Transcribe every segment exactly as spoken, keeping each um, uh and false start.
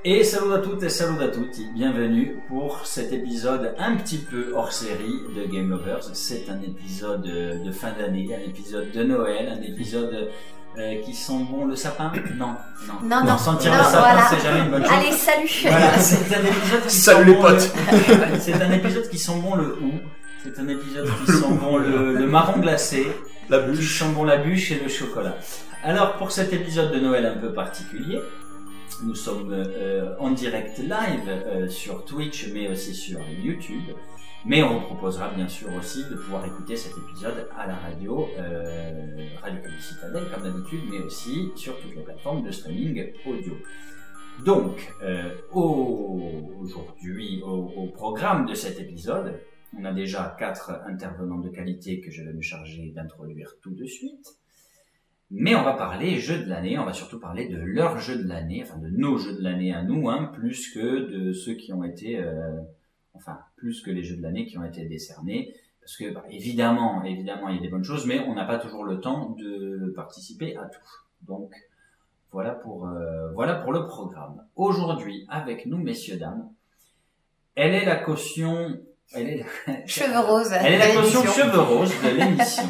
Et salut à toutes et salut à toutes, bienvenue pour cet épisode un petit peu hors série de Game Lovers. C'est un épisode de fin d'année, un épisode de Noël, un épisode euh, qui sent bon le sapin. Non, non, non, non. Sentir non, le sapin, voilà. c'est jamais une bonne chose. Allez, salut. Voilà, c'est un épisode qui salut sent les bon potes. Le... c'est un épisode qui sent bon le hou. C'est un épisode qui sent bon le, le marron glacé, la qui bûche, sent bon la bûche et le chocolat. Alors pour cet épisode de Noël un peu particulier, nous sommes euh, en direct live euh, sur Twitch, mais aussi sur YouTube. Mais on vous proposera bien sûr aussi de pouvoir écouter cet épisode à la radio, euh, Radio Campus Citadel comme d'habitude, mais aussi sur toutes les plateformes de streaming audio. Donc, euh, au, aujourd'hui, au, au programme de cet épisode, on a déjà quatre intervenants de qualité que je vais me charger d'introduire tout de suite. Mais on va parler jeux de l'année, on va surtout parler de leurs jeux de l'année, enfin de nos jeux de l'année à nous, hein, plus que de ceux qui ont été, euh, enfin plus que les jeux de l'année qui ont été décernés, parce que bah, évidemment, évidemment il y a des bonnes choses, mais on n'a pas toujours le temps de participer à tout. Donc voilà pour euh, voilà pour le programme. Aujourd'hui avec nous, messieurs dames, elle est la caution, elle est la... cheveux roses. Elle est la caution cheveux roses de l'émission.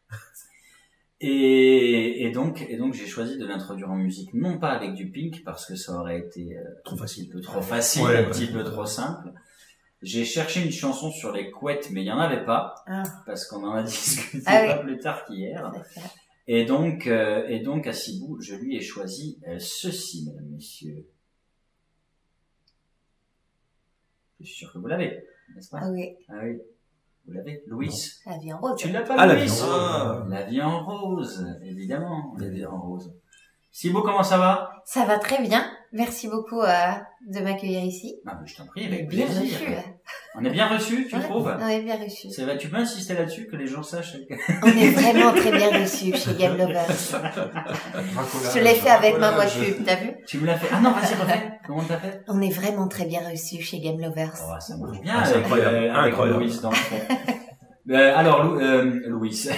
Et, et donc, et donc, j'ai choisi de l'introduire en musique, non pas avec du Pink, parce que ça aurait été euh, trop facile, un peu trop facile, ouais, un ouais. petit peu trop simple. J'ai cherché une chanson sur les couettes, mais il y en avait pas, ah. parce qu'on en a discuté ah, pas oui. plus tard qu'hier. Et donc, euh, et donc, à Cibou, je lui ai choisi euh, ceci, mesdames, messieurs. Je suis sûr que vous l'avez, n'est-ce pas? Ah oui. Ah oui. Vous l'avez, Louis? La vie en rose. Tu l'as pas, ah, Louis? La vie en rose. La vie en rose, évidemment. La vie en rose. Sibo, comment ça va? Ça va très bien. Merci beaucoup euh, de m'accueillir ici. Ah, mais je t'en prie, avec bien plaisir. Reçu. On est bien reçus, tu ouais. trouves? Oui, bien reçu. C'est vrai, tu peux insister là-dessus, que les gens sachent. On est vraiment très bien reçus chez Game Lovers. Je te l'ai fait avec ma voix pub, t'as vu? Tu me l'as fait? Ah non, vas-y, refais. Comment t'as fait? On est vraiment très bien reçus chez Game Lovers. Oh, ça marche bien ah, avec, incroyable. euh, avec incroyable. Louis dans le fond. Euh, alors, Lou, euh, Louis.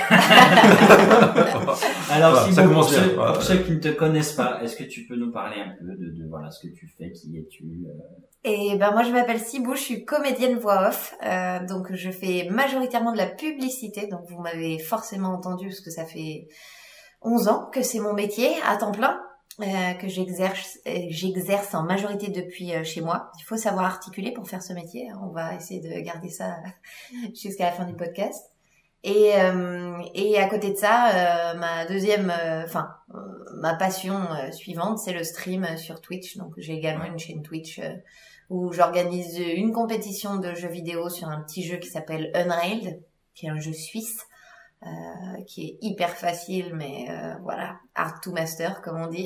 alors, voilà, si ça bon, commence pour, bien. ceux, Voilà. pour ceux qui ne te connaissent pas, est-ce que tu peux nous parler un peu de, de voilà ce que tu fais, qui es-tu? euh... Et ben moi je m'appelle Cibou, je suis comédienne voix off, euh, donc je fais majoritairement de la publicité, donc vous m'avez forcément entendu parce que ça fait onze ans que c'est mon métier à temps plein. Euh, que j'exerce j'exerce en majorité depuis euh, chez moi. Il faut savoir articuler pour faire ce métier. On va essayer de garder ça jusqu'à la fin du podcast. Et euh, et à côté de ça, euh, ma deuxième, enfin euh, euh, ma passion euh, suivante, c'est le stream sur Twitch. Donc j'ai également une chaîne Twitch euh, où j'organise une compétition de jeux vidéo sur un petit jeu qui s'appelle Unrailed, qui est un jeu suisse. Euh, qui est hyper facile, mais euh, voilà, hard to master comme on dit.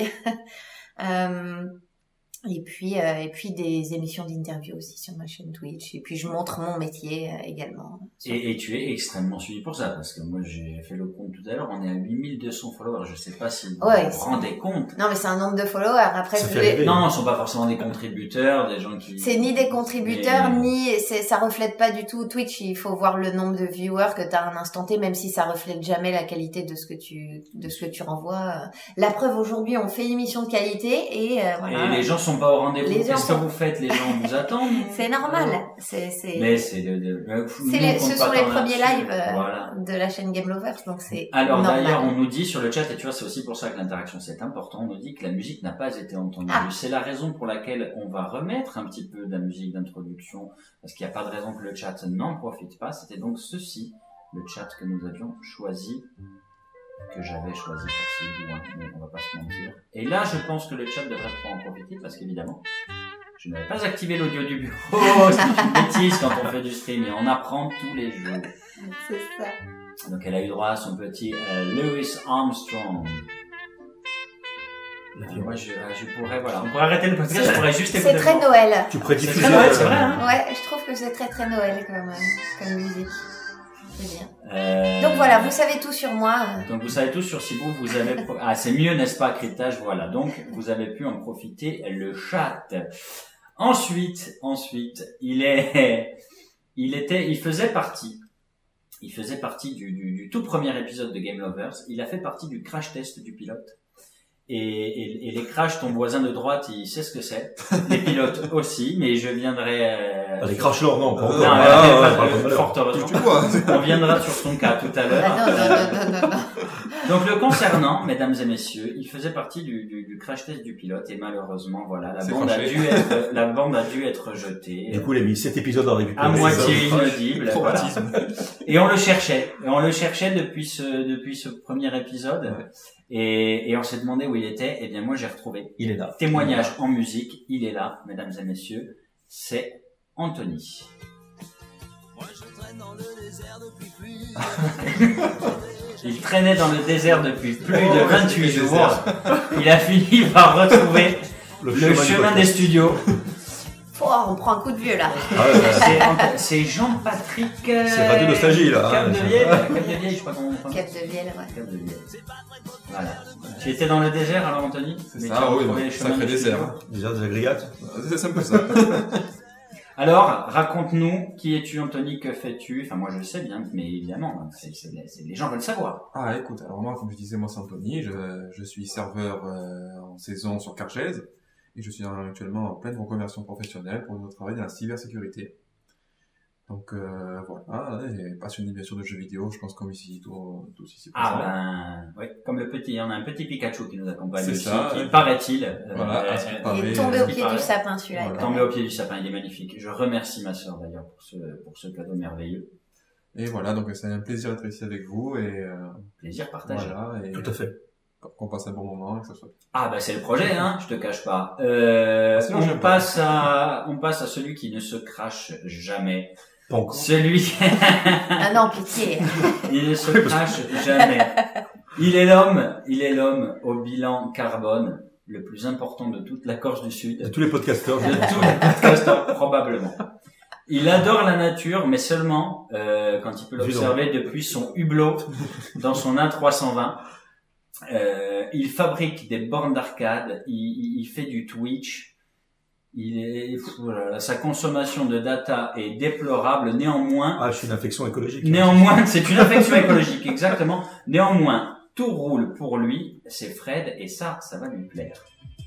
euh, et puis euh, et puis des émissions d'interview aussi sur ma chaîne Twitch. Et puis je montre mon métier euh, également. Et, et tu es extrêmement suivi pour ça, parce que moi j'ai fait le compte tout à l'heure, on est à huit mille deux cents followers. Je sais pas si vous ouais, vous rendez compte. Non, mais c'est un nombre de followers. Après, ça je fait voulais... rêver. Non, non, ce sont pas forcément des contributeurs, des gens qui. C'est ni des contributeurs, mais... ni c'est ça reflète pas du tout Twitch. Il faut voir le nombre de viewers que t'as à un instant T, même si ça reflète jamais la qualité de ce que tu de ce que tu renvoies. La preuve, aujourd'hui, on fait une émission de qualité et euh, voilà. Et les gens sont pas au rendez-vous. Les gens Qu'est-ce que sont- vous faites? Les gens vous attendent? C'est normal. C'est c'est. Mais c'est de, de... mais C'est nous, les, on compte ce pas sont les tant premiers là-dessus. lives euh, Voilà. de la chaîne Game Lovers, donc c'est Alors normal. d'ailleurs, on nous dit sur le chat, et tu vois, c'est aussi pour ça que l'interaction c'est important, on nous dit que la musique n'a pas été entendue. Ah. C'est la raison pour laquelle on va remettre un petit peu de la musique d'introduction, parce qu'il n'y a pas de raison que le chat n'en profite pas. C'était donc ceci, le chat que nous avions choisi, que j'avais choisi pour Cibou, hein, mais on va pas se mentir. Et là, je pense que le chat devrait pouvoir en profiter, parce qu'évidemment, je n'avais pas activé l'audio du bureau. C'est une bêtise quand on fait du stream, et on apprend tous les jours. C'est ça. Donc elle a eu droit à son petit euh, Louis Armstrong. Et moi je, euh, je pourrais, voilà, on pourrait arrêter le podcast, je pourrais juste écouter. C'est très le- Noël. Tu pourrais C'est diffuser. très Noël, c'est vrai, hein. Ouais, je trouve que c'est très très Noël comme comme musique. C'est bien. Euh, Donc voilà, vous savez tout sur moi. Donc vous savez tous sur Cibou, vous avez, pro- ah c'est mieux n'est-ce pas, cryptage, voilà. Donc vous avez pu en profiter, le chat. Ensuite, ensuite, il est, il était, il faisait partie. Il faisait partie du, du, du tout premier épisode de Game Lovers. Il a fait partie du crash test du pilote. Et, et, et les crashs, ton voisin de droite, il sait ce que c'est. Les pilotes aussi, mais je viendrai... Euh, ah, les crashers, non, pas non, encore. non, Ah, pas, ouais, pas, fort heureusement. Tu vois. On viendra sur son cas tout à l'heure. Ah, non, non, non, non, non. Donc le concernant, mesdames et messieurs, il faisait partie du, du, du crash test du pilote et malheureusement, voilà, la C'est bande a crashé. dû être, la bande a dû être jetée. Du coup, il a mis sept épisodes à récupérer. À moitié inaudible. Voilà. Traumatisme. Et on le cherchait. Et on le cherchait depuis ce, depuis ce premier épisode. Ouais. Et, et on s'est demandé où il était. Eh bien, moi, j'ai retrouvé. Il est là. Témoignage en musique. Il est là, mesdames et messieurs. C'est Anthony. Moi je traîne dans le désert depuis plus. Il traînait dans le désert depuis plus de Oh, vingt-huit c'est le jours. Il a fini par retrouver Le, le chemin, chemin du des podcast. studios. Oh, on prend un coup de vieux là. Ah, ouais, ouais. C'est, c'est Jean-Patrick. euh, C'est Radio Nostalgie, là, Cap hein. de Vielle. Cap de Vielle, je sais pas comment on dit. Cap de Vielle, ouais. Cap de Vielle. Voilà. Tu étais dans le désert alors, Anthony? C'est Mais ça, tu as oui, retrouvé non, les chemins sacré des désert. studios. Déjà, des agrégates. C'est un peu ça. Alors, raconte-nous, qui es-tu, Anthony, que fais-tu? Enfin, moi je le sais bien, mais évidemment, c'est, c'est, c'est, les gens veulent savoir. Ah, écoute, alors moi, comme je disais, moi c'est Anthony, je, je suis serveur euh, en saison sur Cargèse et je suis actuellement en pleine reconversion professionnelle pour notre travail dans la cybersécurité. Donc euh, voilà, et passionné bien sûr de jeux vidéo, je pense comme ici, tous tous ici Ah présents. ben, oui, comme le petit, on a un petit Pikachu qui nous accompagne C'est aussi, ça, qui ouais. paraît-il, euh, Voilà, euh, à ce qui euh, paraît. Il est tombé au ce qui pied paraît. du sapin celui-là. Voilà. quand tombé même. au pied du sapin, il est magnifique. Je remercie ma sœur d'ailleurs pour ce, pour ce cadeau merveilleux. Et voilà, donc c'est un plaisir d'être ici avec vous et euh, Plaisir partagé. voilà, et Tout à fait. qu'on passe un bon moment et que ça soit. Ah bah c'est le projet, hein, je te cache pas. Euh, Sinon, on j'aime pas. passe à, on passe à celui qui ne se crache jamais. Pas encore. Celui, Ah non, pitié. il ne se crache jamais. Il est l'homme, il est l'homme au bilan carbone le plus important de toute la Corse du Sud. De tous les podcasteurs. De tous les podcasteurs, probablement. Il adore la nature, mais seulement euh, quand il peut Vu l'observer depuis son hublot dans son A trois cent vingt. Euh, il fabrique des bornes d'arcade, il, il, il fait du Twitch. Il est, pff, voilà, sa consommation de data est déplorable. Néanmoins, Ah, je suis une infection écologique. néanmoins, c'est une affection écologique, exactement. Néanmoins, tout roule pour lui. C'est Fred, et ça, ça va lui plaire.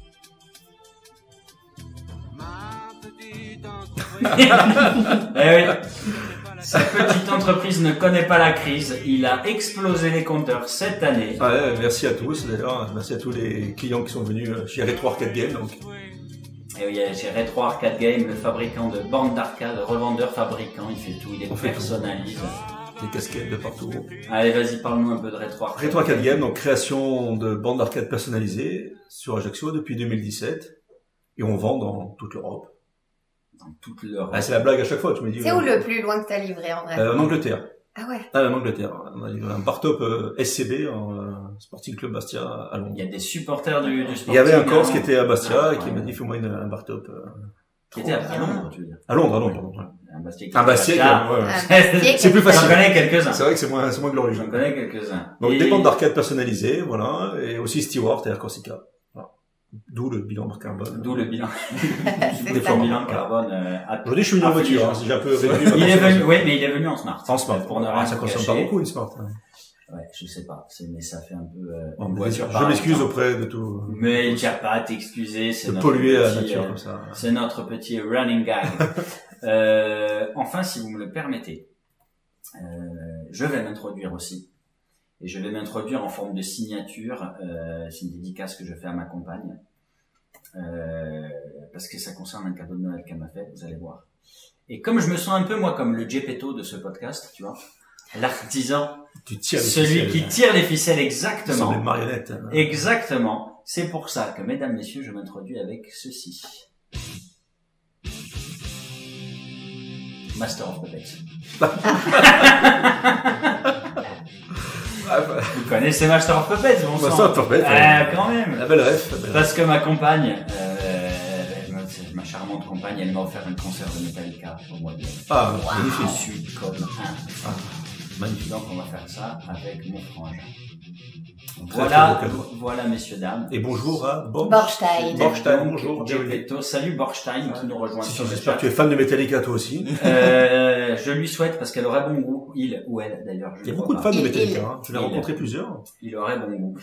Ma petite entreprise. Eh oui. Sa petite entreprise ne connaît pas la crise. Il a explosé les compteurs cette année. Ah, ouais, merci à tous, d'ailleurs. Merci à tous les clients qui sont venus chez Retro Arcade Game. Donc, Et oui, chez Retro Arcade Game, le fabricant de bandes d'arcade, revendeur, fabricant, il fait tout, il les On fait tout. personnalise. des casquettes de partout. Allez, vas-y, parle-nous un peu de Retro Arcade. Retro Arcade Game, donc création de bandes d'arcade personnalisées sur Ajaccio depuis deux mille dix-sept. Et on vend dans toute l'Europe. Dans toute l'Europe. Ah, c'est la blague à chaque fois, tu me dis. C'est euh, où le plus loin que t'as livré en vrai? euh, En Angleterre. Ah ouais. Ah, en Angleterre. On a livré un bar top euh, S C B, en euh, Sporting Club Bastia à Londres. Il y a des supporters du, du sport. Il y avait un Corse qui était à Bastia Ah, et qui ouais. m'a dit fais-moi une, un bar top. Euh, Qui était à Londres, tu veux dire. à Londres, à Londres, pardon. ouais. Un Bastia. qui Un était à Bastia, Bastia. ouais, ouais. Un Bastia C'est plus qui- facile. J'en connais quelques-uns. C'est vrai que c'est moins, c'est moins glorieux. J'en connais quelques-uns. Donc Et- des bandes d'arcade personnalisées, voilà, et aussi Stewart et Air Corsica. Voilà. D'où le bilan carbone. D'où le bilan. C'est D'où ça. le bilan carbone. euh, à- Aujourd'hui, je suis venu en affligeant. voiture, hein, j'ai un peu réduit ma Il est consommation. venu, oui, mais il est venu en smart. En smart. Pour ne Ah, rien ça vous consomme cacher. pas beaucoup une smart. hein. Ouais, je sais pas. C'est, mais ça fait un peu, euh, Bon, une mais voiture je par m'excuse exemple. auprès de tout. Mais il n'y a pas à t'excuser, c'est de notre polluer la petit, nature euh, comme ça. c'est notre petit running gag. euh, enfin, si vous me le permettez, euh, je vais m'introduire aussi. Et je vais m'introduire en forme de signature. Euh, c'est une dédicace que je fais à ma compagne. Euh, parce que ça concerne un cadeau de Noël qu'elle m'a fait, vous allez voir. Et comme je me sens un peu, moi, comme le Gepetto de ce podcast, tu vois, l'artisan, Tu tires les celui ficelles, qui hein. tire les ficelles Ce sont exactement. des marionnettes. hein. Exactement. C'est pour ça que, mesdames, messieurs, je m'introduis avec ceci. Master of Puppets. Ah, bah, Vous connaissez Master of Puppets, bon sang. Master of Puppets, Ah, quand même. la belle ref. la belle ref. Parce que ma compagne, euh, ma- ma charmante compagne, elle m'a offert un concert de Metallica au mois de mai. Ah, Je magnifique. suis comme un. Ah, magnifique. Donc, on va faire ça avec mon frangin. Très, Voilà, très beau cadeau. voilà, messieurs, dames. Et bonjour à Bob. Borstein. Borstein, Donc, bonjour. bienvenue. Gepetto. Salut Borstein qui nous rejoint Si, sur si, le J'espère chat. que tu es fan de Metallica toi aussi. Euh, je lui souhaite parce qu'elle aurait bon goût, il ou elle d'ailleurs. je Il y a ne beaucoup de crois fans de Il- Metallica. il- hein. Tu l'as il- rencontré plusieurs. pas. Il aurait bon goût.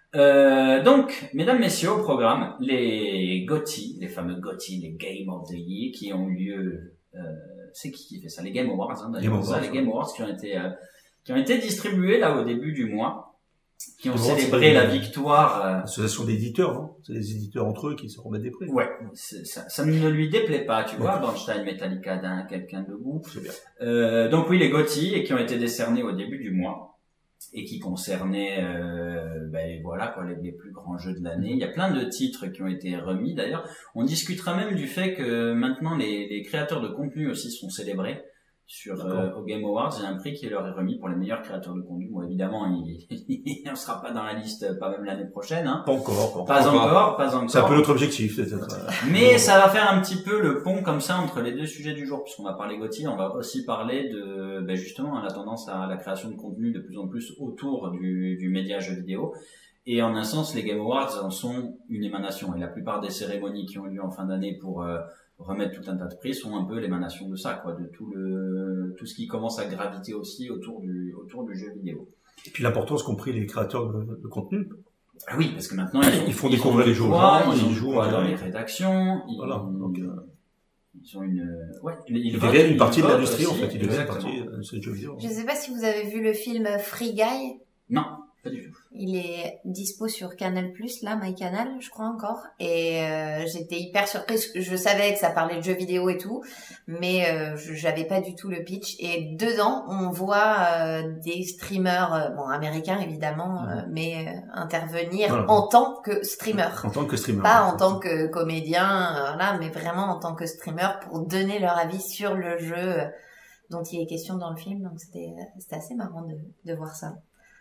Euh, donc, mesdames, messieurs, au programme, les GOTY, les fameux GOTY, les Game of the Year, qui ont eu lieu, euh, c'est qui qui fait ça? Les Game Awards, hein, d'ailleurs. Game Ça, Awards, les Game Awards qui ont été, euh, qui ont été distribués, là, au début du mois, qui ont Game Awards, célébré c'est la une- victoire, euh, L'association d'éditeurs, non? C'est les éditeurs entre eux qui se remettent des prix. ouais, c'est- ça, ça ne lui déplaît pas, tu vois, Bernstein, Metallica, d'un, quelqu'un de goût. C'est bien. Euh, donc oui, les GOTY, et qui ont été décernés au début du mois, et qui concernaient, euh, ben voilà quoi, les, les plus grands jeux de l'année. Il y a plein de titres qui ont été remis. D'ailleurs, on discutera même du fait que maintenant les, les créateurs de contenu aussi sont célébrés sur euh, au Game Awards. Il y a un prix qui leur est remis pour les meilleurs créateurs de contenu. Bon, évidemment, il ne sera pas dans la liste, pas même l'année prochaine. Hein. Pas encore. Pas encore. encore, pas encore. C'est un peu notre objectif, peut-être. Mais ça va faire un petit peu le pont comme ça entre les deux sujets du jour, puisqu'on va parler GOTY, on va aussi parler de, ben justement, la tendance à la création de contenu de plus en plus autour du, du média jeu vidéo. Et en un sens, les Game Awards en sont une émanation. Et la plupart des cérémonies qui ont eu lieu en fin d'année pour euh, remettre tout un tas de prix sont un peu l'émanation de ça, quoi, de tout le tout ce qui commence à graviter aussi autour du autour du jeu vidéo. Et puis l'importance qu'ont pris les créateurs de, de contenu. Ah oui, parce que maintenant ils, ont, Ils font ils découvrir ont les du jeux aux poids, gens, ils ont ils du jouent poids en dans les direct. rédactions. Ils, Voilà. Donc, euh, ils ont une ouais, ils, ils votent, deviennent une ils partie de votent l'industrie, en aussi. fait. Ils deviennent une Exactement. partie de ce jeu vidéo. Je sais pas si vous avez vu le film Free Guy. Non, pas du tout. Il est dispo sur Canal+, là, MyCanal, je crois encore. Et euh, j'étais hyper surprise. Je savais que ça parlait de jeux vidéo et tout, mais euh, je- j'avais pas du tout le pitch. Et dedans, on voit euh, des streamers, euh, bon, américains évidemment, euh, mais euh, intervenir Voilà. en tant que streamer. En tant que streamer. Pas en tant que comédien, euh, voilà, mais vraiment en tant que streamer pour donner leur avis sur le jeu euh, dont il est question dans le film. Donc c'était c'était assez marrant de, de voir ça.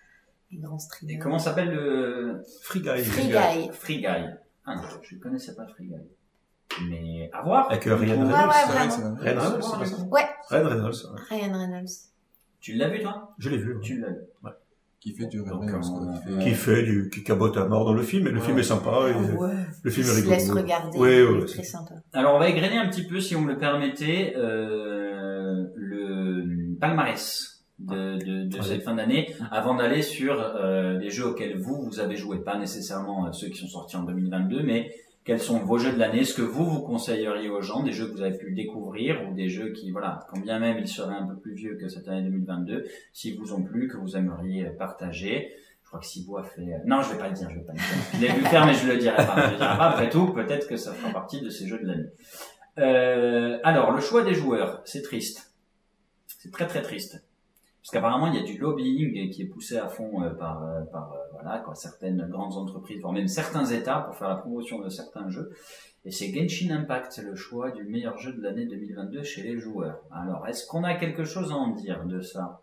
Les grands Et streamers. comment s'appelle le Free Guy. Free Guy. Free Guy. Ah non, je ne connaissais pas Free Guy. Mais à voir. Avec euh, Ryan Ouais, Ouais, Reynolds. ouais, C'est vrai, vraiment. c'est vrai. Ryan Reynolds, C'est c'est ça. Ouais, Ryan Reynolds. ouais. Ryan Reynolds. Tu l'as vu toi? Je l'ai vu. ouais. Tu l'as vu. Qui fait du Donc, Reynolds, on- quoi, qui fait- Qui fait du, qui cabote à mort dans le film, et le Ouais. film est sympa, et Ah ouais. le film Il est se rigolo. laisse regarder. Oui, il oui, est oui. très sympa. Alors on va égrener un petit peu, si vous me le permettez, euh, le palmarès de, de, de Ouais. cette fin d'année, avant d'aller sur euh, les jeux auxquels vous, vous avez joué. Pas nécessairement euh, ceux qui sont sortis en deux mille vingt-deux, mais quels sont vos jeux de l'année, ce que vous, vous conseilleriez aux gens, des jeux que vous avez pu découvrir, ou des jeux qui, voilà, quand bien même ils seraient un peu plus vieux que cette année deux mille vingt-deux, s'ils vous ont plu, que vous aimeriez partager. Je crois que Sibo a fait... euh, Non, je vais pas le dire, je vais pas le dire. Je l'ai vu faire, mais je le dirai pas. Je le dirai pas. Après tout, peut-être que ça fera partie de ces jeux de l'année. Euh, alors, le choix des joueurs, c'est triste. C'est très très triste. Parce qu'apparemment, il y a du lobbying qui est poussé à fond euh, par, euh, par euh, voilà, quoi, certaines grandes entreprises, voire même certains États pour faire la promotion de certains jeux. Et c'est Genshin Impact, c'est le choix du meilleur jeu de l'année deux mille vingt-deux chez les joueurs. Alors, est-ce qu'on a quelque chose à en dire de ça?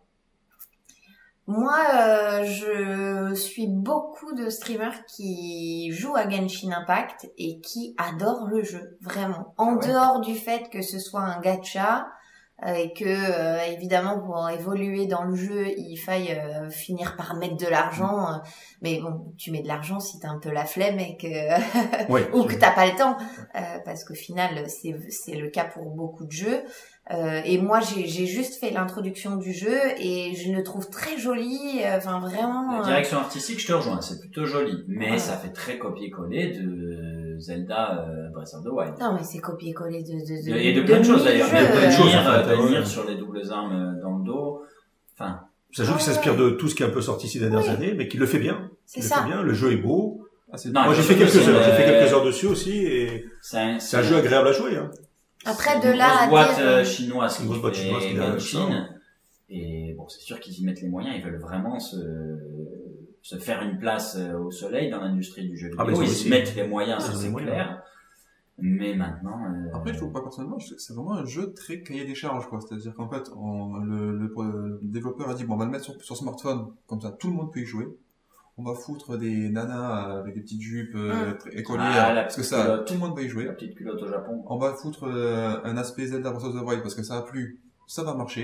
Moi, euh, je suis beaucoup de streamers qui jouent à Genshin Impact et qui adorent le jeu, vraiment. En Ah ouais. dehors du fait que ce soit un gacha, euh, et que, euh, évidemment, pour évoluer dans le jeu, il faille euh, finir par mettre de l'argent. euh, mais bon, tu mets de l'argent si t'as un peu la flemme et que... Ouais. ou que t'as pas le temps, euh, parce qu'au final, c'est c'est le cas pour beaucoup de jeux. Euh, et moi, j'ai j'ai juste fait l'introduction du jeu et je le trouve très joli. euh, Enfin, vraiment. La euh, direction artistique, je te rejoins, c'est plutôt joli, mais Ouais. ça fait très copier-coller de Zelda euh, Breath of the Wild. Non, mais c'est copier-coller de, de, de, Et de plein de choses d'ailleurs, mille de jeux, plein de choses, venir, en fait, de venir ouais. sur les doubles armes dans le dos. Enfin, C'est un jeu qui s'inspire de tout ce qui est un peu sorti ces dernières Oui. années, mais qui le fait bien. C'est Il le ça. fait bien, le jeu est beau. Ah, c'est Non, Moi, le j'ai fait jeu, quelques c'est heures, j'ai une- fait quelques heures dessus aussi, et c'est un, c'est un jeu agréable à jouer, hein. Après, c'est de une là grosse à boîte dire- euh, chinoise Une qui grosse boîte fait chinoise qui a Genshin. ça. Et bon, c'est sûr qu'ils y mettent les moyens, ils veulent vraiment se, se faire une place euh, au soleil dans l'industrie du jeu vidéo. Ah, mais ils ont ils y aussi- mettent les moyens, ils ça ont les c'est moyens. clair. Mais maintenant... euh, Après, je trouve pas personnellement, je- c'est vraiment un jeu très cahier des charges, quoi. C'est-à-dire qu'en fait, on- le, le, le développeur a dit, bon, on va le mettre sur, sur smartphone, comme ça tout le monde peut y jouer. On va foutre des nanas avec des petites jupes euh, Mm. très écolières, Ah, la parce que petite ça, culotte. tout le monde va y jouer. la petite culotte au Japon. On va foutre euh, un aspect Zelda Breath of the Wild, parce que ça a plu, ça va marcher.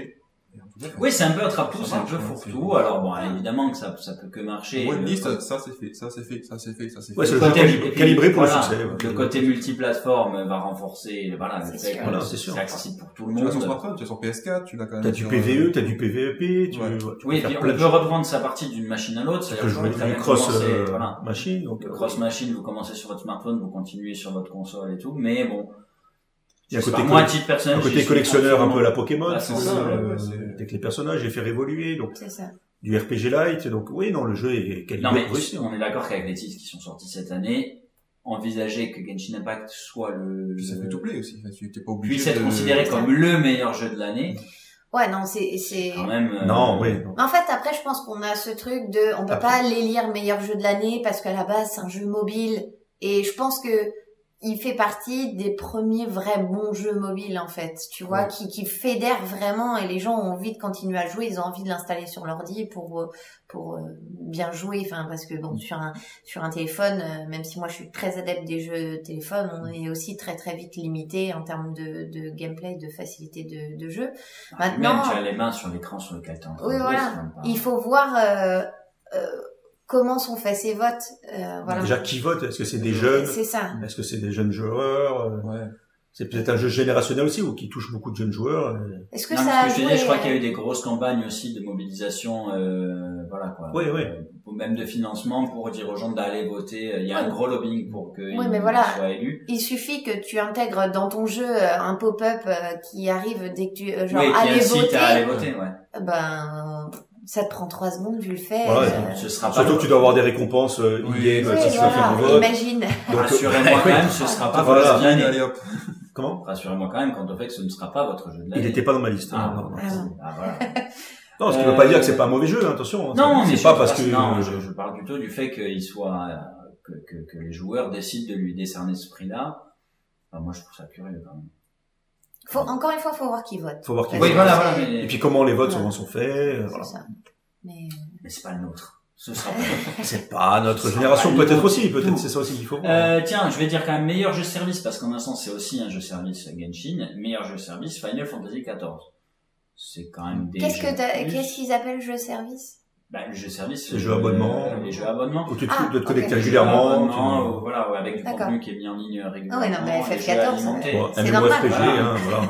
Et en tout cas, Oui, c'est un peu attrape-tout, ça c'est un marche, peu hein, fourre-tout. c'est- Alors bon, évidemment que ça, ça peut que marcher. Pour une Le liste, côté- ça c'est fait, ça c'est fait, ça c'est fait, ça c'est Ouais, fait. c'est le côté- jeu et puis, calibré pour le voilà, succès. ouais. Le côté multiplateforme va renforcer, voilà, le C'est fait sûr. que Voilà, c'est c'est sûr. accessible pour tout le Tu l'as sur monde. smartphone, tu l'as sur P S quatre, tu l'as quand même T'as du sur, P V E, euh, t'as du P V E P, tu, Ouais. ouais, tu Oui, et peux puis faire on plein de peut choses. reprendre sa partie d'une machine à l'autre. Tu C'est-à-dire peux que jouer vous pouvez du très cross bien commencer, euh, voilà. machine. Donc, Le euh, cross machine, vous commencez sur votre smartphone, vous continuez sur votre console et tout, mais bon. Il y a un je sais côté pas, moi, à colle- titre personnel, un j'y côté suis collectionneur un peu à la absolument- Pokémon, Ah, tu c'est vois, ça, euh, ouais, c'est- avec les personnages, les faire évoluer, donc C'est ça. du R P G light, donc oui, non, le jeu est Non, calibré mais pour réussir. on est d'accord qu'avec les titres qui sont sortis cette année, envisager que Genshin Impact soit le, Puis ça fait tout play aussi. Enfin, tu t'es pas obligé puisse être de- considéré comme le meilleur jeu de l'année, Ouais, non, c'est, c'est... quand même. euh, Non, oui. non. Mais en fait, après, je pense qu'on a ce truc de, on peut Après. pas l'élire meilleur jeu de l'année parce qu'à la base, c'est un jeu mobile. Et je pense que il fait partie des premiers vrais bons jeux mobiles, en fait. Tu vois, Ouais. qui, qui fédèrent vraiment et les gens ont envie de continuer à jouer. Ils ont envie de l'installer sur l'ordi pour, euh, pour euh, bien jouer. Enfin, parce que bon, sur un, sur un téléphone, euh, même si moi je suis très adepte des jeux téléphone, on est aussi très très vite limité en termes de, de gameplay, de facilité de, de jeu. ah, Maintenant- Même tu as les mains sur l'écran sur lequel tu es en train Oui, de jouer, voilà. c'est même pas- Il faut voir euh, euh, comment sont faits ces votes. Euh, voilà. Déjà, qui vote? Est-ce que c'est des jeunes? C'est ça. Est-ce que c'est des jeunes joueurs? Euh, Ouais. C'est peut-être un jeu générationnel aussi, ou qui touche beaucoup de jeunes joueurs. euh. Est-ce que Non, ça mais a ce que je te joué dis, je crois euh, qu'il y a eu des grosses campagnes aussi de mobilisation, euh, voilà quoi. Oui, oui. Euh, ou même de financement pour dire aux gens d'aller voter. Il y a un Oui. gros lobbying pour qu'ils Oui, mais voilà. soient élus. Il suffit que tu intègres dans ton jeu euh, un pop-up euh, qui arrive dès que tu euh, genre oui, qui allez incite voter. à aller voter, ouais. Ben ça te prend trois secondes, tu le fais. Ouais, euh, Ce sera pas. Surtout que tu dois avoir des récompenses euh, Oui. in-game oui, si tu vas faire un voilà. vote. Imagine. Donc, Rassurez-moi quand même, ce sera pas Voilà. votre jeu de l'année. Allez hop. Comment? Rassurez-moi quand même quant au fait que ce ne sera pas votre jeu de Il l'année. n'était pas dans ma liste. Ah, non, non, non. Ah, non. Ah, voilà. Non, ce qui ne Euh, veut pas dire que c'est pas un mauvais jeu, hein, attention. hein. Non, mais c'est je- pas parce que non, je, je parle plutôt du fait qu'il soit euh, que, que, que les joueurs décident de lui décerner ce prix-là. Enfin, moi, je trouve ça curieux quand même. Faut, encore une fois, faut voir qui vote. faut voir qui Parce Oui, vote. que voilà, c'est- voilà. Mais, Et puis comment les votes Ouais. souvent sont faits. euh, c'est Voilà. ça. Mais mais c'est pas le nôtre. Ce sera pas. C'est pas notre Ça génération, va, peut-être nous, aussi. Peut-être tout. c'est ça aussi qu'il faut voir. Euh, tiens, je vais dire quand même meilleur jeu service parce qu'en un sens c'est aussi un jeu service Genshin. Meilleur jeu service Final Fantasy quatorze. C'est quand même des. qu'est-ce jeux que t'as, plus. qu'est-ce qu'ils appellent jeu service? Bah, le jeu service. Les euh, jeux abonnements. Les jeux abonnements. Ou tu te, Ah, de te connecter ok. régulièrement. Abonnement, tu- ou voilà, ouais, avec du D'accord. contenu qui est mis en ligne régulièrement. Ah ouais, non, mais les F F jeux quatorze, alimentés. Bon, C'est MMORPG, normal, voilà. hein, voilà.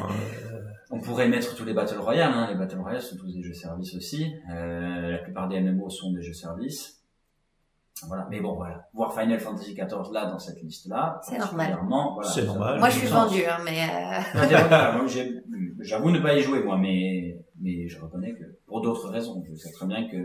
On pourrait mettre tous les Battle Royale, hein. Les Battle Royale sont tous des jeux services aussi. Euh, la plupart des M M O sont des jeux services. Voilà. Mais bon, voilà. Voir Final Fantasy quatorze là, dans cette liste-là. C'est normal. particulièrement, Voilà, C'est ça- normal. Moi, je suis ça- vendue, hein, mais euh, Non, c'est vrai, moi, j'ai- J'avoue ne pas y jouer, moi, mais, mais je reconnais que, pour d'autres raisons, je sais très bien que,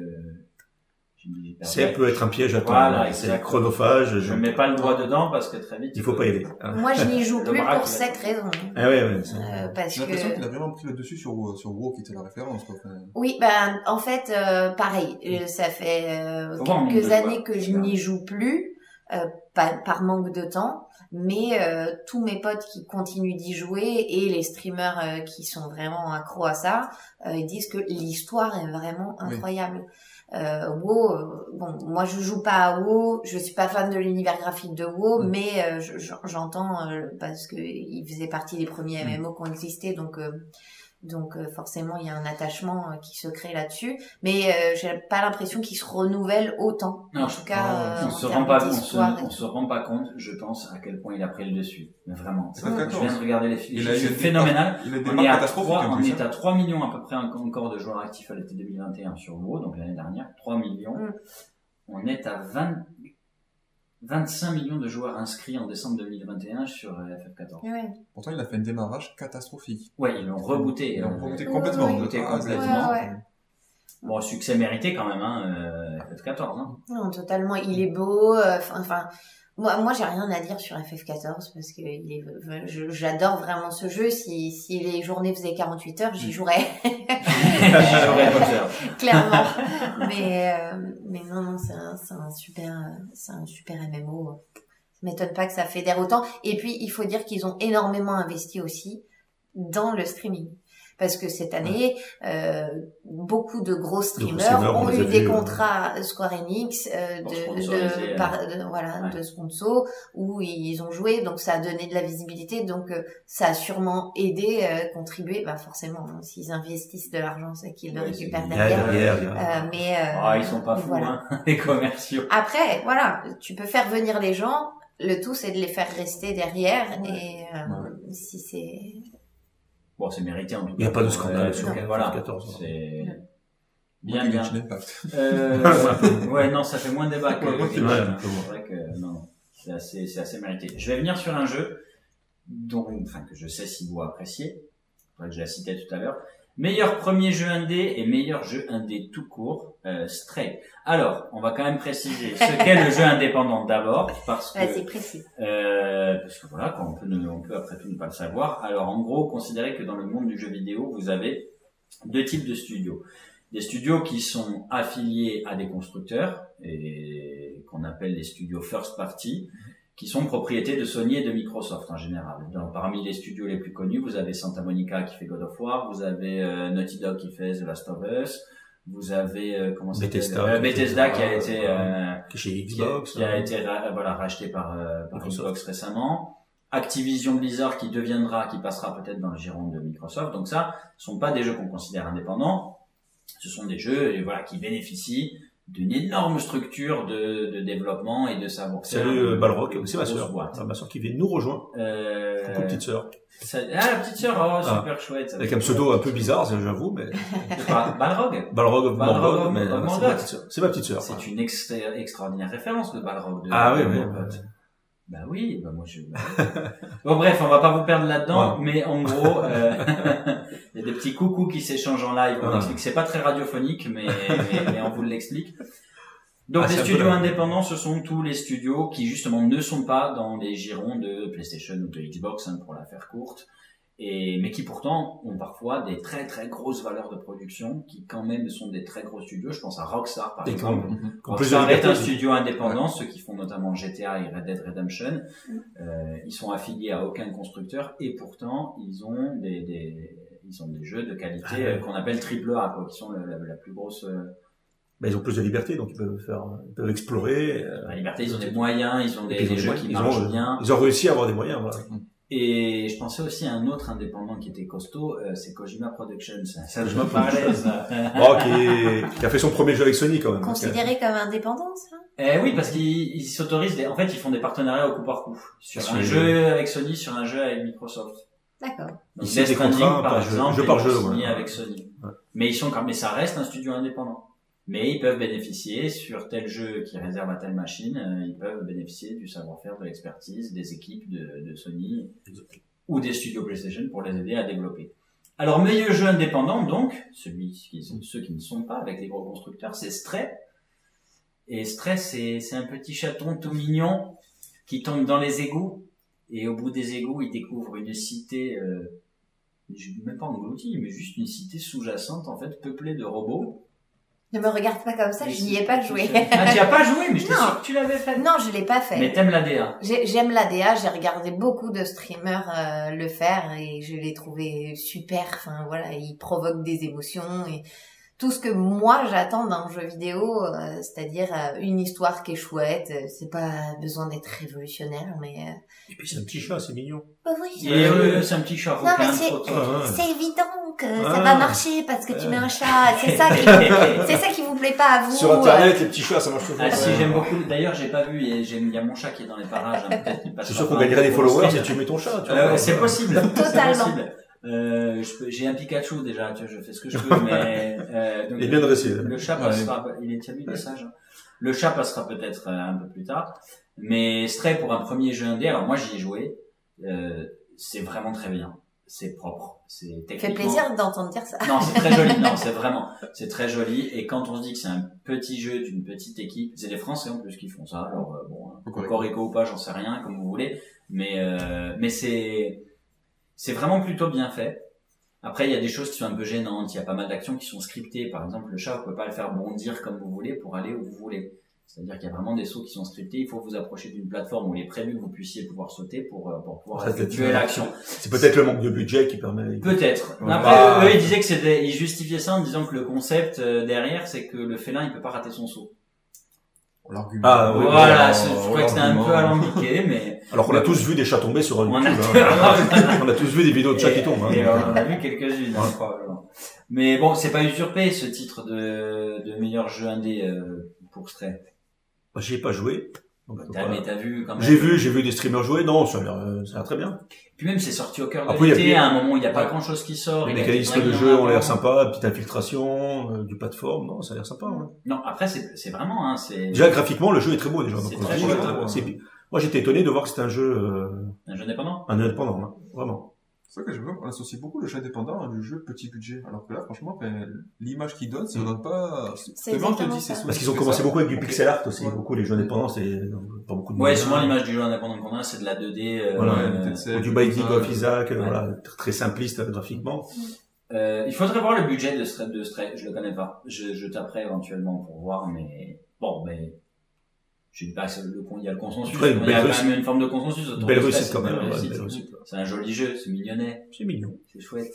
j'y perdrai. C'est peut être un piège à temps. Voilà, c'est exactement. chronophage. Je mets pas le doigt dedans parce que très vite. Il faut pas y aller. hein. moi, je n'y joue Le plus braque, pour là. cette raison. Ah ouais, ouais. c'est- Euh, parce J'ai l'impression que qu'il a vraiment pris le dessus sur, sur WoW qui était la référence, quoi. Enfin, oui, ben en fait, euh, pareil, euh, ça fait euh, Faut voir en quelques nombre de années joueurs, que je c'est ça. n'y joue plus, euh, pas- par manque de temps, mais euh, tous mes potes qui continuent d'y jouer et les streamers euh, qui sont vraiment accros à ça, euh, ils disent que l'histoire est vraiment Oui. incroyable. Euh, WoW, euh, bon, moi je joue pas à WoW, je suis pas fan de l'univers graphique de WoW, Mm. mais euh, je- je- j'entends euh, parce que il faisait partie des premiers Mm. M M O qui ont existé, donc euh, donc euh, forcément il y a un attachement euh, qui se crée là-dessus, mais euh, j'ai pas l'impression qu'il se renouvelle autant. Non, en tout cas, euh, on en se termes rend pas, on se, d'histoire et on tout. se rend pas compte, je pense, à quel point il a pris le dessus. Mais vraiment. C'est Je pas viens de regarder les films. Il a eu C'est des phénoménal. il a des On est marques à catastrophiques, trois, en on plus, est hein. à trois millions à peu près encore de joueurs actifs à l'été deux mille vingt et un sur WoW, donc l'année dernière. trois millions. Mm. On est à vingt, vingt-cinq millions de joueurs inscrits en décembre deux mille vingt et un sur euh, F F quatorze. Ouais. Pourtant, il a fait un démarrage catastrophique. Ouais, ils l'ont rebooté. Ils l'ont euh, rebooté Ouais, complètement. ouais, de rebooté A à Z. complètement. Ouais, ouais. Bon, succès mérité quand même, hein, euh, F F quatorze. Hein. Non, totalement. Il est beau. euh, Enfin, moi, moi, j'ai rien à dire sur F F quatorze parce que il est, je- j'adore vraiment ce jeu. Si, si les journées faisaient quarante-huit heures, j'y jouerais J'aurais pas peur. clairement. Mais, euh, mais non, non, c'est un, c'est un super, c'est un super M M O. Ça m'étonne pas que ça fédère autant. Et puis, il faut dire qu'ils ont énormément investi aussi dans le streaming. Parce que cette année, euh, beaucoup de gros streamers streamers, ont on les a eu des vus, contrats Square Enix euh, Pour de, sponsoriser, de, par- de- voilà, ouais. de sponsors où ils ont joué, donc ça a donné de la visibilité, donc euh, ça a sûrement aidé, euh, contribué, bah forcément, hein, s'ils investissent de l'argent, c'est qu'ils le Ouais, récupèrent c'est- derrière. Derrière, il y a- Euh, mais euh, Ah, ils sont pas fous, voilà. hein, les commerciaux. Après, voilà, tu peux faire venir les gens. Le tout, c'est de les faire rester derrière. Et euh, si c'est... Bon, c'est mérité en tout cas. Il n'y a pas de scandale Euh, sur donc, voilà, quatorze. c'est Non. bien, Beaucoup bien. de Genshin Impact. Euh, ouais, non, ça fait moins débat que Ouais, que ouais, Genshin, ouais, hein. un peu moins. C'est vrai que non, non, c'est assez, c'est assez mérité. Je vais venir sur un jeu dont, enfin, que je sais si vous appréciez. C'est vrai que je l'ai cité tout à l'heure. Meilleur premier jeu indé et meilleur jeu indé tout court, euh, Stray. Alors, on va quand même préciser ce qu'est le jeu indépendant d'abord, parce que Ouais, c'est précis. Euh, parce que voilà, quoi, on peut, ne- on peut après tout ne pas le savoir. Alors en gros, considérez que dans le monde du jeu vidéo, vous avez deux types de studios. Des studios qui sont affiliés à des constructeurs et qu'on appelle les studios first party, qui sont propriétés de Sony et de Microsoft en général. Donc, parmi les studios les plus connus, vous avez Santa Monica qui fait God of War, vous avez euh, Naughty Dog qui fait The Last of Us, vous avez euh, comment ça s'appelle Bethesda, euh, Bethesda qui a euh, été euh, Qui est chez qui a, Xbox. qui a hein. été ra- voilà racheté par, euh, par Microsoft. Xbox récemment. Activision Blizzard qui deviendra, qui passera peut-être dans le giron de Microsoft. Donc ça, ce sont pas des jeux qu'on considère indépendants. Ce sont des jeux, et voilà, qui bénéficient d'une énorme structure de, de développement et de savoir-faire. Salut euh, Balrog, c'est ma Grosse sœur. boîte. Ah, ma sœur qui vient nous rejoindre. Euh, Coucou petite sœur. ça- ah, la petite sœur, oh, super chouette. ça Avec fait un pseudo un peu bizarre, j'avoue, mais C'est pas Balrog. Balrog of Balrog Morgog, of mais Morgog. c'est ma petite sœur. C'est ma petite sœur. C'est une extra- extraordinaire référence, le Balrog de Ah oui, de oui. mon pote. Bah oui, bah moi je. Bon bref, on va pas vous perdre là-dedans, Ouais. mais en gros, euh, il y a des petits coucous qui s'échangent en live. On Ouais. explique, c'est pas très radiophonique, mais, mais, mais on vous l'explique. Donc Ah, les c'est un peu studios la- indépendants, ce sont tous les studios qui justement ne sont pas dans les girons de PlayStation ou de Xbox, hein, pour la faire courte, et mais qui pourtant ont parfois des très très grosses valeurs de production, qui quand même sont des très gros studios. Je pense à Rockstar par Et exemple. comme- Mhm. comme plusieurs Rockstar est un libertés. studio indépendant, ceux qui font notamment G T A et Red Dead Redemption. Euh, ils sont affiliés à aucun constructeur et pourtant ils ont des, des ils ont des jeux de qualité Ah ouais. euh, qu'on appelle triple A, quoi, qui sont la, la, la plus grosse euh, Bah, ils ont plus de liberté, donc ils peuvent faire, ils peuvent explorer. euh, la liberté. Ils ont des moyens, ils ont des, ils ont des des jeux moyens, qui ils marchent ont, bien. Ils ont réussi à avoir des moyens, voilà. Et je pensais aussi à un autre indépendant qui était costaud, euh, c'est Kojima Productions. Ça, je Kojima me parlais, ça. Oh, qui, est- qui a fait son premier jeu avec Sony, quand même. Considéré comme indépendant, ça? Eh oui, parce qu'ils ils s'autorisent des, en fait, ils font des partenariats au coup par coup. Sur Sur un les jeu avec Sony, sur un jeu avec Microsoft. D'accord. Donc, Ici, Death des Stranding, contrats par par jeu, exemple, jeu ils par ont jeu, signé ouais. avec Sony. Ouais. Mais ils sont quand, mais ça reste un studio indépendant. Mais ils peuvent bénéficier sur tel jeu qui réserve à telle machine, euh, ils peuvent bénéficier du savoir-faire, de l'expertise des équipes de, de Sony ou des studios PlayStation pour les aider à développer. Alors, meilleur jeu indépendant, donc, celui qui, ceux qui ne sont pas avec les gros constructeurs, c'est Stray. Et Stray, c'est, c'est un petit chaton tout mignon qui tombe dans les égouts. Et au bout des égouts, il découvre une cité, euh, même pas engloutie, mais juste une cité sous-jacente, en fait, peuplée de robots. Ne me regarde pas comme ça, Et je n'y ai pas joué. Ah, tu as pas joué, mais je t'ai Non. sûr que tu l'avais fait. Non, je l'ai pas fait. Mais t'aimes la D A. J'ai- J'aime l'A D A, j'ai regardé beaucoup de streamers euh, le faire et je l'ai trouvé super. Enfin voilà, il provoque des émotions et tout ce que moi j'attends d'un jeu vidéo, euh, c'est-à-dire euh, une histoire qui est chouette. euh, C'est pas besoin d'être révolutionnaire, mais euh, Et puis c'est un petit chat, c'est mignon. bah oui. Et euh, c'est un petit chat Non, mais rouquin, c'est- trop, trop. Ah, ouais. C'est évident que ça Ah. va marcher parce que tu Ouais. mets un chat. C'est ça qui, c'est ça qui vous plaît pas à vous. Sur Internet, les petits chats, ça marche toujours. Ah si, Ouais. j'aime beaucoup. D'ailleurs, j'ai pas vu, et j'aime, il y a mon chat qui est dans les parages, hein, peut-être qu'il passe C'est pas sûr qu'on par un gagnerait des gros followers stream. si tu mets ton chat, tu Euh, vois. ouais, c'est possible. Totalement. C'est possible. Euh, je peux, j'ai un Pikachu déjà, tu vois, je fais ce que je peux, mais euh, donc, Il est bien dressé. le chat Ouais. passera, il est lui, il est sage. hein. Le chat passera peut-être euh, un peu plus tard, mais Stray pour un premier jeu indé, alors moi j'y ai joué, euh, c'est vraiment très bien, c'est propre, c'est Ça fait techniquement. plaisir d'entendre dire ça. Non, c'est très joli. Non, c'est vraiment, c'est très joli. Et quand on se dit que c'est un petit jeu d'une petite équipe, c'est des Français en plus qui font ça. Alors euh, bon, hein, Cocorico. Cocorico ou pas, j'en sais rien, comme vous voulez. Mais euh, mais c'est c'est vraiment plutôt bien fait. Après, il y a des choses qui sont un peu gênantes. Il y a pas mal d'actions qui sont scriptées. Par exemple, le chat, vous pouvez pas le faire bondir comme vous voulez pour aller où vous voulez. C'est-à-dire qu'il y a vraiment des sauts qui sont scriptés. Il faut vous approcher d'une plateforme où il est prévu que vous puissiez pouvoir sauter pour, pour pouvoir Ça, effectuer c'est- l'action. C'est peut-être le manque de budget qui permet. Peut-être. Ouais. Après, Ah. eux, ils disaient que c'était, ils justifiaient ça en disant que le concept euh, derrière, c'est que le félin, il peut pas rater son saut. L'argument. Ah, oui, voilà, oui, c'est- je oh, crois que c'était un l'argument. peu alambiqué, mais Alors qu'on a tous vu des chats tomber sur on a, YouTube. Hein. On a tous vu des vidéos de chats et, qui tombent. Hein, et donc, on en a vu quelques-unes, hein, Ouais. probablement. Mais bon, c'est pas usurpé, ce titre de, de meilleur jeu indé, euh, pour Stray. euh, J'y ai pas joué. Donc, T'as, voilà. mais t'as vu quand même. J'ai vu, j'ai vu des streamers jouer. Non, ça a l'air, euh, ça a l'air très bien. Puis même, c'est sorti au cœur de Après, il y a l'été, plus- à un moment où il n'y a pas Ouais. grand chose qui sort. Les il a été mécanismes de vraiment jeu ont l'air avant. sympas, petite infiltration, euh, du plateforme. Non, ça a l'air sympa. Ouais. Non, après, c'est, c'est vraiment, hein, c'est Déjà graphiquement, le jeu est très beau déjà. C'est donc, très euh, chouette, ouais, hein. c'est- Moi, j'étais étonné de voir que c'était un jeu, euh, un jeu indépendant. un indépendant, hein. Vraiment. C'est vrai que je vois qu'on associe beaucoup le jeu indépendant à du jeu petit budget. Alors que là, franchement, ben, l'image qu'ils donnent, ça Mm. ne donne pas... C'est Demain, on te exactement dit, c'est ça. sous- Parce qu'ils ont c'est commencé ça. beaucoup avec du Ok. pixel art aussi. Ouais. Beaucoup les jeux indépendants, c'est pas beaucoup de Ouais, moyens. souvent l'image du jeu indépendant qu'on a, c'est de la deux D. Euh, Voilà, euh, peut-être c'est- Ou du tout Binding ça, of Isaac, ouais. voilà, très simpliste euh, graphiquement. euh, il faudrait voir le budget de Stray, de Stray. Je le connais pas. Je, je taperai éventuellement pour voir, mais bon, mais je dis pas que c'est le con, il y a le consensus. Après, une il y belle a quand réussite. même une forme de consensus. autour Belle de Stray, réussite c'est quand une même. belle ouais, réussite. belle réussite. C'est un joli jeu, c'est mignonnet, C'est mignon. c'est chouette.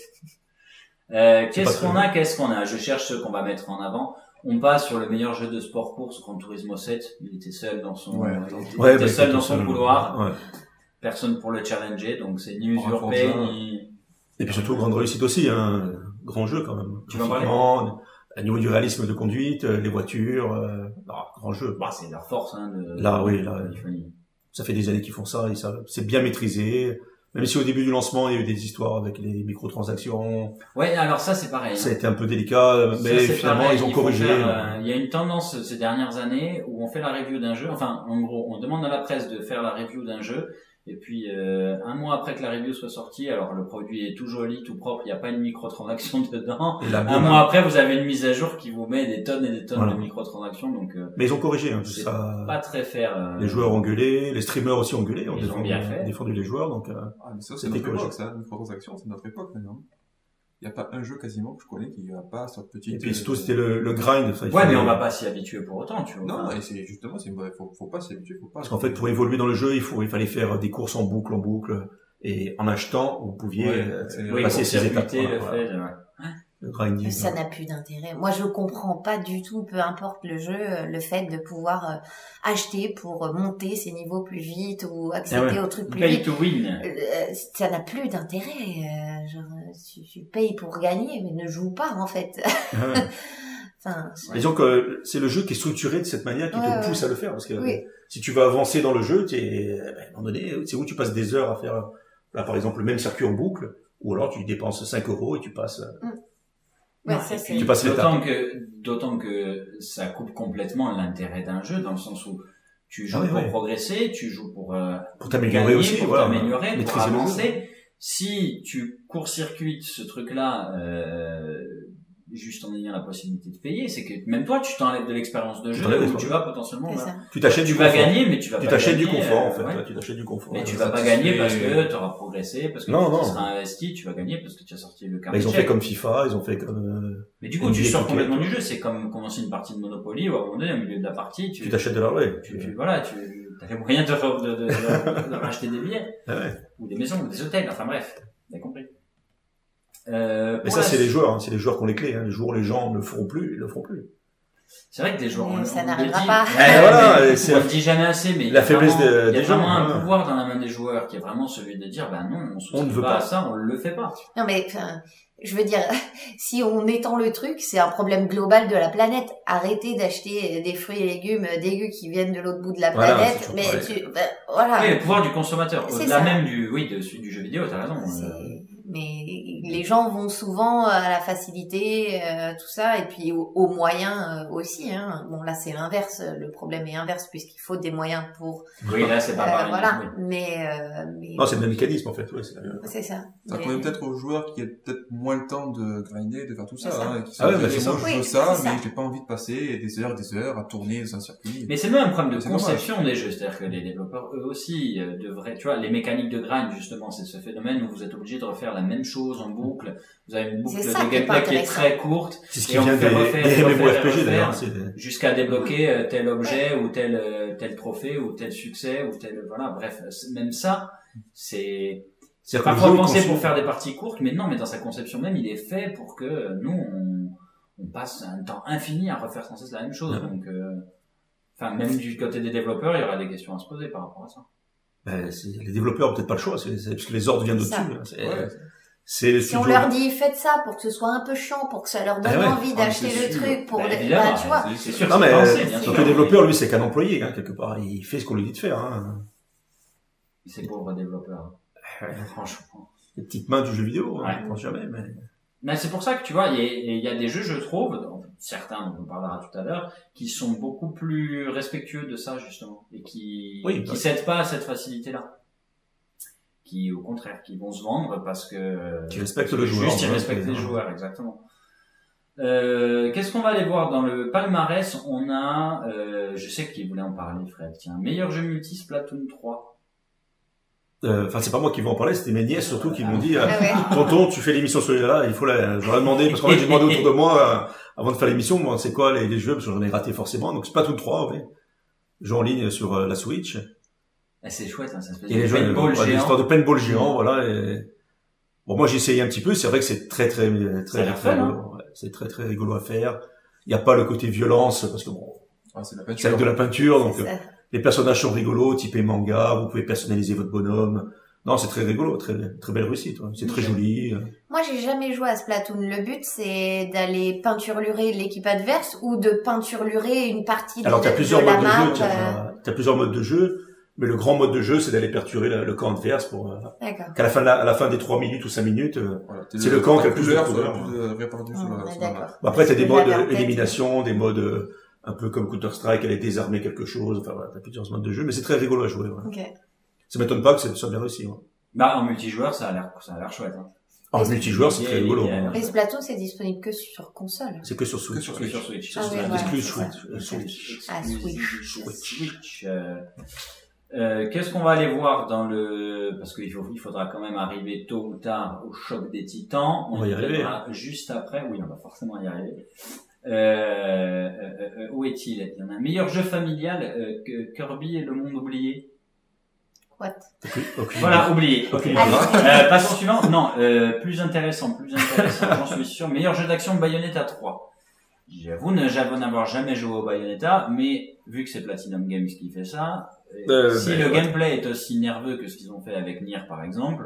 Euh, C'est qu'est-ce pas qu'on très a, qu'est-ce qu'on a? Je cherche ceux qu'on va mettre en avant. On passe sur le meilleur jeu de sport course, Gran Turismo sept. Il était seul dans son, Ouais, il attends. était, Ouais, il était bah, seul écoute, dans son euh, couloir. ouais. Personne pour le challenger, donc c'est ni Bravo, usurpé, Forza. ni... Et puis surtout, grande réussite aussi, hein. Grand jeu quand même. Tu vas en parler? Graphiquement, au niveau du réalisme de conduite, euh, les voitures, euh, ah, grand jeu. Bah, c'est leur force, hein, de... Là, oui, là, il faut y- Ça fait des années qu'ils font ça et ça, c'est bien maîtrisé. Même si au début du lancement, il y a eu des histoires avec les microtransactions, Ouais, alors ça, c'est pareil. ça a hein. été un peu délicat, Ça, mais c'est finalement, pareil, ils ont il faut corrigé. faire, euh, Il y a une tendance ces dernières années où on fait la review d'un jeu, enfin, en gros, on demande à la presse de faire la review d'un jeu, et puis euh, un mois après que la review soit sortie, alors le produit est tout joli, tout propre, il n'y a pas une microtransaction dedans. Et la Un boum. mois après, vous avez une mise à jour qui vous met des tonnes et des tonnes Voilà. de microtransactions, donc euh, Mais ils ont corrigé, hein, tout c'est ça. pas très fair. euh, Les joueurs ont gueulé, les streamers aussi ont gueulé, ont Ils ont défendu, bien fait. défendu les joueurs, donc, euh, Ah, mais ça, c'est C'était notre époque, corrigé. ça. Microtransactions, c'est notre époque, maintenant. Il n'y a pas un jeu quasiment que je connais qui n'a pas cette petite... et puis surtout, c'était le, le grind. Ça, il Ouais, fallait- mais on va pas s'y habituer pour autant, tu vois. Non, Enfin, et c'est justement, c'est, faut, faut pas s'y habituer, faut pas... Parce qu'en fait, pour évoluer dans le jeu, il faut, il fallait faire des courses en boucle, en boucle, et en achetant, vous pouviez Ouais, euh, c'est- oui, passer pour ces étapes. circuiter Voilà, le voilà. fait, ouais. Le grinding. Ça n'a plus d'intérêt. Moi, je comprends pas du tout, peu importe le jeu, euh, le fait de pouvoir euh, acheter pour euh, monter ses niveaux plus vite ou accéder Ah ouais. au truc plus Pay vite. to win. Euh, ça n'a plus d'intérêt. euh, genre, euh, tu, tu payes pour gagner, mais ne joue pas en fait. Ah ouais. Enfin, Ouais. Disons que c'est le jeu qui est structuré de cette manière qui Ouais, te ouais. pousse à le faire. Parce que oui. si tu veux avancer dans le jeu, tu es, ben, à un moment donné, c'est où tu passes des heures à faire, là, par exemple, le même circuit en boucle, ou alors tu dépenses cinq euros et tu passes, Ouais, Non, ça, et c'est- puis, Tu passes l'étape. d'autant que, d'autant que ça coupe complètement l'intérêt d'un jeu dans le sens où tu joues Ah oui, pour oui. progresser, tu joues pour, euh, pour t'améliorer gagner, aussi, pour voilà. t'améliorer, pour maîtriser le jeu. avancer. Si tu court-circuites ce truc-là, euh, juste en ayant la possibilité de payer, c'est que même toi, tu t'enlèves de l'expérience de Tu jeu t'enlèves où l'expérience. tu vas potentiellement, C'est bah, ça. Tu t'achètes tu du vas confort. gagner, mais tu vas Tu pas t'achètes gagner, du confort, en euh, fait. ouais. ouais, Tu t'achètes du confort. Mais tu Ouais. vas pas satisfait. gagner parce que tu auras progressé, parce que Non, tu non. seras investi, tu vas gagner parce que tu as sorti le Bah, carnet ils ont de chèque. fait comme FIFA, ils ont fait comme, euh, Mais du coup, N B A tu sors tout est- complètement du jeu. C'est comme commencer une partie de Monopoly où à un moment donné, au milieu de la partie, tu, tu t'achètes de la ouais. tu, tu- voilà, tu as les moyens de, de, de, de, de racheter des billets, Ah ouais. ou des maisons, ou des hôtels. Enfin bref, vous avez compris. Euh, Mais pour ça, la c'est les suite- joueurs, hein. C'est les joueurs qui ont les clés, hein. Les jours où les gens ne le feront plus, ils le feront plus. C'est vrai que des joueurs, Mais on, ça on n'arrivera le dit, pas. Ouais, Voilà, mais et c'est on la- le dit jamais assez, mais il y la a faiblesse vraiment, de- il y a des gens, vraiment un voilà. pouvoir dans la main des joueurs qui est vraiment celui de dire, bah non, on souscrit On ne veut pas pas. à ça, on le fait pas. Non mais enfin, je veux dire, si on étend le truc, c'est un problème global de la planète. Arrêtez d'acheter des fruits et légumes dégueux qui viennent de l'autre bout de la Voilà, planète. c'est toujours mais pareil. tu, ben, voilà. Oui, le pouvoir du consommateur, C'est au-delà ça. même du, oui, de celui du jeu vidéo, t'as raison. C'est- euh, Mais les gens vont souvent à la facilité, euh, tout ça, et puis aux, aux moyens euh, aussi. Hein. Bon là c'est l'inverse, le problème est inverse puisqu'il faut des moyens pour. Oui, là, c'est pas euh, pareil. voilà. oui. Mais, euh, mais Non, c'est le même mécanisme, en fait, ouais, c'est la même- c'est ça. Ça Mais- convient peut-être aux joueurs qui ont peut-être moins le temps de grinder, de faire tout ça, C'est ça. hein, et qui Ah ouais, disent, bah, c'est moi ça. je veux Oui, ça, c'est mais ça. j'ai pas envie de passer des heures et des heures à tourner dans un circuit. Mais c'est même un problème de C'est conception des jeux, c'est-à-dire que les développeurs, eux aussi, euh, devraient, tu vois, les mécaniques de grind, justement, c'est ce phénomène où vous êtes obligé de refaire la la même chose en boucle. Vous avez une boucle C'est ça de qui est pas gameplay qui est intéressant. très courte. C'est ce Et qui on vient fait des, refaire, des refaire, MMORPG refaire. d'ailleurs. C'est- Jusqu'à débloquer euh, tel objet ou tel euh, tel trophée ou tel succès ou tel voilà bref c'est- même ça c'est c'est C'est-à-dire que le parfois jeu est pensé conçu- pour faire des parties courtes mais non mais dans sa conception même il est fait pour que euh, nous on, on passe un temps infini à refaire sans cesse la même chose Ouais. donc euh, enfin même du côté des développeurs il y aura des questions à se poser par rapport à ça. Ben, c'est- les développeurs ont peut-être pas le choix, c'est, c'est parce que les ordres viennent C'est ça. d'au-dessus. hein. C'est, Ouais. c'est le Si on studio- leur dit faites ça pour que ce soit un peu chiant, pour que ça leur donne Eh ouais. envie Ah, d'acheter c'est le sûr. truc, pour Bah, les- évidemment, bah, tu vois. c'est, c'est sûr Non que mais c'est pensé, euh, bien donc sûr. le développeur, lui, c'est qu'un employé hein, quelque part. Il fait ce qu'on lui dit de faire. Hein. C'est pauvres développeurs franchement. Les petites mains du jeu vidéo, hein, Ouais. on pense jamais. Mais... Mais c'est pour ça que tu vois, il y a, il y a des jeux, je trouve, dont certains dont on parlera tout à l'heure, qui sont beaucoup plus respectueux de ça justement, et qui Oui, qui bah. cèdent pas à cette facilité-là, qui au contraire, qui vont se vendre parce que Qui respectent parce le que joueur, juste ils hein, respectent c'est- les joueurs, exactement. Euh, qu'est-ce qu'on va aller voir dans le palmarès? On a, euh, je sais qu'il voulait en parler, Fred. Tiens, meilleur jeu multi Splatoon trois. Euh, Enfin, c'est pas moi qui vais en parler, c'était mes nièces surtout qui m'ont dit euh, Ah ouais. tonton, tu fais l'émission sur là, il faut la. J'aurais demandé parce qu'en fait j'ai demandé autour de moi euh, avant de faire l'émission, moi c'est quoi les, les jeux parce que j'en ai raté forcément. Donc c'est pas tout trois, oui. Jeux en ligne sur euh, la Switch. Ah, c'est chouette, hein, ça se fait Et les jeux, paintball ouais, des géant. histoires de paintball géant, voilà. Et... Bon, moi j'ai essayé un petit peu, c'est vrai que c'est très très très Ça a l'air très fun, rigolo. Ouais, c'est très très rigolo à faire. Il y a pas le côté violence parce que bon, Ah, c'est de la c'est peinture. avec de la peinture, donc C'est euh, ça. les personnages sont rigolos, typés manga, vous pouvez personnaliser votre bonhomme. Non, c'est très rigolo, très très belle réussite. Ouais. C'est très Ok. joli. Moi, j'ai jamais joué à Splatoon. Le but, c'est d'aller peinturlurer l'équipe adverse ou de peinturlurer une partie de, Alors, tu as de plusieurs la modes de map. jeu. Tu euh, as, t'as plusieurs modes de jeu, mais le grand mode de jeu, c'est d'aller perturber le, le camp adverse pour euh, D'accord. qu'à la fin de la, à la fin des trois minutes ou cinq minutes. euh, Voilà, C'est le camp qui a le plus de couleurs, couleurs. soit le plus euh, répandu sur Ah, la, ouais, sur la map. d'accord. Bon, après, tu as des Je modes l'avais en euh, tête. élimination, des modes euh, un peu comme Counter-Strike, aller désarmer quelque chose. Enfin, voilà, tu as plusieurs modes de jeu, mais c'est très rigolo à jouer. Ouais. Ok. Ça m'étonne pas que ça soit bien réussi. Ouais. Bah, en multijoueur, ça a l'air, ça a l'air chouette, hein. En multijoueur, c'est très Et- rigolo. et- hein. Mais Splatoon, c'est disponible que sur console. C'est que sur Switch. Que sur Oui, Switch. sur Switch. Ah oui, C'est voilà, exclu c'est ça. Switch. euh, Switch. Ah, Switch. Switch. Euh, euh, qu'est-ce qu'on va aller voir dans le, parce qu'il faut, il faudra quand même arriver tôt ou tard au choc des titans. On va y arriver. viendra juste après. Oui, on va forcément y arriver. Euh, euh, euh, où est-il? Il y en a un meilleur jeu familial, euh, que Kirby et le monde oublié. What? Ok. Voilà, oublié. Ok. Ok. Allez. Euh, passons suivant. Non, euh, plus intéressant, plus intéressant, j'en suis sûr. Meilleur jeu d'action Bayonetta trois. J'avoue ne j'avoue n'avoir jamais joué au Bayonetta, mais vu que c'est Platinum Games qui fait ça, euh, Euh, si ben, le ouais. gameplay est aussi nerveux que ce qu'ils ont fait avec Nier par exemple,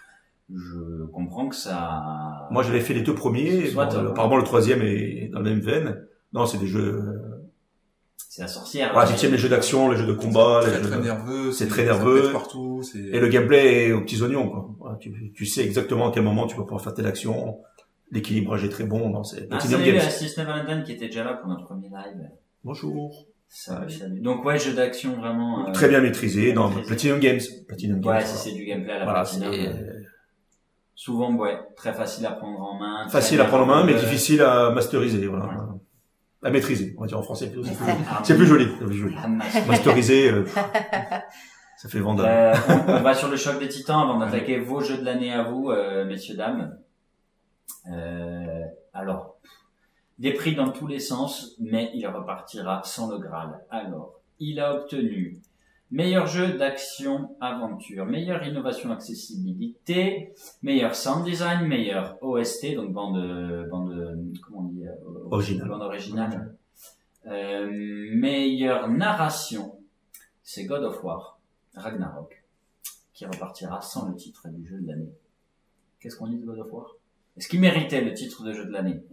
je comprends que ça... Moi, j'avais fait les deux premiers. Soit Bon, top. apparemment, le troisième est dans la même veine. Non, c'est des jeux. euh, C'est la sorcière. Voilà, tu aimes les jeux d'action, les jeux de combat, les Très, jeux très de- nerveux. c'est très ça nerveux. pète partout. C'est... Et le gameplay est aux petits oignons, quoi. Voilà, tu, tu sais exactement à quel moment tu vas pouvoir faire telle action. L'équilibrage est très bon. Non, c'est Ah, Platinum salut Games. à Six Valentine qui était déjà là pour notre premier live. Bonjour. Salut, salut. Donc ouais, jeu d'action vraiment... euh, Très bien maîtrisé. Non, maîtrisé. Platinum Games. Platinum Games. Ouais, si voilà. c'est du gameplay à la Voilà, c'est Platinum. euh, Souvent, ouais, très facile à prendre en main. très facile à bien prendre en main, mais euh, difficile à masteriser. Voilà. Ouais. À maîtriser. On va dire en français. C'est plus, C'est ça. c'est plus joli. C'est plus joli. Ah, master. Masteriser, euh, ça fait vendeur. Euh, on, on va sur le choc des titans avant d'attaquer vos jeux de l'année à vous, euh, messieurs, dames. Euh, alors, des prix dans tous les sens, mais il repartira sans le Graal. Alors, il a obtenu meilleur jeu d'action aventure, meilleure innovation accessibilité, meilleur sound design, meilleur O S T, donc bande, bande, comment on dit, euh, Original. bande originale, euh, meilleure narration, c'est God of War, Ragnarok, qui repartira sans le titre du jeu de l'année. Qu'est-ce qu'on dit de God of War? Est-ce qu'il méritait le titre de jeu de l'année?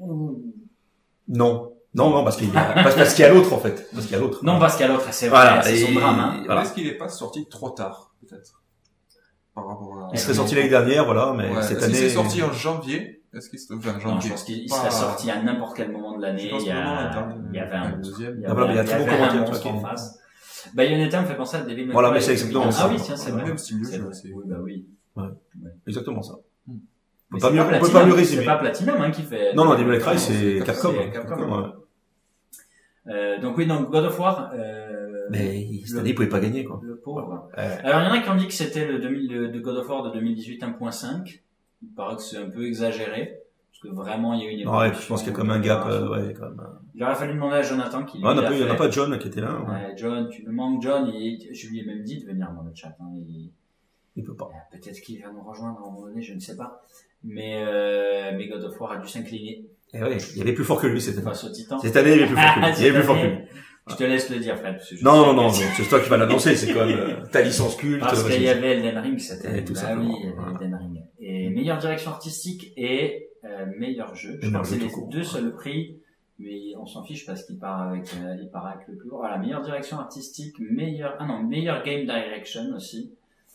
Non. Non, non, parce qu'il y a, parce, parce qu'il y a l'autre, en fait. Parce qu'il y a l'autre. Non, parce qu'il y a l'autre, c'est vrai, Voilà, c'est son et- drame, hein. Voilà. Est-ce qu'il n'est pas sorti trop tard, peut-être? Par rapport à... Il serait sorti l'année dernière, voilà, mais Ouais. cette Est-ce année. qu'il s'est sorti en janvier? Est-ce qu'il serait, enfin, Non, janvier? je pense qu'il il Pas- serait sorti à n'importe quel moment de l'année. Je pense Il y vraiment a, interdit. il y avait un Ouais, le monstre. deuxième. Il y Ah, voilà, avait, il y a il y très bon avait un commentaire, monstre toi, en qui- face. Bayonetta me fait penser à Devil May Voilà, Cry. mais c'est exactement Ah ça. oui, tiens, c'est C'est le vrai. même style de C'est jeu, vrai. c'est- Oui, bah oui. Exactement ça. Hmm. On Mais peut pas c'est mieux, on peut Platinum, pas mieux C'est résumer. pas Platinum, hein, qui fait. Non, non, Devil May Cry, Non, c'est Capcom. c'est Capcom. Capcom, ouais. Euh, donc oui, donc God of War, euh, Mais cette le- année, il pouvait pas gagner, quoi. le pauvre. Ouais. Alors il y en a qui ont dit que c'était le, deux mille, le de God of War de deux mille dix-huit un point cinq. il paraît que c'est un peu exagéré. Parce que vraiment, il y a une évolution. Ouais, je pense qu'il y a comme un gap, euh, ouais, quand même. Il aurait fallu demander à Jonathan qui. Ouais, il n'y en a pas John qui était là. Ouais, ouais John, tu nous manques John, et je lui ai même dit de venir dans le chat. Hein, il... il peut pas. Peut-être qu'il va nous rejoindre à un moment donné, je ne sais pas. Mais, euh, mais God of War a dû s'incliner. Et ouais, il y avait plus fort que lui cette année. Face au Titan. Cette année, il y avait plus fort que lui. Il y avait plus fort que lui. Je te laisse le dire, Fred. Non, non, non, c'est toi qui vas l'annoncer, c'est comme euh, ta licence culte. Parce qu'il y avait Elden Ring, c'était tout bah ça. Oui, il y avait Elden Ring. Et meilleure direction artistique et euh, meilleur jeu. Je crois que c'est les deux seuls prix, mais on s'en fiche parce qu'il part avec, euh, il part avec le plus gros. Voilà, meilleure direction artistique, meilleur, ah non, meilleure game direction aussi.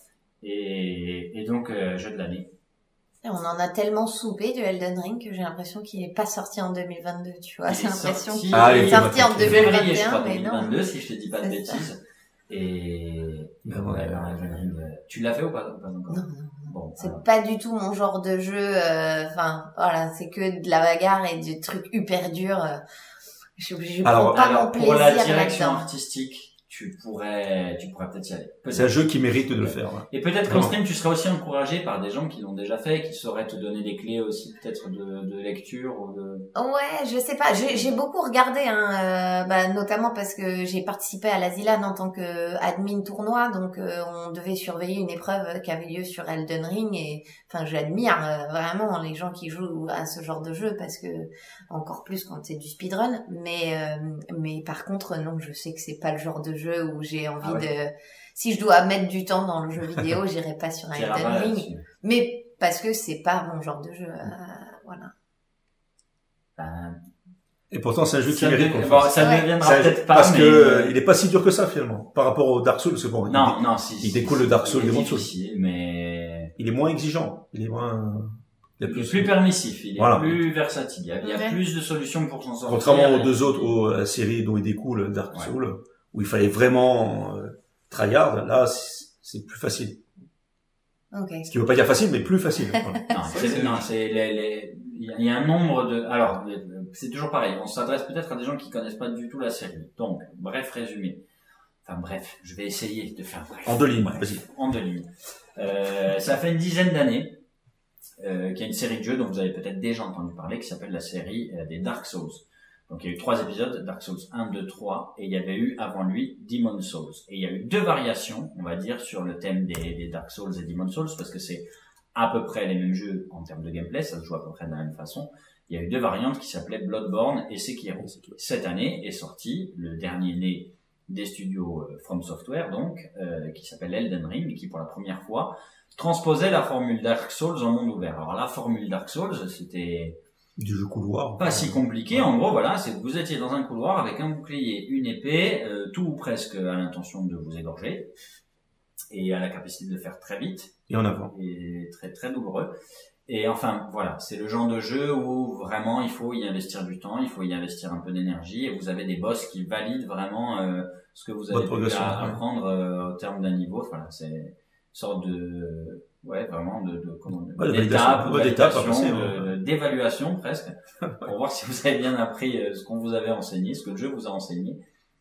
Et, et donc, euh, jeu de l'année. On en a tellement soupé du Elden Ring que j'ai l'impression qu'il n'est pas sorti en deux mille vingt-deux, tu vois. J'ai l'impression qu'il ah, est sorti en deux mille vingt et un, je crois, mais deux mille vingt-deux, non. si je te dis pas de bêtises. Et, ben ouais, ouais, Elden Ring, tu l'as fait ou pas, pas encore? Non, non. Bon, c'est alors. pas du tout mon genre de jeu, enfin, euh, voilà, c'est que de la bagarre et du truc hyper dur. Euh, je, je alors, prends pas alors, mon plaisir pour la direction là-dedans. artistique, tu pourrais, tu pourrais peut-être y aller. Peut-être. C'est un jeu qui mérite de le faire. Ouais. Et peut-être qu'en stream, tu seras aussi encouragé par des gens qui l'ont déjà fait, qui sauraient te donner des clés aussi, peut-être de, de lecture ou de... Ouais, je sais pas. J'ai, j'ai beaucoup regardé, hein, euh, bah, notamment parce que j'ai participé à l'Asilan en tant que admin tournoi, donc euh, on devait surveiller une épreuve qui avait lieu sur Elden Ring et, enfin, j'admire euh, vraiment les gens qui jouent à ce genre de jeu parce que encore plus quand c'est du speedrun. Mais, euh, mais par contre, non, je sais que c'est pas le genre de jeu où j'ai envie ah ouais. de... Si je dois mettre du temps dans le jeu vidéo, j'irai pas sur un Elden Ring. Mais parce que c'est pas mon genre de jeu. Euh, voilà. Ben... Et pourtant, c'est un jeu qui mérite qu'on bon, fasse. Ça ne viendra peut-être pas. Parce mais... que euh, il est pas si dur que ça, finalement. Par rapport au Dark Souls, c'est bon. Non, il, non, si. Il si, découle si, le Dark Souls des Souls. mais... Il est moins exigeant. Il est moins... Il, il est plus permissif, il est voilà. plus versatile, il y a, il y a ouais. plus de solutions pour s'en sortir. Contrairement aux deux autres, aux la série dont il découle Dark ouais. Souls, où il fallait vraiment euh, tryhard, là c'est, c'est plus facile. Okay. Ce qui veut pas dire facile, mais plus facile. Voilà. non, c'est, non, c'est les, les, il y a un nombre de, alors c'est toujours pareil. On s'adresse peut-être à des gens qui connaissent pas du tout la série. Donc, bref résumé. Enfin bref, je vais essayer de faire bref. En deux lignes, bref, vas-y. En deux lignes. Euh, ça fait une dizaine d'années. Euh, qu'il y a une série de jeux dont vous avez peut-être déjà entendu parler qui s'appelle la série euh, des Dark Souls. Donc il y a eu trois épisodes, Dark Souls un, deux, trois, et il y avait eu avant lui Demon's Souls. Et il y a eu deux variations, on va dire, sur le thème des, des Dark Souls et Demon's Souls, parce que c'est à peu près les mêmes jeux en termes de gameplay, ça se joue à peu près de la même façon. Il y a eu deux variantes qui s'appelaient Bloodborne et Sekiro. Cette année est sorti le dernier né des studios From Software, donc, euh, qui s'appelle Elden Ring, et qui pour la première fois transposait la formule Dark Souls en monde ouvert. Alors la formule Dark Souls, c'était du jeu couloir. Pas si compliqué. En gros, voilà, c'est que vous étiez dans un couloir avec un bouclier, une épée, euh, tout ou presque à l'intention de vous égorger et à la capacité de le faire très vite et en avant et très très douloureux. Et enfin, voilà, c'est le genre de jeu où vraiment il faut y investir du temps, il faut y investir un peu d'énergie et vous avez des boss qui valident vraiment euh, ce que vous avez pu apprendre euh, au terme d'un niveau. Voilà, c'est sorte de ouais vraiment de, de comment ouais, d'étape, ouais, d'évaluation, passer, de, ouais. d'évaluation presque pour voir si vous avez bien appris ce qu'on vous avait enseigné, ce que le jeu vous a enseigné.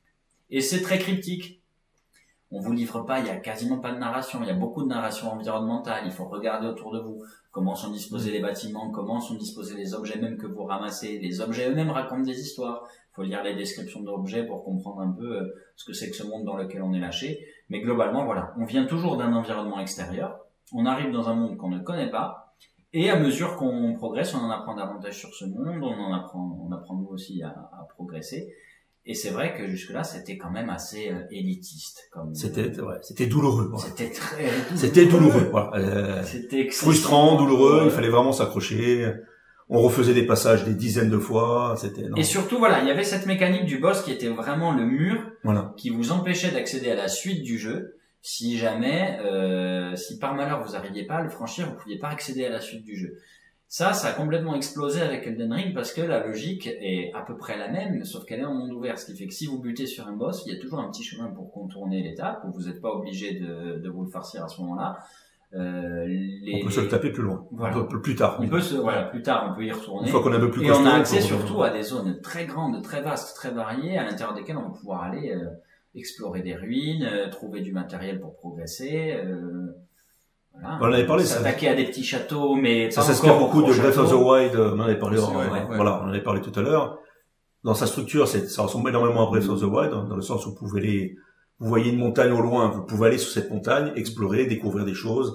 Et c'est très cryptique. On vous livre pas, il y a quasiment pas de narration, il y a beaucoup de narration environnementale, il faut regarder autour de vous comment sont disposés les bâtiments, comment sont disposés les objets même que vous ramassez. Les objets eux-mêmes racontent des histoires. Il faut lire les descriptions d'objets pour comprendre un peu euh, ce que c'est que ce monde dans lequel on est lâché. Mais globalement, voilà, on vient toujours d'un environnement extérieur, on arrive dans un monde qu'on ne connaît pas, et à mesure qu'on progresse, on en apprend davantage sur ce monde, on en apprend, on apprend nous aussi à, à progresser. Et c'est vrai que jusque-là, c'était quand même assez euh, élitiste. Comme c'était, ouais, c'était douloureux. Ouais. C'était très douloureux. C'était douloureux. Voilà. Euh, c'était frustrant, douloureux. Ouais. Il fallait vraiment s'accrocher. On refaisait des passages des dizaines de fois. C'était. Non. Et surtout, voilà, il y avait cette mécanique du boss qui était vraiment le mur, voilà. qui vous empêchait d'accéder à la suite du jeu. Si jamais, euh, si par malheur vous n'arriviez pas à le franchir, vous ne pouviez pas accéder à la suite du jeu. Ça, ça a complètement explosé avec Elden Ring parce que la logique est à peu près la même, sauf qu'elle est en monde ouvert. Ce qui fait que si vous butez sur un boss, il y a toujours un petit chemin pour contourner l'étape, où vous n'êtes pas obligé de, de vous le farcir à ce moment-là. Euh, les, on peut se le taper plus loin, voilà. un peu plus tard. On peut se, voilà, plus tard, on peut y retourner. Une fois qu'on a un peu plus et on a accès surtout à des zones très grandes, très vastes, très variées, à l'intérieur desquelles on va pouvoir aller euh, explorer des ruines, euh, trouver du matériel pour progresser. Euh, Voilà. On en avait parlé, ça. S'attaquer à des petits châteaux, mais Ça pas s'inspire encore beaucoup aux de Breath of the châteaux. Wild, on en avait parlé, Aussi, en- ouais, ouais. voilà, on en avait parlé tout à l'heure. Dans sa structure, c'est, ça ressemble énormément à Breath of the Wild, dans, dans le sens où vous pouvez les, vous voyez une montagne au loin, vous pouvez aller sur cette montagne, explorer, découvrir des choses,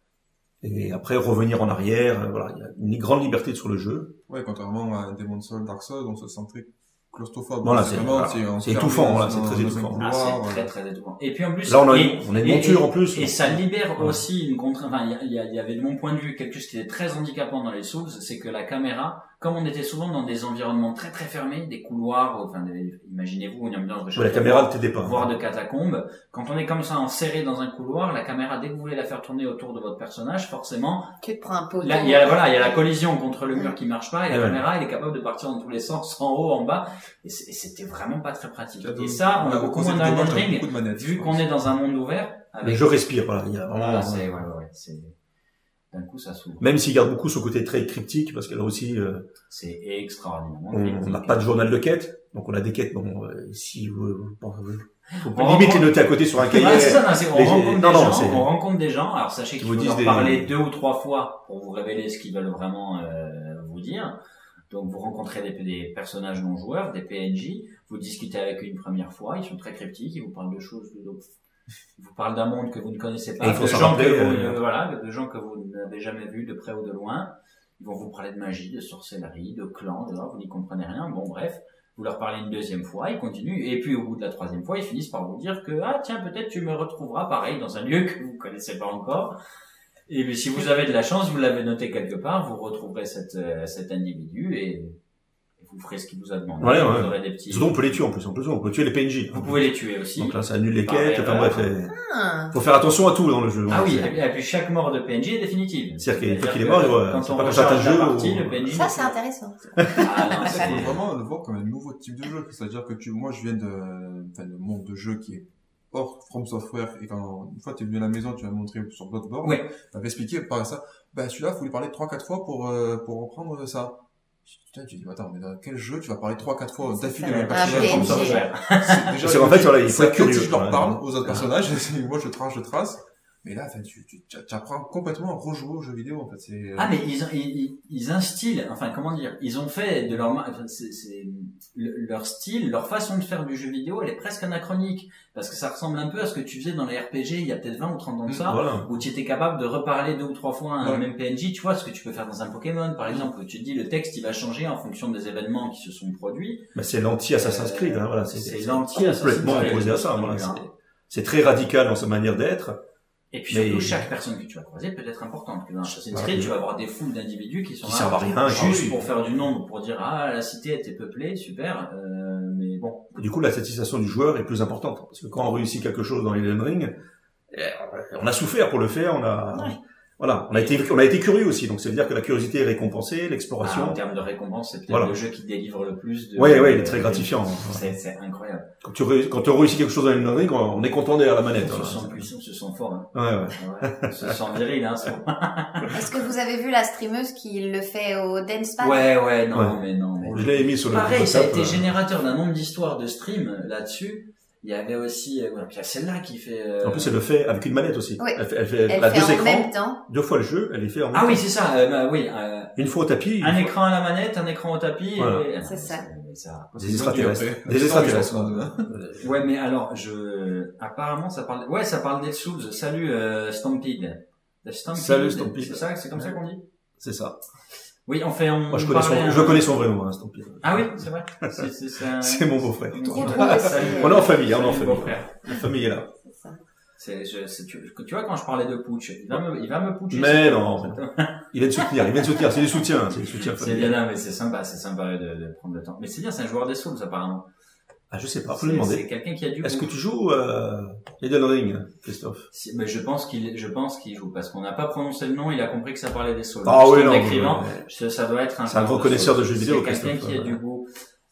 et après revenir en arrière, voilà, il y a une grande liberté sur le jeu. Ouais, contrairement à Demon's Souls, Dark Souls, on se sent très claustrophobe. Voilà, c'est- vraiment, voilà. c'est C'est enfermé étouffant, dans voilà, un- c'est très dans un étouffant. couloir, Ah, c'est euh, très très étouffant. Et puis en plus, Là, on a, et- on a une et- monture et- en plus. Et ça libère Ouais. aussi une contrainte. Enfin, il y, a- il y, a- il y avait de mon point de vue quelque chose qui était très handicapant dans les Souls, c'est que la caméra, comme on était souvent dans des environnements très très fermés, des couloirs, enfin, des- imaginez-vous une ambiance de Ouais, la château, caméra ne t'aidait pas. voire de catacombes. Quand on est comme ça enserré dans un couloir, la caméra, dès que vous voulez la faire tourner autour de votre personnage, forcément, Tu te prends un poteau. là, il y a, voilà, il y a la collision contre le mur qui marche pas, et la Ouais. caméra, elle est capable de partir dans tous les sens, en haut, en bas, et c'est- et c'était vraiment pas très pratique. cadeau. Et ça, on a Ouais, beaucoup causé moins de dans Elden dommages avec Ring, beaucoup de manettes, vu je qu'on pense. est dans un monde ouvert, Le avec, jeu respire, voilà, il y a vraiment, voilà, c'est, ouais, ouais, ouais, c'est, d'un coup, ça s'ouvre. même s'il garde beaucoup son côté très cryptique, parce que là aussi, euh, C'est extraordinairement on cryptique. n'a pas de journal de quête, donc on a des quêtes, bon, euh, si vous, vous, vous, vous- faut On limite rencontre- les noter à côté sur un cahier. Ouais, c'est ça, non, c'est- on les- rencontre non, des non, gens, c'est- on rencontre des gens. Alors sachez qu'il vous faut disent leur des- parler deux ou trois fois pour vous révéler ce qu'ils veulent vraiment euh, vous dire. Donc vous rencontrez des, des personnages non joueurs, des P N J, vous discutez avec eux une première fois, ils sont très cryptiques, ils vous parlent de choses, de, ils vous parlent d'un monde que vous ne connaissez pas, Et il faut de s'en gens que rappeler, vous, euh, euh, voilà, de gens que vous n'avez jamais vus de près ou de loin. Ils vont vous parler de magie, de sorcellerie, de clans, de, vous n'y comprenez rien. Bon bref. Vous leur parlez une deuxième fois, ils continuent, et puis au bout de la troisième fois, ils finissent par vous dire que, ah tiens, peut-être tu me retrouveras pareil dans un lieu que vous connaissez pas encore. Et puis si vous avez de la chance, vous l'avez noté quelque part, vous retrouverez cette, euh, cet individu et, et vous ferez ce qu'il vous a demandé. Ouais, vous ouais. aurez des petits... Surtout, on peut les tuer en plus, en plus, on peut tuer les P N J. Vous pouvez les tuer aussi. Donc là, ça annule les Par quêtes, enfin erreur. bref, euh, Ah. faut faire attention à tout dans le jeu. Ah hein, oui, c'est- et puis, et puis chaque mort de P N J est définitive. C'est-à-dire qu'une fois qu'il est que mort, il doit- quand c'est on pas comme recharge certains la jeux partie, où- le P N J Ça, n'est c'est plus- intéressant. Ah non, Il c'est... faut vraiment le voir comme un nouveau type de jeu. C'est-à-dire que tu, moi, je viens de, enfin, de monde de jeu qui est hors From Software, et quand, une fois, tu es venu à la maison, tu m'as montré sur Bloodborne. Oui. Tu m'avais expliqué, par ça, bah, celui-là, faut lui parler trois, quatre fois pour, euh, pour reprendre ça. Putain, tu dis, attends, mais dans quel jeu tu vas parler trois, quatre fois C'est d'affilée ça, le même un personnage P N comme J. ça? C'est déjà, C'est qu'en fait, voilà, il faut ça être fait que curieux. Si je leur Ouais. parle aux autres personnages, moi, je trace, je trace. Mais là, enfin, tu, tu, tu apprends complètement à rejouer aux jeux vidéo, en fait. C'est, Ah mais ils, ils, ils instillent, enfin comment dire, ils ont fait de leur, ma- enfin, c'est, c'est, le- leur style, leur façon de faire du jeu vidéo, elle est presque anachronique, parce que ça ressemble un peu à ce que tu faisais dans les R P G il y a peut-être vingt ou trente ans de ça, Voilà. où tu étais capable de reparler deux ou trois fois à un Ouais. même P N J, tu vois, ce que tu peux faire dans un Pokémon par exemple, où tu te dis le texte il va changer en fonction des événements qui se sont produits. Mais c'est l'anti-Assassin's Creed, hein, voilà. C'est C'est l'anti-Assassin's complètement Creed. opposé à ça, voilà. Absolument. C'est- C'est très radical dans sa manière d'être. Et puis Mais- surtout, chaque personne que tu vas croiser peut être importante. Que dans Assassin's Ah, Creed, oui. tu vas avoir des foules d'individus qui sont Qui là servent à rien, juste qui- pour faire du nombre, pour dire ah la cité était peuplée, super. Euh, mais bon, Du coup, la satisfaction du joueur est plus importante. Parce que quand on réussit quelque chose dans Elden Ring, eh, on a souffert pour le faire, on a, Ouais. voilà, on a été, on a été curieux aussi. Donc, ça veut dire que la curiosité est récompensée, ah, en l'exploration. termes de récompense, c'est peut-être Voilà. le jeu qui délivre le plus. De, Ouais, ouais, il est de- très gratifiant. C'est, c'est incroyable. Quand tu, ré- quand tu réussis quelque chose dans Elden Ring, on on est content derrière la manette. On hein. se sent puissant, on se sent fort. Hein. Ouais, ouais. Ouais, on se sent viril. Hein, ce- Est-ce que vous avez vu la streameuse qui le fait au Dance Park? ouais, ouais, non, Ouais. mais non. Mais... Je l'ai mis sur le Pareil, ça a WhatsApp, été euh, générateur d'un nombre d'histoires de stream euh, là-dessus. Il y avait aussi, euh, voilà, puis il y a celle-là qui fait. euh, En plus, elle le fait avec une manette aussi. Oui. Elle fait, elle fait, Elle elle a fait deux en écrans, même temps. deux fois le jeu, elle les fait en même Ah temps. oui, c'est ça. Euh, bah, oui, euh, Une fois au tapis. un une écran à la manette, un écran au tapis. Voilà. Et... C'est ça. mais ça- fois- Des extraterrestres. après. Des extraterrestres. Euh, Ouais, mais alors, je, apparemment, ça parle, ouais, ça parle des Souls. Salut, euh, Stampede. The Stampede. Salut, Stampede. C'est ça, c'est comme ça qu'on dit? C'est ça. Oui, on fait, on Moi, je on connais son, parlait je un- connais son vrai nom, hein, Stampede. Ah oui, c'est vrai. C'est, c'est, c'est, un- C'est mon beau-frère. Trop drôle Ah, aussi. salut. On est en famille, hein, on est en Salut, famille. beau-frère. La famille est là. C'est ça. C'est, je, c'est, tu, tu vois, quand je parlais de putsch, il va me, il va me putcher. Mais c'est- non. Il vient de soutenir, il vient de soutenir, c'est du soutien, c'est du soutien C'est familial. bien, non, mais c'est sympa, c'est sympa de, de prendre le temps. Mais c'est bien, c'est un joueur des Souls, apparemment. Ah, je sais pas, faut C'est, lui c'est demander. quelqu'un qui a du Est-ce que goût. tu joues, euh, Elden Ring, Christophe? Si, mais je pense qu'il, je pense qu'il joue, parce qu'on n'a pas prononcé le nom, il a compris que ça parlait des Souls. Ah oui, En non. l'écrivant, mais- je- ça doit être un. C'est un fan grand connaisseur de jeux Souls. vidéo, C'est quelqu'un Christophe, qui a ouais. du goût.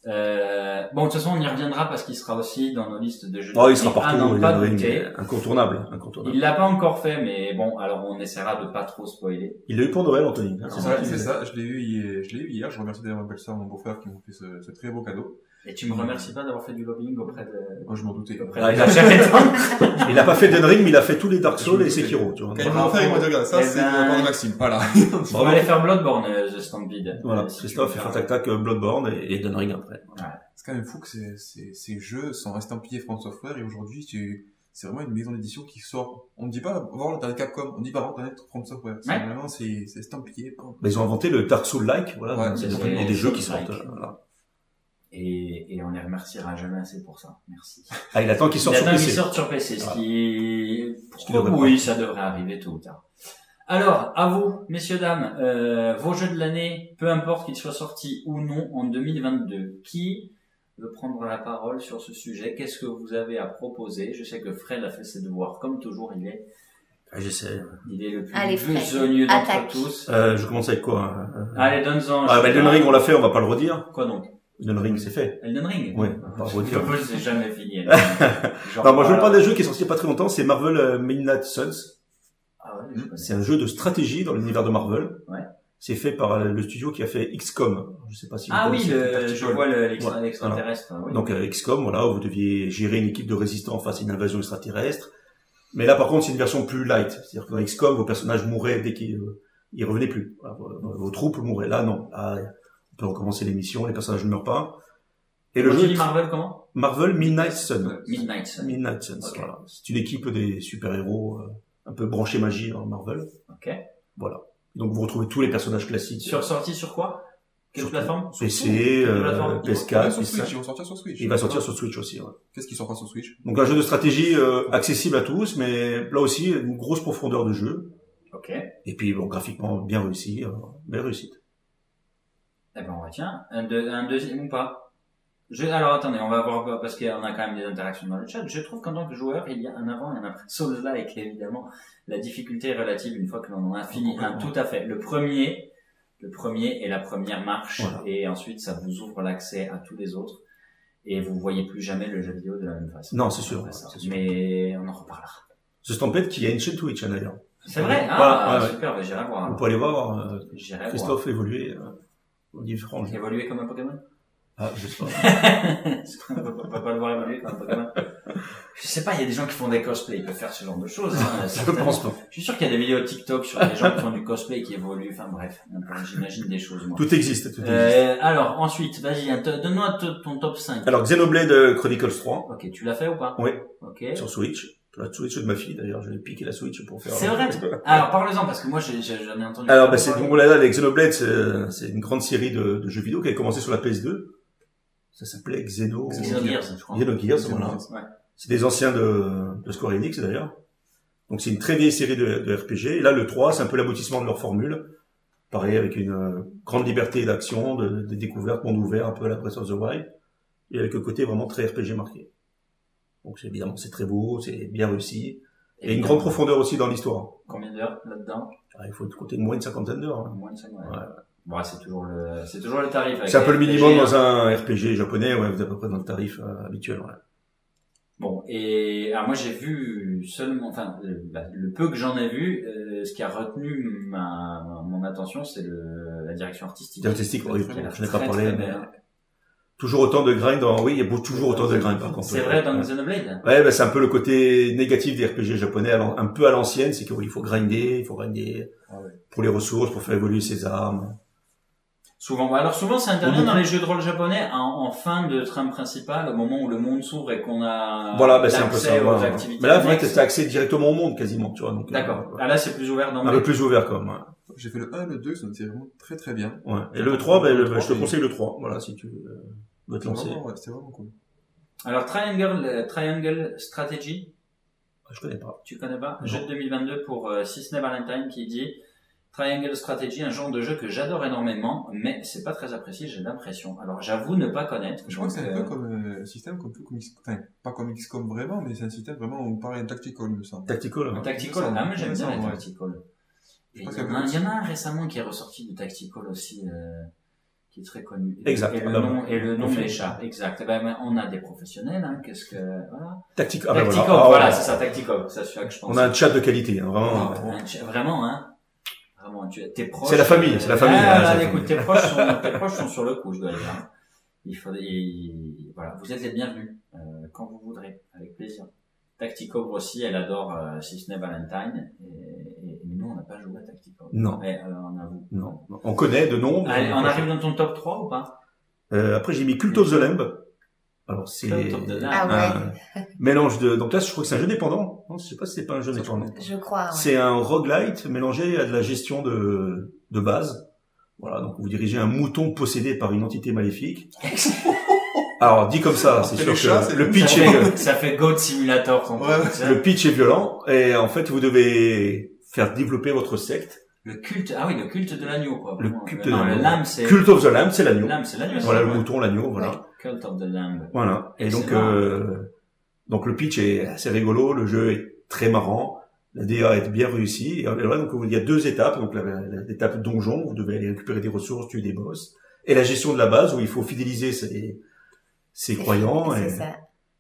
Euh, bon, de toute façon, on y reviendra parce qu'il sera aussi dans nos listes de jeux. Oh, il sera Ah partout, non, pas Elden Ring. douter. Incontournable, incontournable. Il l'a pas encore fait, mais bon, alors on essaiera de pas trop spoiler. Il l'a eu pour Noël, Anthony. hein. C'est ça, c'est ça. Je l'ai eu hier, je l'ai eu hier. Je remercie d'ailleurs ma belle-sœur, mon beau-frère qui m'ont fait ce, ce très beau cadeau. Et tu me remercies pas d'avoir fait du lobbying auprès de... Moi, je m'en doutais. auprès Ah, de il a- Il a pas fait Elden Ring, mais il a fait tous les Dark Souls et Sekiro, tu vois. Quand il m'a offert, il m'a dit, regarde, ça, Eh c'est ben- de la part de Maxime. Voilà. On va aller faire Bloodborne, euh, The Stampede. Voilà, Euh, si tu Christophe, veux et faire- Tac Tac, Bloodborne et Elden Ring après. C'est quand même fou que ces, ces, ces jeux sont estampillés From Software et aujourd'hui, tu, c'est vraiment une maison d'édition qui sort. On ne dit pas voir l'internet Capcom, on dit pas voir l'internet From Software. C'est Ouais. vraiment, c'est, c'est estampillé. Bon. Bah, ils ont inventé le Dark Soul-like, voilà. Ouais, donc c'est c'est des, vrai. des jeux qui Souls-like. sortent, euh, voilà. Et, et on les remerciera jamais assez pour ça. Merci. Ah, il attend qu'il sorte Il sur attend P qu'il C. sorte sur P C, ce Voilà. qui... Ce qui devrait oui, ça devrait arriver tôt ou tard. Alors, à vous, messieurs, dames, euh, vos jeux de l'année, peu importe qu'ils soient sortis ou non en deux mille vingt-deux, qui veut prendre la parole sur ce sujet? Qu'est-ce que vous avez à proposer? Je sais que Fred a fait ses devoirs, comme toujours, il est, Ah, j'essaie. il est le plus Allez, Fred, besogneux d'entre attaque. tous. Euh, je commence avec quoi? hein Allez, donne-en. Ah, je bah, sais Elden pas. Ring, on l'a fait, on va pas le redire. Quoi donc? Elden Ring, c'est fait. Elden Ring? Ouais, on va pas le redire. Je sais jamais fini. Elden Ring. Genre, Non, moi, je veux voilà. parler d'un jeu qui est sorti il y a pas très longtemps, c'est Marvel euh, Midnight Suns. Ah ouais, je connais. C'est un jeu de stratégie dans l'univers de Marvel. Ouais. C'est fait par euh, le studio qui a fait X COM. Je sais pas si vous Ah oui, connaissez le, Tactical. je vois le- l'extra- Ouais, l'extraterrestre. Oui. Donc euh, X COM, voilà, où vous deviez gérer une équipe de résistants face à une invasion extraterrestre. Mais là, par contre, c'est une version plus light. C'est-à-dire que dans X COM, vos personnages mouraient dès qu'ils euh, ils revenaient plus. Voilà, vos, vos troupes mouraient. Là, non. Là, on peut recommencer l'émission, les personnages ne meurent pas. Et le Tu jeu dis est Marvel comment? Marvel Midnight Sun. Midnight Sun. Midnight Suns, Ok. voilà. C'est une équipe des super-héros euh, un peu branchés magie en Marvel. Ok. Voilà. Donc vous retrouvez tous les personnages classiques. Sur sortie sur quoi? Quelle Sur plateforme? P C, Quelle euh, plateforme? P S Ouais, quatre, sur P S Switch, cinq. ils vont sortir sur Switch. Il va sortir sur Switch aussi. Ouais. Qu'est-ce qui sortira sur Switch? Donc un jeu de stratégie euh, accessible à tous, mais là aussi une grosse profondeur de jeu. Ok. Et puis bon, graphiquement bien réussi, euh, belle réussite. Eh ben, on retient. Un, deux, un deuxième ou pas? Je, alors, attendez, on va voir, parce qu'on a quand même des interactions dans le chat. Je trouve qu'en tant que joueur, il y a un avant et un après Souls-like, évidemment. La difficulté est relative une fois que l'on en a fini un, tout à fait. Le premier, le premier est la première marche, Voilà. et ensuite, ça vous ouvre l'accès à tous les autres. Et vous voyez plus jamais le jeu vidéo de la même façon. Non, c'est sûr, Après ça. c'est sûr. Mais on en reparlera. The Stampede qui a une chaîne Twitch hein, d'ailleurs. C'est vrai? Ah, Voilà, ouais, ouais. super, ben, j'irai voir. Vous pouvez aller voir euh, J'irai voir. Christophe évoluer euh, aux différents jeux. Évoluer comme un Pokémon? Ah, je sais pas. on peut on peut pas le voir évoluer comme un Pokémon. Je sais pas, il y a des gens qui font des cosplays, ils peuvent faire ce genre de choses. Hein, Je certainement. pense pas. Je suis sûr qu'il y a des vidéos TikTok sur des gens qui font du cosplay et qui évoluent. Enfin bref, j'imagine des choses. Moi. Tout existe, tout existe. Euh, alors ensuite, vas-y, un to- donne-moi t- ton top cinq. Alors Xenoblade euh, Chronicles trois, Ok, tu l'as fait ou pas? Oui. Ok. sur Switch. La Switch de ma fille d'ailleurs, j'avais piqué la Switch pour faire... C'est vrai. Alors parle-en parce que moi j'ai- j'ai- j'en ai entendu. Alors, bah, parler. c'est, bon, là, là, les Xenoblade, c'est, c'est une grande série de, de jeux vidéo qui avait commencé sur la P S deux. Ça s'appelait Xeno... Xenogears, je crois. Xenogears, voilà. Ouais. C'est des anciens de, de Square Enix d'ailleurs. Donc c'est une très vieille série de, de R P G. Et là, le trois, c'est un peu l'aboutissement de leur formule. Pareil, avec une euh, grande liberté d'action, de, de découverte, monde ouvert, un peu à la Breath of the Wild. Et avec le côté vraiment très R P G marqué. Donc c'est, évidemment, c'est très beau, c'est bien réussi. Et une grande profondeur aussi dans l'histoire. Combien d'heures là-dedans? Ah, il faut compter moins une cinquantaine d'heures. hein. Moins de cinq. Ouais. Ouais. Bon, c'est toujours le, c'est toujours le tarif. avec C'est un peu le les minimum R P G, dans hein. un R P G japonais, ouais, vous êtes à peu près dans le tarif euh, habituel. Ouais. Bon, et alors moi j'ai vu seulement, enfin le, bah, le peu que j'en ai vu, euh, ce qui a retenu ma, ma- mon attention, c'est le, la direction artistique. Artistique, oui, Qui a l'air je n'ai pas très, parlé, très mais belle. toujours autant de grind dans, oui, il y a beau- toujours autant de grind par contre. C'est ouais. vrai dans Ouais. Xenoblade. Ouais, bah, c'est un peu le côté négatif des R P G japonais, à l'an- un peu à l'ancienne, c'est que oui, il faut grinder, il faut grinder Ah ouais. pour les ressources, pour faire évoluer ses armes. Souvent, alors souvent ça intervient Beaucoup. dans les jeux de rôle japonais en, en fin de trame principale, au moment où le monde s'ouvre et qu'on a voilà, bah, c'est un peu l'accès ça. aux Voilà. activités Mais là, vrai que annexes. t'as accès directement au monde quasiment, tu vois. donc, euh, D'accord. ouais. Ah là c'est plus ouvert dans Un peu plus ouvert quand même. Ouais. J'ai fait le un, le deux, ça me tient vraiment très très bien. Ouais. Et le trois, bah, Le bah, je te trois, conseille le trois, voilà, si tu euh, veux te C'était lancer. vraiment, ouais, c'était vraiment cool. Alors Triangle, euh, Triangle Strategy, Je connais pas. tu connais pas? Non. Jeu de deux mille vingt-deux pour euh, Sisney Valentine qui dit Triangle Strategy, un genre de jeu que j'adore énormément, mais c'est pas très apprécié, j'ai l'impression. Alors j'avoue ne pas connaître. Je crois que donc, c'est un euh, peu comme euh, système, comme tout comme X... enfin, pas comme X COM vraiment, mais c'est un système vraiment où pareil, un tactical, il me semble. Tactical. un hein. Tactical. Ça, Ah mais j'aime ça, bien les ouais. Tactical. Et Je Il pense y, en qu'il y a, a il y en a un récemment qui est ressorti de Tactical aussi, euh, qui est très connu. Et, Exact. Et le Ah, bah, nom, et le nom on fait- m'échappe. Exact. Eh ben, on a des professionnels, hein. Qu'est-ce que, voilà. Tactical. Ah, bah, Tactical, voilà. Ah, voilà, ouais. c'est ça, Tactical. C'est celui-là que je pense. On a un chat de qualité, hein, vraiment. Ah, Un ch- Vraiment, hein. Vraiment, tu, tes proches. C'est la famille, c'est la famille, Ah, hein, là, c'est la écoute, tes proches sont, tes proches sont sur le coup, je dois dire. il faut, il- voilà, vous êtes les bienvenus euh, quand vous voudrez, avec plaisir. Tacticobre aussi, elle adore euh, si ce n'est Valentine, et, et, et nous on n'a pas joué à Tacticobre. Non. Mais, alors, on avoue. Non. On connaît de nom. mais Allez, on on n'a pas arrive dans ton top trois ou pas? Euh, après, j'ai mis Cult of the Lamb. Alors, c'est Cult of the Lamb. Ah ouais. un mélange de... Donc là, je crois que c'est un jeu dépendant. Non, je sais pas si c'est pas un jeu dépendant. Je crois. Ouais. C'est un roguelite mélangé à de la gestion de, de base. Voilà, donc vous dirigez un mouton possédé par une entité maléfique. Alors, dit comme ça, c'est fait sûr les chats, que c'est le le- pitch ça, est, fait, ça fait Goat Simulator, ton Ouais, truc, ça. le pitch est violent, et en fait, vous devez faire développer votre secte. Le culte, ah oui, le culte de l'agneau, quoi. Le vraiment. culte non, de le l'agneau. lame, c'est... Cult of the Lamb, c'est l'agneau. Lame, c'est l'agneau. Voilà, c'est le vrai. mouton, l'agneau, voilà. Cult of the Lamb. Voilà. Et donc, Excellent. euh, donc le pitch est assez rigolo, le jeu est très marrant, la D A est bien réussie. Et voilà, donc il y a deux étapes. Donc la- la- l'étape donjon, vous devez aller récupérer des ressources, tuer des boss, et la gestion de la base où il faut fidéliser ses, ses croyants. C'est Et, ça.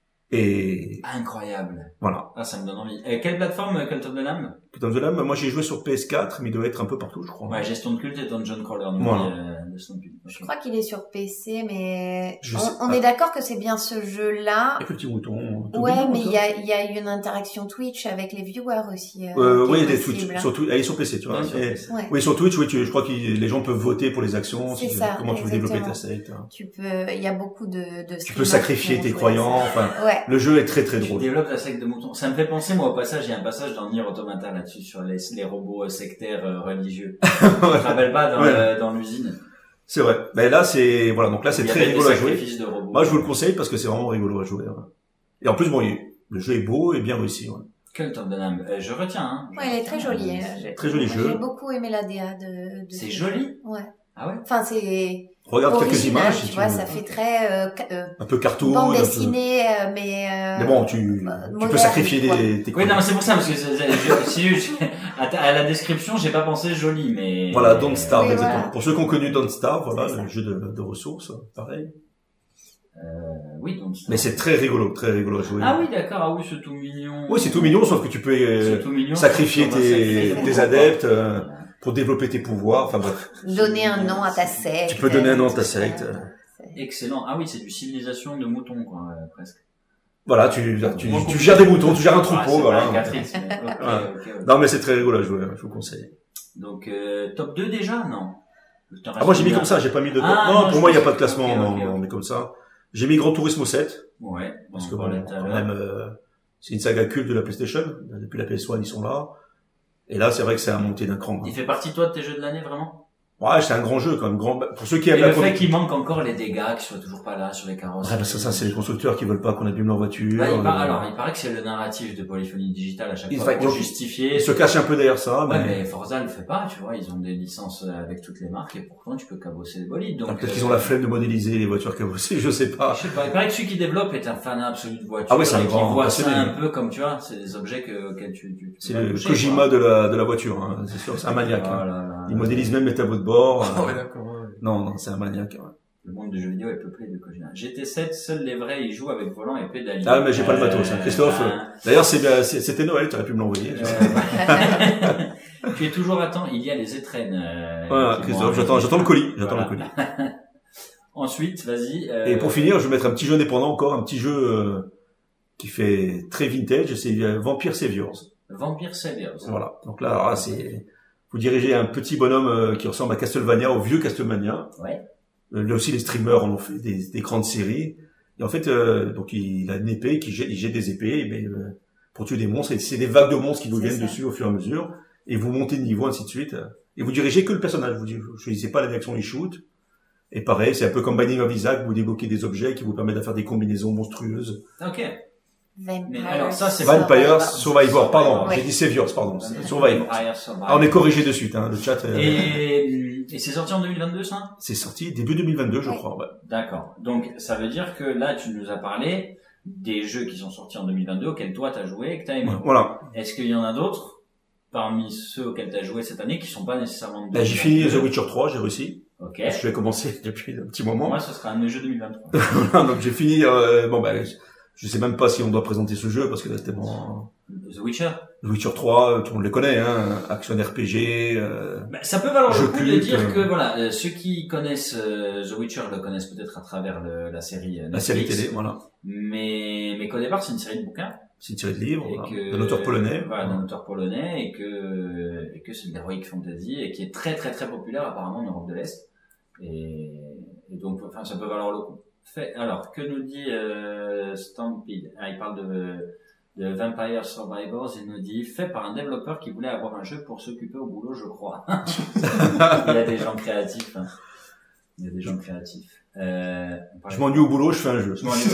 et Incroyable. voilà. Ah, ça me donne envie. Et quelle plateforme, euh, Cult of the Lamb? Cult of the Lamb, moi j'ai joué sur P S quatre, mais il doit être un peu partout, je crois. Ouais, gestion de culte et Dungeon Crawler. nous Voilà. dit, euh, de son culte. Je crois qu'il est sur P C, mais Je on, sais on pas. est d'accord que c'est bien ce jeu-là. Avec le petit mouton. tout Ouais, mignon, mais ça. il y a, il y a une interaction Twitch avec les viewers aussi. Euh, Euh, qui oui, est il y a des possible. Twitch. Sur, Twi- elle est sur P C, tu vois. Ouais, sur Et- P C. Ouais. oui, sur Twitch, oui, tu, je crois que les gens peuvent voter pour les actions, C'est si- ça, comment tu veux développer ta exactement. secte. hein. Tu peux, il y a beaucoup de, de Tu peux sacrifier tes croyants, enfin, Ouais. le jeu est très très Tu drôle. développes la secte de moutons. Ça me fait penser, moi, au passage, il y a un passage dans Nier Automata là-dessus, sur les, les robots euh, sectaires euh, religieux. Tu te rappelles pas dans, Ouais. euh, dans l'usine? C'est vrai. Mais là, c'est, voilà, donc là, c'est Il y très avait des rigolo à jouer. sacrifices de robots. Moi, je vous le conseille parce que c'est vraiment rigolo à jouer. hein. Et en plus, bon, il- le jeu est beau et bien réussi. ouais. Cult of the Lamb. Euh, je retiens, hein. Je Ouais, elle est retiens, très jolie. euh, hein. c'est- J'ai- Très joli moi, jeu. J'ai beaucoup aimé la D A de, de C'est ce joli? jeu. Ouais. Ah ouais? Enfin, c'est Regarde quelques original, images. si tu vois, veux. ça fait très euh, ca- euh, Un peu cartoon. bande un peu- dessinée, euh, mais. Euh, Mais bon, tu, euh, tu peux moderne, sacrifier quoi. des, tes Oui, non, mais croyants. c'est pour ça, parce que c'est- c'est- je- si je- à, ta- à la description, j'ai pas pensé joli, mais... Voilà, Don't Starve, Oui, exactement. voilà. Pour ceux qui ont connu Don't Starve, voilà, C'est ça. le jeu de, de ressources, pareil. Euh, oui, Don't Starve. Mais c'est très rigolo, très rigolo à jouer. Ah oui, d'accord, ah oui, c'est tout mignon. Oui, c'est tout mignon, sauf que tu peux euh, C'est tout mignon. sacrifier On va tes, sacrifier tes des adeptes robots. euh, pour développer tes pouvoirs. Enfin bref, Donner un nom à ta secte. tu peux donner un nom à ta euh, secte. c'est- Excellent. Ah oui, c'est du civilisation de moutons, quoi, euh, presque. Voilà, tu, tu, Moi, tu gères des moutons, tu gères un Ah, troupeau, c'est voilà. pas Catherine, c'est- ok, Voilà. ok, ok. Non, mais c'est très rigolo à jouer, hein, je vous conseille. Donc, euh, top deux déjà? Non. Il t'en Ah, reste moi j'ai mis combien? comme ça, j'ai pas mis de top. Ah, non, non, pour je moi il n'y a pense- pas de classement, ok, non, ok, non, ok. mais comme ça. J'ai mis Gran Turismo sept, Ouais. parce on que en bon, parlait tout à quand l'heure. même, euh, c'est une saga culte de la PlayStation. Depuis la P S un, ils sont là. Et là, c'est vrai que c'est un monté d'un cran. hein. Il fait partie, toi, de tes jeux de l'année, vraiment? Ouais, c'est un grand jeu quand même. Grand... Pour ceux qui Et aiment le la fait conduite. qu'il manque encore les dégâts, qu'ils soient toujours pas là sur les carrosses. Ouais, bah ça, ça, c'est les constructeurs qui veulent pas qu'on abîme leur voiture. Bah, il par- euh, alors, il paraît que c'est le narratif de Polyphonie Digitale à chaque Il fois fait- pour donc, justifier. Ils se cachent un peu derrière ça, Ouais, mais, mais Forza le fait pas, tu vois, ils ont des licences avec toutes les marques et pourtant tu peux cabosser les bolides. Donc, Ah, peut-être euh, qu'ils ont la flemme de modéliser les voitures cabossées, je sais pas. Je sais pas, il paraît que celui qui développe est un fan absolu de voitures. Ah ouais, c'est un et qui grand voit ça passionné. un peu comme, tu vois, c'est des objets que, auxquels tu, tu, tu C'est peux pas le toucher, Kojima quoi. de la, de la voiture, hein. C'est sûr, c'est un maniaque. Oh hein. là là. Il modélise même les tableaux de bord. Ah ouais, d'accord. ouais. Non, non, c'est un maniaque. ouais. Le monde du jeu vidéo est peuplé de Kojima. G T sept, seuls les vrais y jouent avec volant et pédalier. Ah, mais j'ai pas le matos, hein. Christophe, ben, D'ailleurs, c'est bien, c'est- c'était Noël, tu aurais pu me l'envoyer. euh, tu es toujours à temps, il y a les étrennes. Euh, Voilà, qui Christophe, vont j'attends, arriver. j'attends le colis, j'attends Voilà. le colis. Ensuite, vas-y. euh, Et pour finir, je vais mettre un petit jeu indépendant encore, un petit jeu euh, qui fait très vintage, c'est euh, Vampire Saviors. Vampire Saviors. Voilà. Donc là, alors là, c'est vous dirigez un petit bonhomme euh, qui ressemble à Castlevania, au vieux Castlevania. Ouais. Euh, là aussi, les streamers en ont fait des, des grandes séries. Et en fait, euh, donc il a une épée, qui jette, il jette des épées, mais euh, pour tuer des monstres. Et c'est des vagues de monstres qui vous C'est viennent ça. dessus au fur et à mesure. Et vous montez de niveau, ainsi de suite. Et vous dirigez que le personnage. Vous ne choisissez pas la direction il shoot. Et pareil, c'est un peu comme Binding of Isaac, vous débloquez des objets qui vous permettent de faire des combinaisons monstrueuses. Ok. Vampire Mais alors, ça, c'est Vampire Survivor, pardon, Ouais. j'ai dit Saviors, pardon, c'est Survivor. Vampire Survivor. Ah, on est corrigé de suite, hein, le chat. euh, Et, et c'est sorti en deux mille vingt-deux, ça? C'est sorti début deux mille vingt-deux, je Ouais. crois. Ouais. D'accord. Donc, ça veut dire que là, tu nous as parlé des jeux qui sont sortis en deux mille vingt-deux, auxquels toi t'as joué et que t'as aimé. Voilà. Est-ce qu'il y en a d'autres parmi ceux auxquels t'as joué cette année qui sont pas nécessairement de Là, j'ai fini The deux mille vingt-deux? Witcher trois, j'ai réussi. Ok. Je vais commencer depuis un petit moment. Moi, ce sera un de mes jeux deux mille vingt-trois. Voilà, donc j'ai fini. Euh, bon, ben, je, je sais même pas si on doit présenter ce jeu parce que là, c'est tellement. The Witcher? The Witcher trois, tout le monde les connaît, hein, action R P G. Euh, bah, ça peut valoir jeu le coup de culte, dire euh, que voilà, euh, ceux qui connaissent euh, The Witcher le connaissent peut-être à travers le, la série euh, Netflix, la série télé, voilà. mais mais qu'au départ c'est une série de bouquins. C'est tiré de livres, Et voilà, que, d'un auteur polonais. Voilà, d'un auteur polonais, et que, et que c'est de l'heroic fantasy, et qui est très très très populaire apparemment en Europe de l'Est. Et, et donc, enfin, ça peut valoir le coup. Fait, alors, que nous dit euh, Stampede? Ah, il parle de, de Vampire Survivors, il nous dit, fait par un développeur qui voulait avoir un jeu pour s'occuper au boulot, je crois. Il y a des gens créatifs. Hein. Il y a des gens créatifs. Euh, Je m'ennuie au boulot, je fais un jeu. Je m'ennuie.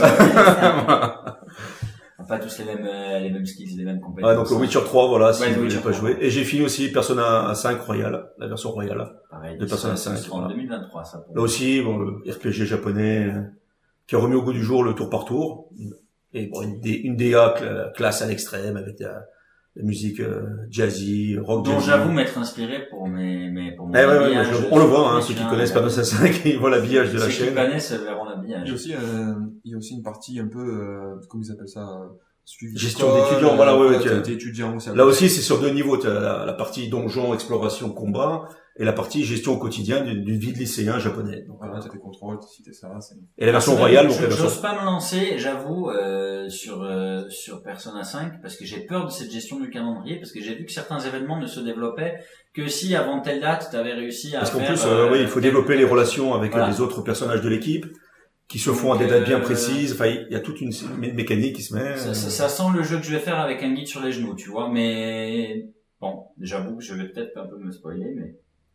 Voilà. Pas tous les mêmes, euh, les mêmes skills, les mêmes compétences. Ah, donc, le Witcher trois, voilà, si ouais, vous n'avez pas joué. Et j'ai fini aussi Persona cinq Royal, la version Royal. Pareil, de Persona ça, cinq. En Voilà. deux mille vingt-trois, ça. Pour Là aussi, bon, le R P G japonais, euh, qui a remis au goût du jour le tour par tour. Et bon, une, D- une D A cl- classe à l'extrême, avec la, la musique euh, jazzy, rock dont jazzy. j'avoue m'être inspiré pour mes, mes, pour mon Eh ouais, ouais, habillage. je- on le voit, hein, Sur ceux qui Twitch, connaissent hein. Persona cinq, ils voient l'habillage de la Ceux qui chaîne. connaissent verront Il y a l'habillage. aussi, euh, il y a aussi une partie un peu, euh, comment ils appellent ça, euh, suivi Gestion d'école, d'étudiants, voilà, ouais, ouais, t'es- tiens. t'es étudiant aussi. Là aussi, c'est sur deux niveaux. Tu as la, la partie donjon, exploration, combat, et la partie gestion au quotidien d'une, d'une vie de lycéen japonais. Donc, Voilà, voilà. t'as tes contrôles, si t'es ça, c'est... Et la version C'est vrai royale, que donc je- la version... J'ose pas me lancer, j'avoue, euh, sur euh, sur Persona cinq, parce que j'ai peur de cette gestion du calendrier, parce que j'ai vu que certains événements ne se développaient que si avant telle date, tu avais réussi à Parce qu'en faire... plus, euh, euh, oui, il faut tel- développer les relations avec Voilà. les autres personnages de l'équipe, qui se font à Donc, des dates bien euh, précises. Enfin, il y a toute une mé- mécanique qui se met. Ça, ça, ça sent le jeu que je vais faire avec un guide sur les genoux, tu vois, mais bon, j'avoue que je vais peut-être un peu me spoiler, mais...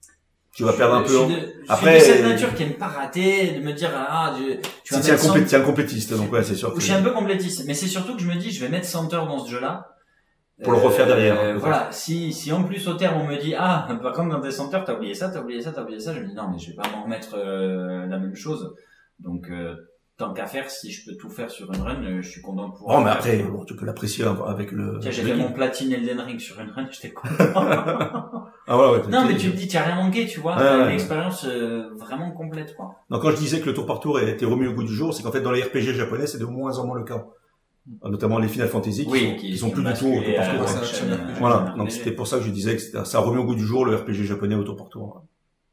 Tu vas perdre un Je peu. suis en- de, je Après, suis de cette nature qui aime pas rater, de me dire, ah, je, tu vas Si t'es un, mettre complé- cent- t'es un complétiste, donc ouais, c'est sûr. je que- suis un peu complétiste, mais c'est surtout que je me dis, je vais mettre cent heures dans ce jeu-là. Pour le refaire derrière, Euh, hein, voilà. Si, si en plus au terme on me dit, ah, par contre dans tes cent heures t'as oublié ça, t'as oublié ça, t'as oublié ça, je me dis non, mais je vais pas m'en remettre euh, la même chose. Donc, euh, tant qu'à faire, si je peux tout faire sur une run, euh, je suis content de pouvoir. Oh, mais faire. après, bon, tu peux l'apprécier avec le... Tiens, j'ai le fait guide. mon platine Elden Ring sur une run, j'étais content. Ah ouais, ouais. t'es- Non, mais t'es- tu te dis, t'as rien manqué, tu vois. Ouais, T'as ouais. une expérience euh, vraiment complète, quoi. Donc, quand je disais que le tour par tour était remis au goût du jour, c'est qu'en fait, dans les R P G japonais, c'est de moins en moins le cas. Notamment les Final Fantasy, qui Oui, sont, qui- qui sont qui plus ont du tout au basculé tour par à tour. la Ouais, prochaine, ça, euh, Voilà. prochaine Donc, R P G. c'était pour ça que je disais que c'était- ça a remis au goût du jour le R P G japonais au tour par tour.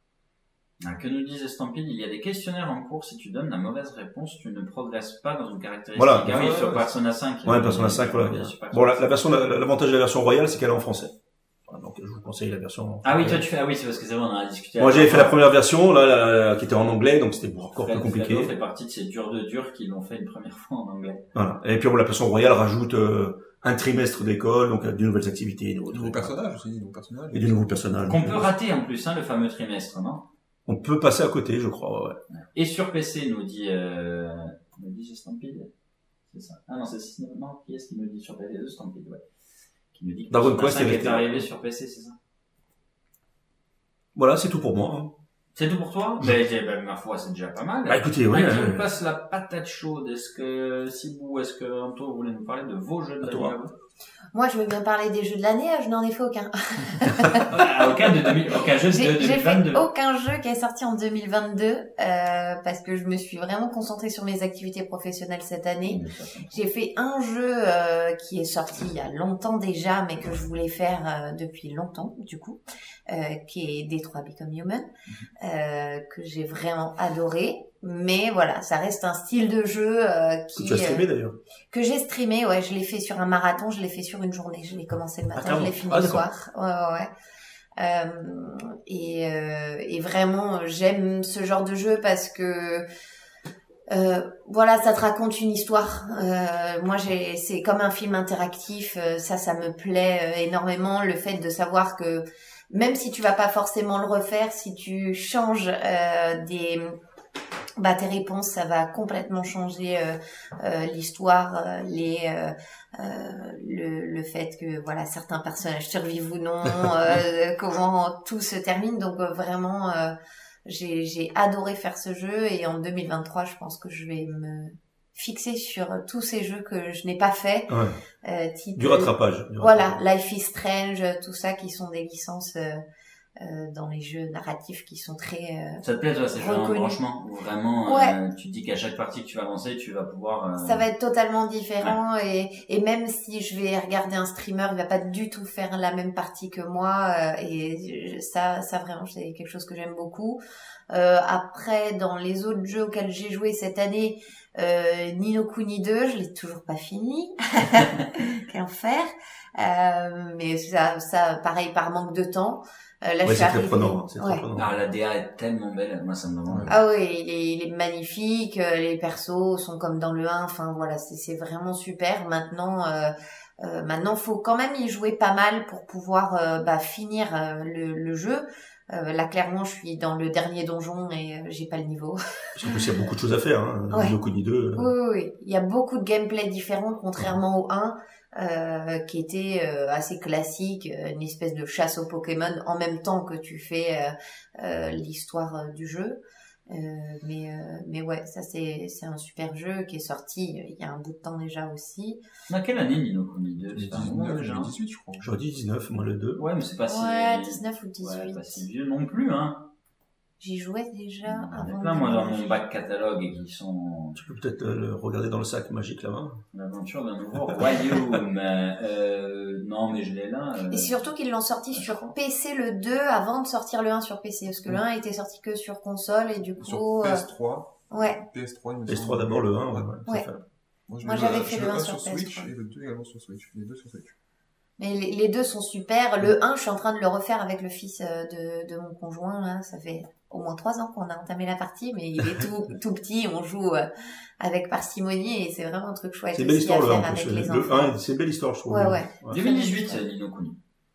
Ah, que nous disait Stampede, il y a des questionnaires en cours, si tu donnes la mauvaise réponse, tu ne progresses pas dans une caractéristique. Voilà. Ah oui, Ouais, sur ouais, Persona cinq. Ouais, Persona cinq, voilà. Bien sûr, Persona Bon, la, cinq. la version, la- l'avantage de la version royale, c'est qu'elle est en français. Voilà, donc, je vous conseille la version. Ah oui, toi tu fais, ah oui, c'est parce que c'est vrai, on en a discuté. Moi, avant. j'avais fait la première version, là, la- la- qui était en anglais, donc c'était encore Fred- plus compliqué. Fredo fait partie de ces durs de durs qui l'ont fait une première fois en anglais. Voilà. Et puis, bon, la version royale rajoute euh, un trimestre d'école, donc euh, de nouvelles activités, de nouveaux De nouveaux trucs. personnages aussi, de nouveaux personnages. Et de nouveaux personnages. Qu'on peut rater en plus, hein, le fameux trimestre, non? On peut passer à côté, je crois, ouais. Et sur P C, nous dit, euh, nous dit Stampede. C'est ça. Ah non, c'est non, qui est-ce qui nous dit sur P C? De Stampede, ouais. Qui nous dit que Dragon Persona Quest cinq est est resté. arrivé sur P C, c'est ça? Voilà, c'est tout pour moi. hein. C'est tout pour toi? Ben, j'ai- ben, ma foi, c'est déjà pas mal. Bah, écoutez, oui. Ouais, euh, je passe la patate chaude. Est-ce que Sibou, est-ce que Anto, vous voulez nous parler de vos jeux de À l'année toi. à vous? Moi, je veux bien parler des jeux de l'année, je n'en ai fait aucun. Ah, aucun de deux mille, aucun jeu de J'ai j'ai deux mille vingt-deux. fait aucun jeu qui est sorti en deux mille vingt-deux, euh, parce que je me suis vraiment concentrée sur mes activités professionnelles cette année. J'ai fait un jeu euh, qui est sorti il y a longtemps déjà, mais que je voulais faire euh, depuis longtemps, du coup, euh, qui est Detroit Become Human, euh, que j'ai vraiment adoré. Mais voilà, ça reste un style de jeu euh, Que qui tu as streamé, d'ailleurs. que j'ai streamé. Ouais, je l'ai fait sur un marathon, je l'ai fait sur une journée. Je l'ai commencé le matin, carrément. je l'ai fini Ah, le d'accord. soir. Ouais, ouais, ouais. Euh, et, euh, et vraiment, j'aime ce genre de jeu parce que euh, voilà, ça te raconte une histoire. Euh, moi, j'ai, c'est comme un film interactif. Euh, ça, ça me plaît euh, énormément. Le fait de savoir que même si tu vas pas forcément le refaire, si tu changes euh, des bah tes réponses, ça va complètement changer euh, euh, l'histoire, euh, les euh, euh, le, le fait que voilà certains personnages survivent ou non, euh, comment tout se termine. Donc euh, vraiment, euh, j'ai j'ai adoré faire ce jeu et en deux mille vingt-trois, je pense que je vais me fixer sur tous ces jeux que je n'ai pas fait. Ouais. Euh, type Du rattrapage. Du voilà, rattrapage. Life is Strange, tout ça qui sont des licences euh, euh, dans les jeux narratifs qui sont très euh, Ça te plaît, toi, ces jeux en reconnus. branchement où vraiment, Ouais. euh, tu te dis qu'à chaque partie que tu vas lancer, tu vas pouvoir... euh, Ça va être totalement différent et, et même si je vais regarder un streamer, il va pas du tout faire la même partie que moi euh, et ça, ça vraiment c'est quelque chose que j'aime beaucoup. Euh, après, dans les autres jeux auxquels j'ai joué cette année, euh, Ni no Kuni deux, je l'ai toujours pas fini. Quel enfer. Euh, mais ça, ça, pareil, par manque de temps. Euh, là, Ouais, je suis c'est très arrivée- prenant. C'est très Ouais. prenant. Ah, la D A est tellement belle, moi ça me demande. Ah oui, il est, il est magnifique, euh, les persos sont comme dans le un, enfin voilà, c'est c'est vraiment super. Maintenant, euh, euh, maintenant, faut quand même y jouer pas mal pour pouvoir euh, bah, finir euh, le, le jeu. Euh, là, clairement, je suis dans le dernier donjon et euh, j'ai pas le niveau. Parce qu'en plus, il y a beaucoup de choses à faire. Hein. Ouais. Ni no Kuni deux. Oui, oui, oui. Il y a beaucoup de gameplay différents, contrairement au un, euh, qui était euh, assez classique, euh, une espèce de chasse aux Pokémon en même temps que tu fais euh, euh, l'histoire euh, du jeu. Euh, mais euh, mais ouais, ça c'est c'est un super jeu qui est sorti euh, il y a un bout de temps déjà aussi. Dans quelle année Ni no Kuni deux? J'ai C'est pas un moment dix-neuf, déjà, j'ai hein. dix-huit, je crois. J'aurais dit dix-neuf, moi le deux. Ouais, mais c'est pas si... Ouais, dix-neuf ou Ouais, dix-huit. pas si vieux non plus, hein. J'y jouais déjà Il y en a avant. plein, de moi, dans déménager. mon bac catalogue et qui sont Tu peux peut-être euh, le regarder dans le sac magique là-bas. l'aventure d'un nouveau royaume. Euh, non, mais je l'ai là. euh, Et surtout qu'ils l'ont sorti je sur crois. P C le deux avant de sortir le un sur P C, parce que le un était sorti que sur console et du Sur coup, P euh, S trois. ouais. P S trois, il me P S semble. trois d'abord, le un, ouais, ouais, tout à Ouais. fait. Moi, je Moi, l'ai j'avais le- fait je le l'ai un un sur sur Switch P S trois. et le deux également sur Switch. Les deux sur Switch. Mais les, les deux sont super. Le un, je suis en train de le refaire avec le fils euh, de, de mon conjoint. Là, ça fait au moins trois ans qu'on a entamé la partie, mais il est tout tout petit. On joue euh, avec parcimonie et c'est vraiment un truc chouette. C'est une belle aussi à histoire le faire un. en avec plus. les Le enfants. un, c'est une belle histoire, je trouve. Ouais, ouais. deux mille dix-huit, Ni no Kuni.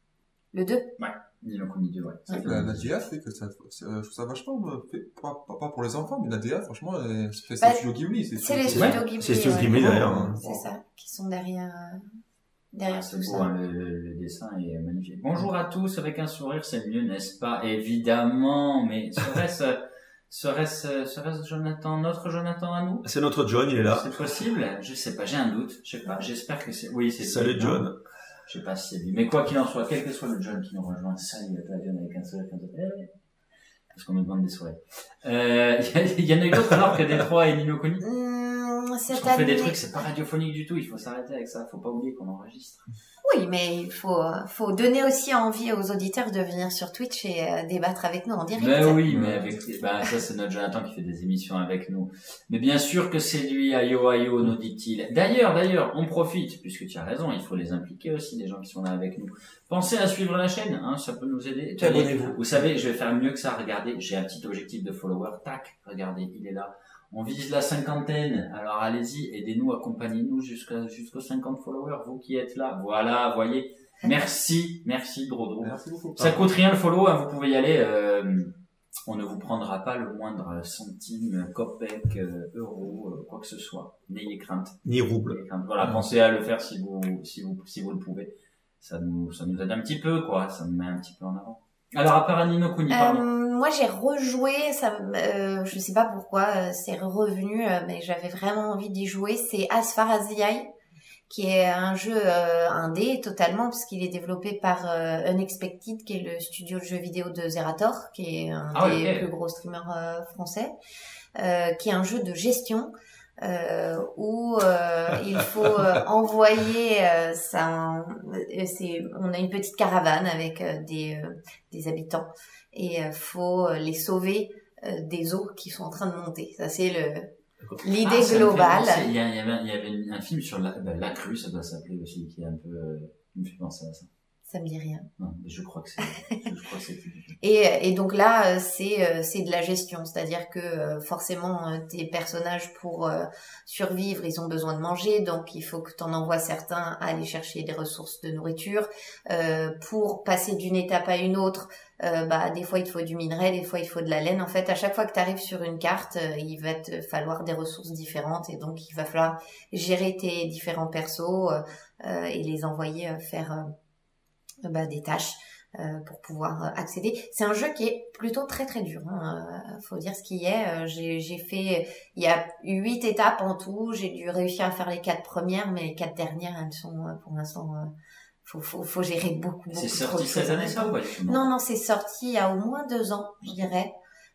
Le deux. Ni no Kuni deux, ouais. C'est vrai que la, la D A fait que ça, c'est- euh, je trouve ça vachement euh, fait, pas, pas, pas pour les enfants, mais la D A, franchement, euh, c'est Bah, c'est Studio Ghibli. C'est les c'est- studios Ouais, Ghibli. c'est Studio ouais. Ghibli derrière. Ouais. hein. C'est ça, qui sont derrière euh, derrière C'est tout beau, ça. hein, le, le- le dessin est magnifique. Bonjour à tous, avec un sourire, c'est mieux, n'est-ce pas? Évidemment, mais serait-ce, serait-ce, serait-ce Jonathan, notre Jonathan à nous? C'est notre John, il est là. C'est possible? Je sais pas, j'ai un doute, je sais pas, j'espère que c'est, oui, c'est Salut lui, John. non Je sais pas si c'est lui, mais quoi qu'il en soit, quel que soit le John qui nous rejoint, salut à toi John avec un sourire comme ça. Eh, parce qu'on nous demande des sourires. Euh, il y, y en a eu d'autres alors que Détroit et Ni no Kuni? Hum, Parce cette qu'on fait des année- trucs, c'est pas radiophonique du tout, il faut s'arrêter avec ça, faut pas oublier qu'on enregistre. Oui, mais il faut euh, faut donner aussi envie aux auditeurs de venir sur Twitch et euh, débattre avec nous en direct. Mais oui, mais avec, bah, ça c'est notre Jonathan qui fait des émissions avec nous. Mais bien sûr que c'est lui, ayo ayo, nous dit-il. D'ailleurs, d'ailleurs, on profite, puisque tu as raison, il faut les impliquer aussi, les gens qui sont là avec nous. Pensez à suivre la chaîne, hein, ça peut nous aider. Tenez, Abonnez-vous. vous savez, je vais faire mieux que ça, regardez, j'ai un petit objectif de follower, tac, regardez, il est là. On vise la cinquantaine, alors allez-y, aidez-nous, accompagnez-nous jusqu'à, jusqu'aux cinquante followers, vous qui êtes là. Voilà, voyez. Merci, merci Drodro. Merci beaucoup. Ça coûte rien le follow, hein, vous pouvez y aller. Euh, on ne vous prendra pas le moindre centime, copec, euh, euro, euh, quoi que ce soit. N'ayez crainte. Ni rouble. N'ayez crainte. Voilà, pensez à le faire si vous, si vous, si vous le pouvez. Ça nous, ça nous aide un petit peu, quoi. Ça nous met un petit peu en avant. Alors, à part Ni no Kuni, pardon. Euh, moi, j'ai rejoué, ça, me- euh, je sais pas pourquoi, euh, c'est revenu, euh, mais j'avais vraiment envie d'y jouer. C'est As Far As the Eye, qui est un jeu euh, indé totalement, puisqu'il est développé par euh, Unexpected, qui est le studio de jeux vidéo de Zerator, qui est un Ah, des ok. plus gros streamers euh, français, euh, qui est un jeu de gestion. Euh, où euh, il faut euh, envoyer euh, ça, euh, c'est, on a une petite caravane avec euh, des, euh, des habitants et euh, faut euh, les sauver euh, des eaux qui sont en train de monter. Ça c'est le l'idée Ah, ça me fait globale. penser, Il y, a- il y avait, il y avait un film sur la, ben, la crue, ça doit s'appeler aussi, qui est un peu, euh, qui me fait penser à ça. Ça me dit rien. Non, mais je crois que c'est, je crois que c'est. Et, et donc là, euh, c'est euh, c'est de la gestion, c'est-à-dire que euh, forcément euh, tes personnages pour euh, survivre, ils ont besoin de manger, donc il faut que tu en envoies certains à aller chercher des ressources de nourriture. Euh, pour passer d'une étape à une autre, euh, bah des fois il te faut du minerai, des fois il faut de la laine. En fait, à chaque fois que tu arrives sur une carte, euh, il va te falloir des ressources différentes et donc il va falloir gérer tes différents persos euh, euh, et les envoyer euh, faire euh, bah, des tâches. Euh, pour pouvoir euh, accéder. C'est un jeu qui est plutôt très très dur. Hein. Euh, faut dire ce qu'il y est. Euh, j'ai, j'ai fait, il y a huit étapes en tout. J'ai dû réussir à faire les quatre premières, mais les quatre dernières, elles sont euh, pour l'instant euh, faut, faut, faut gérer beaucoup, beaucoup C'est trop sorti de cette choses en année, même ça, temps. ou pas du tout? Non, non, c'est sorti il y a au moins deux ans, je dirais,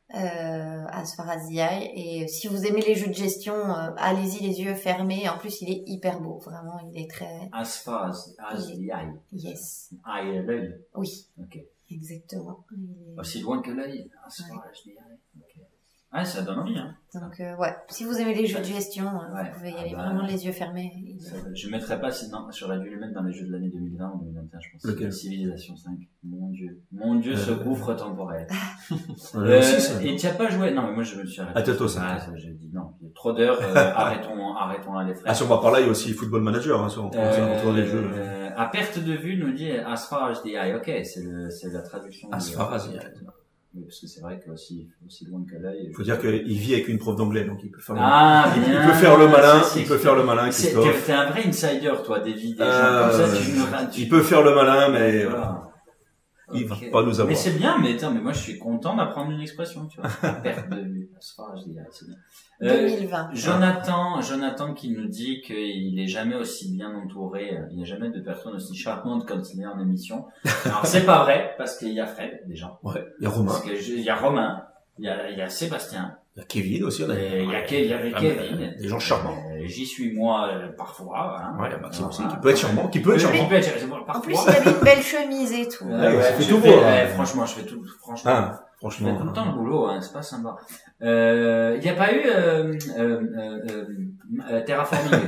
euh, As Far As the Eye. Et si vous aimez les jeux de gestion, euh, allez-y les yeux fermés. En plus, il est hyper beau, vraiment, il est très... As far as, as the eye. Yes. Eye, l'œil. Oui, Ok. exactement. Il est- Aussi loin que l'œil. As far as the eye. Ok. Ah, ça donne envie, hein. Donc, euh, ouais, si vous aimez les jeux de gestion, euh, Ouais. vous pouvez y Ah aller bah, vraiment les yeux fermés. Il- Ça, je ne mettrais pas, sinon, j'aurais dû le mettre dans les jeux de l'année deux mille vingt ou deux mille vingt et un, je pense. Lequel? Civilisation cinq. Mon dieu. Mon dieu, ce Euh, gouffre temporel. Euh, Euh, aussi, ça. et tu n'as pas joué? Non, mais moi, je me suis arrêté. À Toto, ça. Ah, ça, j'ai dit non. Il y a trop d'heures, euh, arrêtons, arrêtons là, les frères. Ah, si on va par là, il y a aussi Football Manager, hein, sur, entre, Euh, entre les jeux. euh, à perte de vue, nous dit As far as the eye. Ok, c'est le, c'est la traduction. As de- far as the eye. Oui, parce que c'est vrai que aussi, aussi loin que l'œil. Il faut dire qu'il vit avec une prof d'anglais, donc il peut faire le, Ah, bien. il peut faire le malin, Ça, c'est- il peut faire le malin, C'est- Christophe. T'es t'es un vrai insider, toi, des vies des gens Euh, comme ça. Tu nous, tu, Il peut faire le malin, mais voilà. Voilà. Il va Ok. pas nous avoir. Mais c'est bien, mais attends, mais moi je suis content d'apprendre une expression, tu vois. Perte de vue. As far as the eye, c'est bien. Euh, deux mille vingt. Jonathan, Jonathan qui nous dit qu'il est jamais aussi bien entouré, il n'y a jamais de personnes aussi charmantes quand il est en émission. Alors c'est pas vrai, parce qu'il y a Fred, déjà. Ouais. Il y a Romain. Parce que je- il y a Romain, il y a, il y a Sébastien, Il y a Kevin aussi, on a. et il y a, Ke- il y avait Ah, Kevin. mais, Des gens charmants. Euh, J'y suis moi, euh, parfois, hein. Ouais, il y a Maxime aussi, Voilà. qui peut être charmant, qui peut être Oui, charmant. il peut être charmant, En parfois. plus, il avait une belle chemise et tout. Ouais, Ouais, ouais, ça fait je tout fais- beau, ouais, hein. franchement, je fais tout, franchement. Ah, Je franchement. fais tout le temps le boulot, hein, c'est pas sympa. Euh, il n'y a pas eu, euh, euh, euh, euh, Terraforming.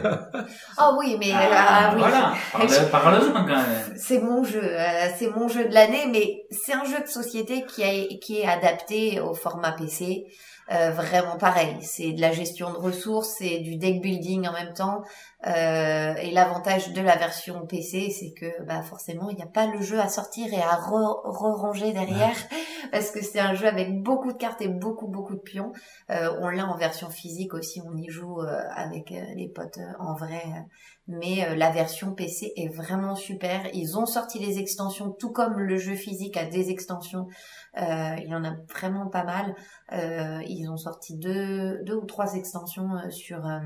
Ah oui, mais Ah, ah, oui. Voilà. Parle- Parle-en quand même. C'est mon jeu, euh, c'est mon jeu de l'année, mais c'est un jeu de société qui, a, qui est adapté au format P C. Euh, vraiment pareil, c'est de la gestion de ressources, c'est du deck building en même temps. Euh, et l'avantage de la version P C, c'est que bah forcément il n'y a pas le jeu à sortir et à re-ranger derrière, parce que c'est un jeu avec beaucoup de cartes et beaucoup beaucoup de pions. Euh, on l'a en version physique aussi, on y joue euh, avec euh, les potes euh, en vrai. euh, mais euh, la version P C est vraiment super. Ils ont sorti les extensions, tout comme le jeu physique a des extensions. Euh, il y en a vraiment pas mal. Euh, ils ont sorti deux, deux ou trois extensions euh, sur euh,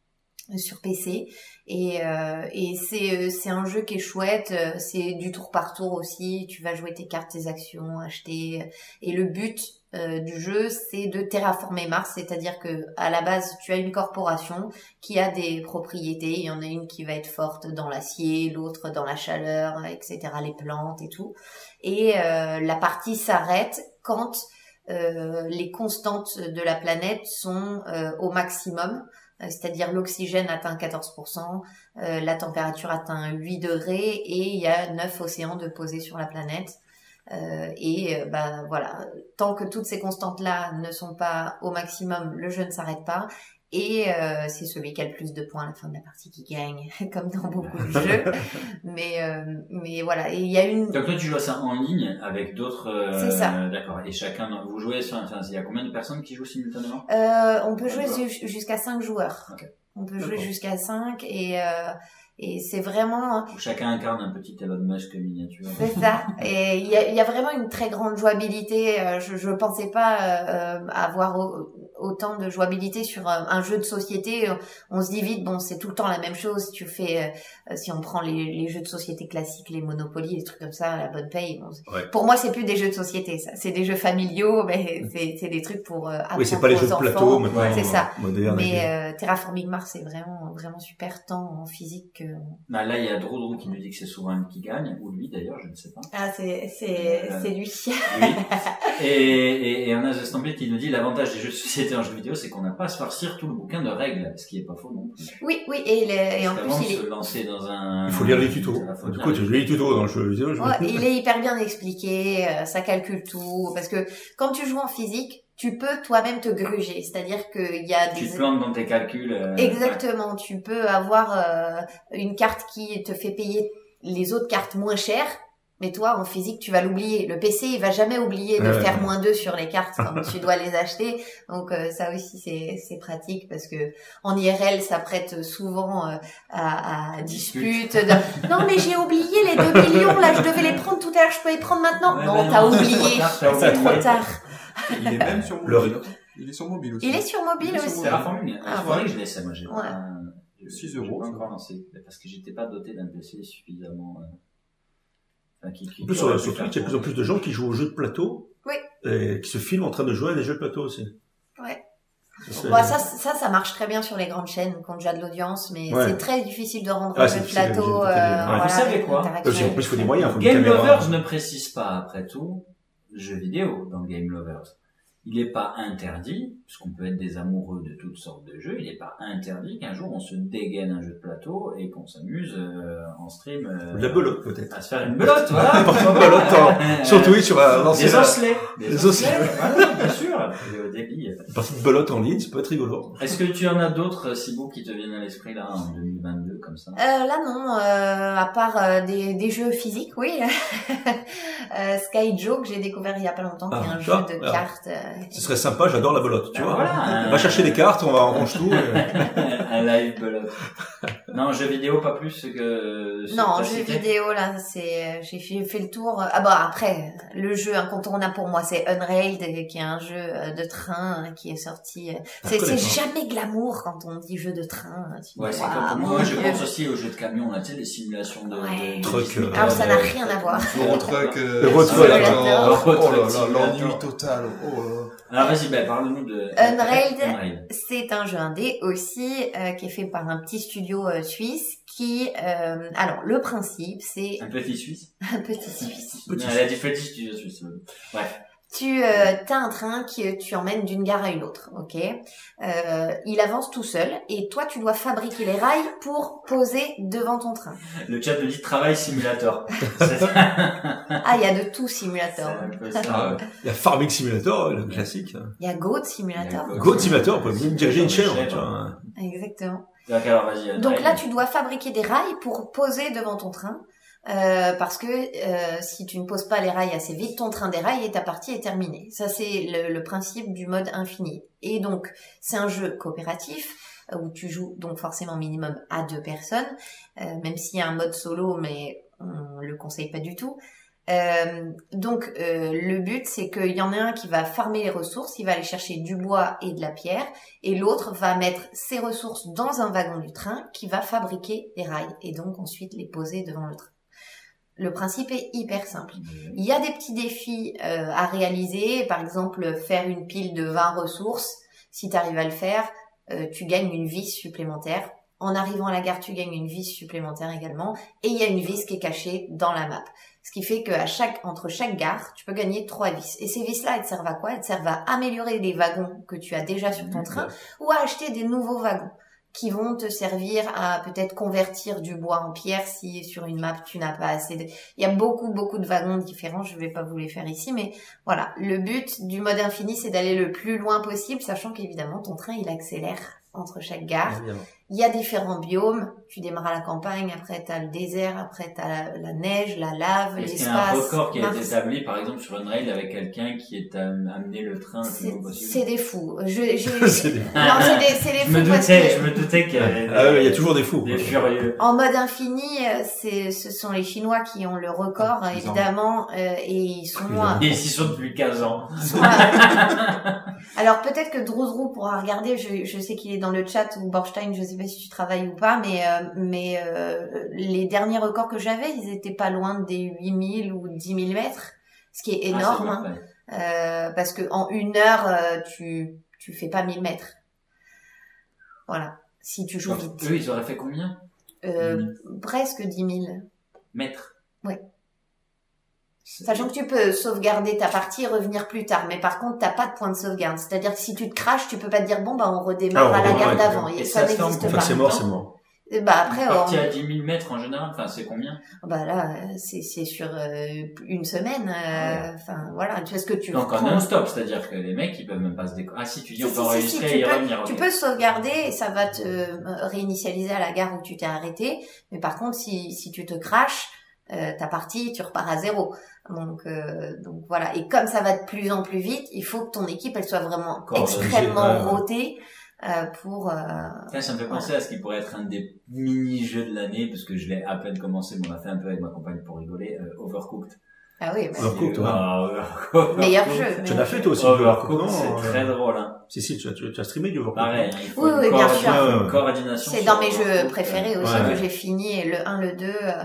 sur P C et euh, et c'est c'est un jeu qui est chouette. euh, C'est du tour par tour aussi. Tu vas jouer tes cartes, tes actions, acheter. Et le but euh, du jeu, c'est de terraformer Mars, c'est-à-dire que à la base, tu as une corporation qui a des propriétés. Il y en a une qui va être forte dans l'acier, l'autre dans la chaleur, et cetera. Les plantes et tout. Et euh, la partie s'arrête quand euh, les constantes de la planète sont euh, au maximum. Euh, C'est-à-dire l'oxygène atteint quatorze pour cent, euh, la température atteint huit degrés et il y a neuf océans de posés sur la planète. Euh, et euh, bah voilà, tant que toutes ces constantes-là ne sont pas au maximum, le jeu ne s'arrête pas. Et euh, c'est celui qui a le plus de points à la fin de la partie qui gagne, comme dans beaucoup de jeux. Mais euh, mais voilà, et il y a une. Donc toi tu joues à ça en ligne avec d'autres. Euh, C'est ça. D'accord. Et chacun, vous jouez sur. Enfin, il y a combien de personnes qui jouent simultanément? Euh, on peut jouer D'accord. ju- jusqu'à cinq joueurs. Ok. On peut jouer D'accord. jusqu'à cinq et euh, et c'est vraiment. Où chacun incarne un petit Elon Musk miniature. C'est ça. Et il y a, il y a vraiment une très grande jouabilité. Euh, Je, je pensais pas euh, avoir au- autant de jouabilité sur un, un jeu de société. On se dit vite, bon, c'est tout le temps la même chose. Tu fais, euh, si on prend les, les jeux de société classiques, les Monopoly, les trucs comme ça, la bonne paye. Bon, c'est- Ouais. Pour moi, c'est plus des jeux de société. Ça, c'est des jeux familiaux, mais c'est, c'est des trucs pour euh, apprendre Oui, c'est pas les aux jeux de enfants. plateau, maintenant. Ouais, c'est ça. Moderne. Mais euh, Terraforming Mars, c'est vraiment, vraiment super, tant en physique que. Bah, là, il y a Drew Drew qui nous dit que c'est souvent lui qui gagne, ou lui d'ailleurs, je ne sais pas. Ah, c'est, c'est, Euh, c'est lui. Oui. Et, et, et Anna Zestampé qui nous dit l'avantage des jeux de société en jeu vidéo, c'est qu'on n'a pas à se farcir tout le bouquin de règles, ce qui est pas faux non plus. Oui, oui, et, le- et en Parce plus, qu'avant il de est, se lancer dans un. Il faut lire les tutos. Ça faut Du bien coup, les- tu lis les tutos dans le jeu vidéo. je- ouais, il est hyper bien expliqué, euh, ça calcule tout, parce que quand tu joues en physique, tu peux toi-même te gruger, c'est-à-dire qu'il y a Tu des... te plantes dans tes calculs. euh, Exactement, tu peux avoir euh, une carte qui te fait payer les autres cartes moins chères, mais toi, en physique, tu vas l'oublier. Le P C, il va jamais oublier de Ouais. faire moins deux sur les cartes quand tu dois les acheter. Donc euh, ça aussi, c'est c'est pratique parce que en I R L, ça prête souvent euh, à, à dispute. de, non, mais j'ai oublié les deux millions, là, je devais les prendre tout à l'heure, je peux les prendre maintenant. Ouais, non, bah t'as non, c'est oublié, trop tard, t'as c'est oublié. trop tard. Il est même sur Le mobile. Il est sur mobile aussi. Il est sur mobile Il est sur aussi. mobile. Terraforming. Ah, Il faudrait que je l'essaie, moi. J'ai Ouais. pas. j'ai- six j'ai euros, pas ça encore va. lancé parce que j'étais pas doté d'un P C suffisamment. euh, Enfin, qui, qui, En plus, qui sur, aurait sur pu faire Twitch, il y a de plus en plus de gens qui jouent aux jeux de plateau. Oui. Et qui se filment en train de jouer à des jeux de plateau aussi. Ouais. Ça, Bon, ça, ça, ça marche très bien sur les grandes chaînes quand déjà de l'audience, mais Ouais. c'est très difficile de rendre Ah, un c'est jeu de difficile, plateau. le jeu de Euh, plateau, ouais. voilà, Vous savez avec quoi l'interaction. Parce qu'en plus, il faut des moyens. Il faut des Game caméras. Lovers ne précise pas, après tout, jeux vidéo dans Game Lovers. Il n'est pas interdit, puisqu'on peut être des amoureux de toutes sortes de jeux, il n'est pas interdit qu'un jour on se dégaine un jeu de plateau et qu'on s'amuse euh, en stream euh, De la belote, peut-être. à se faire une belote, voilà. Parfois une belote en- sur Twitch, sur un lancer Des osselets. Des Des osselets. osselets, voilà, bien sûr. Et au débit. une partie de belote en ligne, ça peut être rigolo. Est-ce que tu en as d'autres, Sibou, qui te viennent à l'esprit là en deux mille vingt-deux comme ça? Euh, là non, euh, à part euh, des, des jeux physiques, oui. euh, Sky Joe que j'ai découvert il y a pas longtemps, qui est Ah, un tu jeu vois, de voilà. cartes. euh, Ce serait sympa, j'adore la belote, tu Ben vois. voilà, On va chercher les cartes, on va on range tout. et- Un live belote. Non, jeux vidéo, pas plus que... ce que Non, t'as jeux cité. vidéo là, c'est j'ai fait, fait le tour. Ah bah après, le jeu incontournable pour moi, c'est Unrailed, euh, qui est un jeu euh, de train euh, qui est sorti. euh, Ah, C'est je connais c'est pas. jamais glamour quand on dit jeu de train. Tu Ouais, dis, c'est waouh, comme mon moi, je Dieu. pense aussi aux jeux de camion, là, tu sais, les simulations de... Ouais. de- Truc, de- euh, Alors ça n'a Euh, rien à voir. Eurotruck, euh, Eurotruck. simulator. Eurotruck Oh là là, simulator. l'ennui total. Oh là là. Alors vas-y, ben, parle-nous de... Unrailed. Unrailed. C'est un jeu indé aussi euh, qui est fait par un petit studio euh, suisse qui... euh, alors, le principe, c'est Un petit Suisse. un petit suisse. Petit Elle a dit petit studio Suisse. Bref. Tu euh, as un train qui tu emmènes d'une gare à une autre, ok. Euh, il avance tout seul et toi tu dois fabriquer les rails pour poser devant ton train. Le chat me dit travail simulator. C'est ça. Ah, il y a de tout C'est simulator. un peu ça. Ah ouais. Il y a Farming Simulator, le classique. Il y a Goat Simulator. Il y a Goat Simulator, on peut même diriger une chèvre, Chèvre. tu vois. Exactement. Donc alors vas-y. Donc Unrailed. là, tu dois fabriquer des rails pour poser devant ton train. Euh, parce que euh, si tu ne poses pas les rails assez vite, ton train déraille et ta partie est terminée. Ça, c'est le, le principe du mode infini. Et donc, c'est un jeu coopératif euh, où tu joues donc forcément minimum à deux personnes, euh, même s'il y a un mode solo, mais on le conseille pas du tout. Euh, donc, euh, le but, c'est qu'il y en a un qui va farmer les ressources, il va aller chercher du bois et de la pierre, et l'autre va mettre ses ressources dans un wagon du train qui va fabriquer les rails, et donc ensuite les poser devant le train. Le principe est hyper simple. Il y a des petits défis euh, à réaliser, par exemple faire une pile de vingt ressources. Si tu arrives à le faire, euh, tu gagnes une vis supplémentaire. En arrivant à la gare, tu gagnes une vis supplémentaire également. Et il y a une vis qui est cachée dans la map. Ce qui fait qu'à chaque, entre chaque gare, tu peux gagner trois vis. Et ces vis-là, elles te servent à quoi? Elles te servent à améliorer les wagons que tu as déjà sur ton train ou à acheter des nouveaux wagons qui vont te servir à peut-être convertir du bois en pierre si sur une map tu n'as pas assez de... Il y a beaucoup, beaucoup de wagons différents, je vais pas vous les faire ici, mais voilà. Le but du mode infini, c'est d'aller le plus loin possible, sachant qu'évidemment, ton train, il accélère entre chaque gare. Évidemment. Il y a différents biomes. Tu démarres à la campagne, après t'as le désert, après t'as la, la neige, la lave, Est-ce qu'il y a un l'espace. record qui a été Mars. établi, par exemple, sur Unrailed avec quelqu'un qui est am- amené le train le plus C'est loin possible? c'est des fous. Je, je... C'est des- Non, c'est des, c'est des Je fous me parce doutais, que... je me doutais qu'il y avait des, Ah ouais, il y a toujours des fous. des quoi. furieux. En mode infini, euh, c'est, ce sont les Chinois qui ont le record, Ah, ils évidemment, euh, et ils sont Évidemment. moins. Et ils y sont depuis quinze ans. ils sont moins- Alors peut-être que Drozrou pourra regarder. Je, je sais qu'il est dans le chat ou Borstein. Je sais pas si tu travailles ou pas, mais euh, mais euh, les derniers records que j'avais, ils étaient pas loin des huit mille ou dix mille mètres, ce qui est énorme, Ah, hein, c'est parfait. euh, parce que en une heure, euh, tu tu fais pas mille mètres. Voilà. Si tu joues Donc, vite, eux, ils auraient fait combien? euh, presque dix mille. Mètres. Ouais. C'est- Sachant que tu peux sauvegarder ta partie et revenir plus tard, mais par contre, t'as pas de point de sauvegarde. C'est-à-dire que si tu te crashes, tu peux pas te dire bon bah on redémarre Ah, on à la redémarre, gare ouais. d'avant. Et Et ça ça se fait en n'existe Une combien pas. fois que c'est mort, c'est mort. Et bah après, Parti on- à dix mille mètres en général, enfin, c'est combien? bah là, euh, c'est c'est sur euh, une semaine. euh, Enfin voilà, tu vois ce que tu. Donc en prends- non-stop, c'est-à-dire que les mecs, ils peuvent même pas se déco... Ah si, tu dis Si, on si, peut si, enregistrer si, tu et peux- revenir. Tu ok. peux sauvegarder et ça va te euh, réinitialiser à la gare où tu t'es arrêté. Mais par contre, si si tu te crashes, euh, ta partie, tu repars à zéro. Donc euh, donc voilà. Et comme ça va de plus en plus vite, il faut que ton équipe elle soit vraiment Coordonnée, extrêmement ouais, ouais. rodée euh, pour. Euh, Tiens, ça me fait penser à ce qui pourrait être un des mini-jeux de l'année, parce que je l'ai à peine commencé, mais on a fait un peu avec ma compagne pour rigoler, euh, Overcooked. Ah oui, bah, Overcooked, ouais. Ah, Overcooked. meilleur jeu. Tu en meilleur as fait jeu. toi aussi. Overcooked, non, c'est euh, très drôle, hein. Si, si, tu as, tu as streamé du Overcooked. Pareil, hein, il faut Oui, une oui, bien coordination- sûr. une coordination. C'est sur dans mes jeux Overcooked. préférés aussi Ouais, que ouais. j'ai fini, et le un, le deux. euh,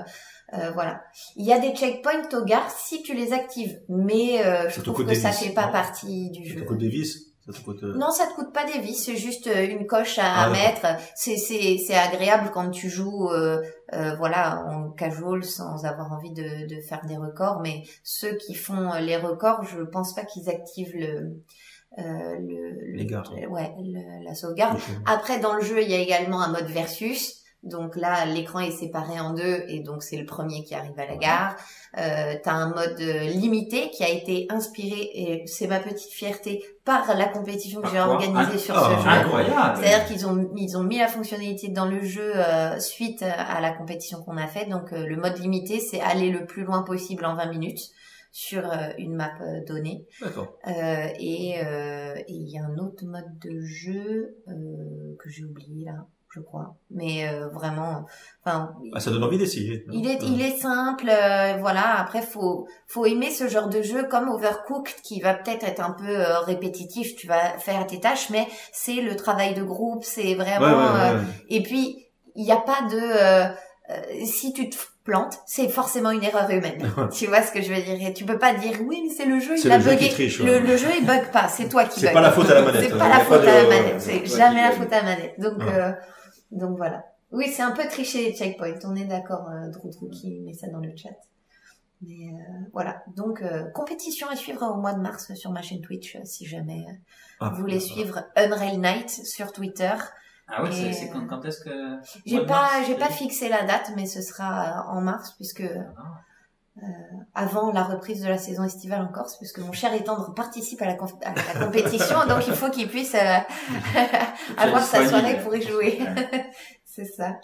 Euh, voilà. Il y a des checkpoints au gare si tu les actives, mais euh, je Ça te trouve coûte que des ça vis, fait pas non partie du Ça jeu. te coûte des vis? Ça te coûte... euh, Non, ça te coûte pas des vis, c'est juste euh, une coche à, Ah, à d'accord. mettre. C'est c'est c'est agréable quand tu joues, euh, euh, voilà, en casual sans avoir envie de de faire des records. Mais ceux qui font les records, je pense pas qu'ils activent le euh, le, Les le- gardes. ouais, le- la sauvegarde. les choses. Après, dans le jeu, il y a également un mode versus. Donc là, l'écran est séparé en deux et donc c'est le premier qui arrive à la gare. Euh, t'as un mode euh, limité qui a été inspiré, et c'est ma petite fierté, par la compétition que Par j'ai quoi organisée Ah, sur ah, ce jeu. Incroyable. C'est-à-dire qu'ils ont ils ont mis la fonctionnalité dans le jeu euh, suite à la compétition qu'on a faite. Donc euh, le mode limité, c'est aller le plus loin possible en vingt minutes sur euh, une map euh, donnée. D'accord. Euh, et euh, et il y a un autre mode de jeu euh, que j'ai oublié là, je crois. Mais euh, vraiment, enfin, Ah, ça donne envie d'essayer. il est Ouais. il est simple. euh, voilà. Après, faut faut aimer ce genre de jeu comme Overcooked qui va peut-être être un peu euh, répétitif. Tu vas faire tes tâches, mais c'est le travail de groupe. C'est vraiment. Ouais, ouais, euh, ouais. et puis il n'y a pas de euh, euh, si tu te plantes, c'est forcément une erreur humaine. Tu vois ce que je veux dire? Et tu peux pas dire oui, mais c'est le jeu, C'est il a le jeu bugué. qui triche, le, ouais. le jeu il bug pas, c'est toi qui C'est bug. pas la faute à la manette. C'est hein. pas Il y la a faute de- à la manette, c'est Ouais, jamais la qui- faute à la manette. Donc Ouais. euh, donc voilà. Oui, c'est un peu tricher les checkpoints. On est d'accord, euh, Drew Drew qui met ça dans le chat. Mais euh, voilà. Donc euh, compétition à suivre au mois de mars sur ma chaîne Twitch, euh, si jamais euh, Ah, vous voulez suivre Unreal Night sur Twitter. Ah oui, c'est Et, c'est quand, quand est-ce que... J'ai Mois de pas, mars, j'ai tu pas dis fixé la date, mais ce sera euh, en mars puisque Ah. euh, avant la reprise de la saison estivale en Corse, puisque mon cher étendre participe à la, conf- à la compétition, donc il faut qu'il puisse euh, avoir sa disponible. soirée pour y jouer. Ouais. C'est ça.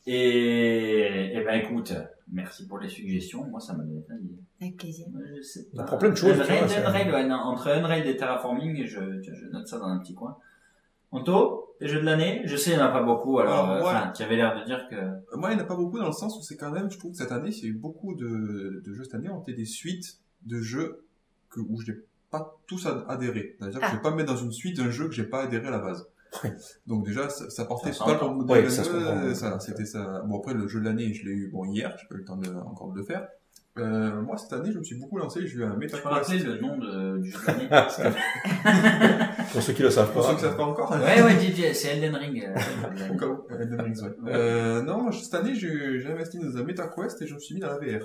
Et, et ben écoute, merci pour les suggestions. Moi, ça m'a donné plein d'idées. Avec plaisir. Moi, je sais On pas. apprend plein de choses, tu Unreal, vois, ça. Unreal, ouais, non, entre Unreal et Terraforming, je, je, je note ça dans un petit coin. Anto, tes jeux de l'année? Je sais, il n'y en a pas beaucoup, alors, Alors, euh, ouais. enfin, tu avais l'air de dire que... Moi, il n'y en a pas beaucoup dans le sens où c'est quand même, je trouve que cette année, il y a eu beaucoup de, de jeux cette année ont été des suites de jeux que, où je n'ai pas tous ad- adhéré. C'est-à-dire que Ah. je vais pas me mettre dans une suite un jeu que j'ai pas adhéré à la base. Donc déjà, ça, ça portait Ça pas s'entend. le modèle. Ouais, ça se comprend. euh, ça, c'était ça. Bon, après, le jeu de l'année, je l'ai eu, bon, hier, j'ai pas eu le temps de, encore de le faire. Euh, moi, cette année, je me suis beaucoup lancé, j'ai eu un Tu peux MetaQuest. rappeler le nom de, du jeu de l'année? Parce que- Pour ceux qui le savent Pour pas. ceux qui savent pas encore. Ouais, ouais, D J, c'est Elden Ring. euh, Au cas où. Elden Rings, ouais. Euh, non, moi, cette année, j'ai j'ai investi dans un MetaQuest et je me suis mis dans la V R.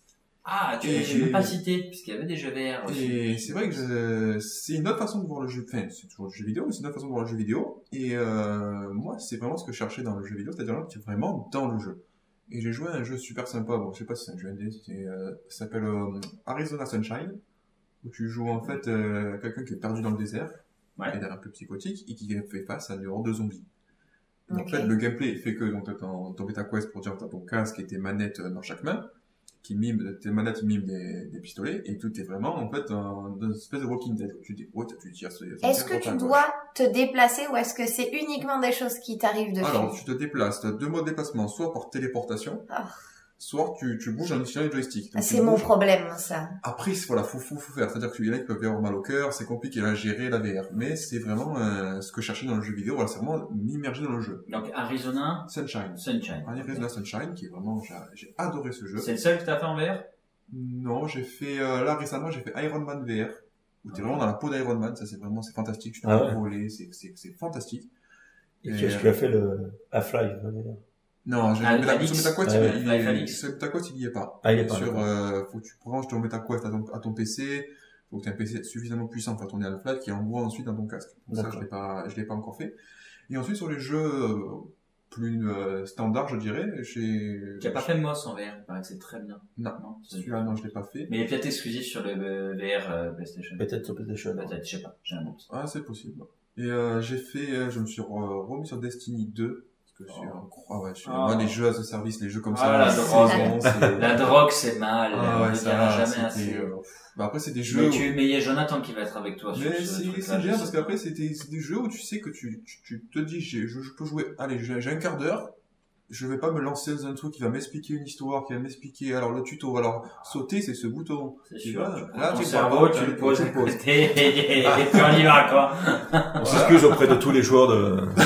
Ah, tu Et- l'as même pas cité, puisqu'il y avait des jeux V R aussi. Et c'est vrai que je- c'est une autre façon de voir le jeu, enfin, c'est toujours le jeu vidéo, mais c'est une autre façon de voir le jeu vidéo. Et euh, moi, c'est vraiment ce que je cherchais dans le jeu vidéo, c'est-à-dire là, tu es vraiment dans le jeu. Et j'ai joué à un jeu super sympa, bon, je sais pas si c'est un jeu indé, c'est, euh, ça s'appelle euh, Arizona Sunshine, où tu joues en fait euh, quelqu'un qui est perdu dans le désert, Ouais. qui est un peu psychotique, et qui fait face à une horde de zombies. Et Ok. En fait, le gameplay fait que donc, t'as ton, ton MetaQuest pour dire t'as ton casque et tes manettes euh, dans chaque main, qui mime, tes manettes miment des, des pistolets, et tout est vraiment, en fait, dans dans une espèce de Walking Dead. Tu débrouilles, tu tires sur les Est-ce que tu dois te déplacer ou est-ce que c'est uniquement des choses qui t'arrivent dessus? Alors, tu te déplaces, tu as deux modes de déplacement, soit par téléportation, Ah. soit tu, tu bouges en utilisant les joysticks. Ah, Donc, c'est tu mon bouges. problème, ça. Après, c'est- voilà, faut, faut, faut faire. C'est-à-dire qu'il y en a qui peuvent avoir mal au cœur, c'est compliqué à gérer la V R. Mais c'est vraiment euh, ce que je cherchais dans le jeu vidéo, voilà, c'est vraiment m'immerger dans le jeu. Donc, Arizona Sunshine. Sunshine. Arizona Sunshine, qui est vraiment, j'ai, j'ai adoré ce jeu. C'est le seul que t'as fait en V R? Non, j'ai fait, euh, là, récemment, j'ai fait Iron Man V R, où t'es vraiment dans la peau d'Iron Man, ça c'est vraiment, c'est fantastique, tu peux Ah ouais. voler, c'est, c'est, c'est fantastique. Et Et, tu, euh, tu as fait le Half-Life. hein, d'ailleurs. Non, j'ai Ah, mis la Alix. sur MetaQuest, Ah il, ouais. il, Life il, Alix. sur MetaQuest, il y est pas. Ah, il est pas, Sur, d'accord. euh, faut que tu branches ton MetaQuest à ton, à ton P C, faut que tu aies un P C suffisamment puissant pour faire tourner Half-Life qui envoie ensuite dans ton casque. Donc ça, D'accord. je l'ai pas, je l'ai pas encore fait. Et ensuite, sur les jeux, euh, plus, euh, standards, je dirais, j'ai, Tu as pas fait Moss en V R, il paraît que c'est très bien. Non. Non, c'est- celui-là, non, je l'ai pas fait. Mais il est peut-être exclusif sur le euh, V R euh, PlayStation. Peut-être sur PlayStation. Peut-être, je sais pas, j'ai un doute. Ah, c'est possible. Et, euh, j'ai fait, euh, je me suis re- remis sur Destiny deux. Parce que je suis Oh. un croix, ouais, je suis, Oh. moi, les jeux à ce service, les jeux comme Ah, ça. la c'est drogue. bon, c'est- La drogue, c'est mal, Ah on ouais, ne ça, dira jamais c'était, assez. euh, bah après, c'est des jeux. Mais où- tu, mais il y a Jonathan qui va être avec toi sur Mais ce c'est, truc-là, c'est je bien sais. parce qu'après, c'est des, c'est des jeux où tu sais que tu, tu, tu te dis, j'ai, je, je peux jouer, allez, j'ai, j'ai un quart d'heure, je vais pas me lancer dans un truc qui va m'expliquer une histoire, qui va m'expliquer, alors le tuto, alors sauter, c'est ce bouton. C'est Tu sûr, vois, tu prends là, ton tu cerveau, parles, tu tu- le poses à tu le poses. côté, et, et puis on y va, quoi. On s'excuse auprès de tous les joueurs de,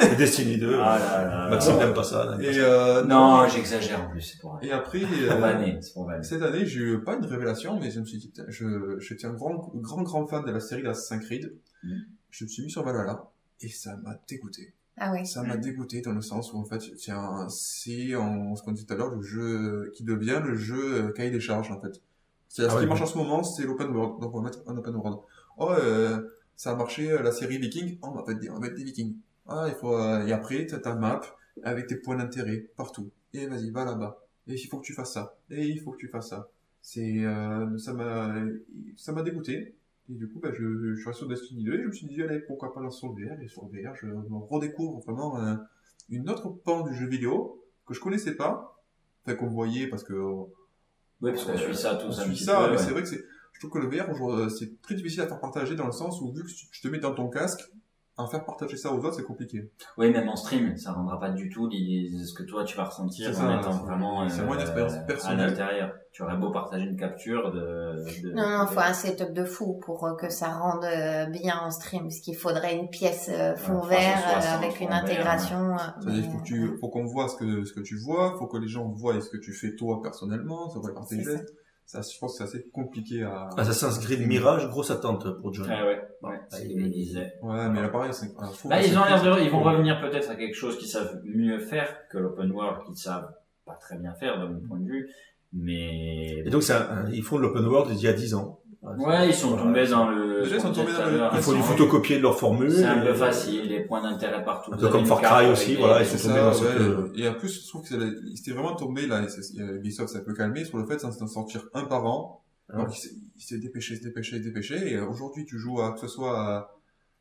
C'est Destiny deux. Ah là là. Maxime n'aime pas ça. n'aime pas Et, ça. euh, Non, j'exagère en plus, c'est pour Et après, C'est pour euh, vanner, c'est pour vanner. cette année, j'ai eu pas une révélation, mais je me suis dit, putain, je, je suis un grand, grand, grand fan de la série d'Assassin's Creed. Mm. Je me suis mis sur Valhalla, et ça m'a dégoûté. Ah oui. Ça m'a dégoûté dans le sens où, en fait, tiens, c'est, en, ce qu'on disait tout à l'heure, le jeu qui devient le jeu euh, cahier des charges, en fait. C'est Ah ce ouais, qui marche ouais. en ce moment, c'est l'open world. Donc, on va mettre un open world. Oh, euh, ça a marché, euh, la série Viking. Oh, on va mettre des, on va mettre des Vikings. Ah, il faut, euh, et après, t'as ta map avec tes points d'intérêt partout. Et vas-y, va là-bas. Et il faut que tu fasses ça. Et il faut que tu fasses ça. C'est, euh, ça m'a, ça m'a dégoûté. Et du coup, bah, je, je suis resté sur Destiny deux et je me suis dit, allez, pourquoi pas lancer sur le V R. Et sur le V R, je me redécouvre vraiment euh, une autre pan du jeu vidéo que je connaissais pas. Enfin, qu'on voyait parce que... Oui, parce qu'on suit ça tous on un suit petit ça, peu. mais ouais. c'est vrai que c'est, je trouve que le V R, aujourd'hui, c'est très difficile à faire partager dans le sens où, vu que tu te mets dans ton casque, à faire partager ça aux autres, c'est compliqué. Oui, même en stream, ça rendra pas du tout les- ce que toi tu vas ressentir C'est en ça, étant c'est- vraiment c'est moins une expérience à personnelle. l'intérieur. Tu aurais beau partager une capture de... de Non, non, de- faut un setup de fou pour euh, que ça rende euh, bien en stream, parce qu'il faudrait une pièce euh, fond Ouais, vert trois cent soixante euh, avec fond une vert, intégration. euh, C'est-à-dire, il faut que tu, faut qu'on voit ce que, ce que tu vois, faut que les gens voient ce que tu fais toi personnellement, ça voit par tes C'est ça. gestes. Ça, je pense que c'est assez compliqué à... Assassin's Creed Mirage, grosse attente pour John. Ouais, ouais, ouais, c'est ce qu'il me disait. Ouais, mais là, pareil, c'est, un faux- Là, c'est ils ont l'air de, c'est- ils vont revenir peut-être à quelque chose qu'ils savent mieux faire que l'open world qu'ils savent pas très bien faire de mon point de vue. Mais Et donc, c'est un- un- ils font de l'open world il y a dix ans. ouais, ils sont tombés dans le. Déjà, ils sont tombés dans le- Il faut Ah, du si. photocopier de leur formule. C'est un et- peu facile, les points d'intérêt partout. Un Vous peu avez comme une Far carte Cry avec aussi, des- voilà, ils C'est sont tombés ça, dans cette... ouais. euh, Et en plus, je trouve que c'est la- il s'était vraiment tombé, là, et c'est- euh, Ubisoft s'est un peu calmé sur le fait d'en sortir un par an. Ah. Donc, il s'est, il s'est dépêché, se dépêché, se dépêché, et euh, aujourd'hui, tu joues à, que ce soit à,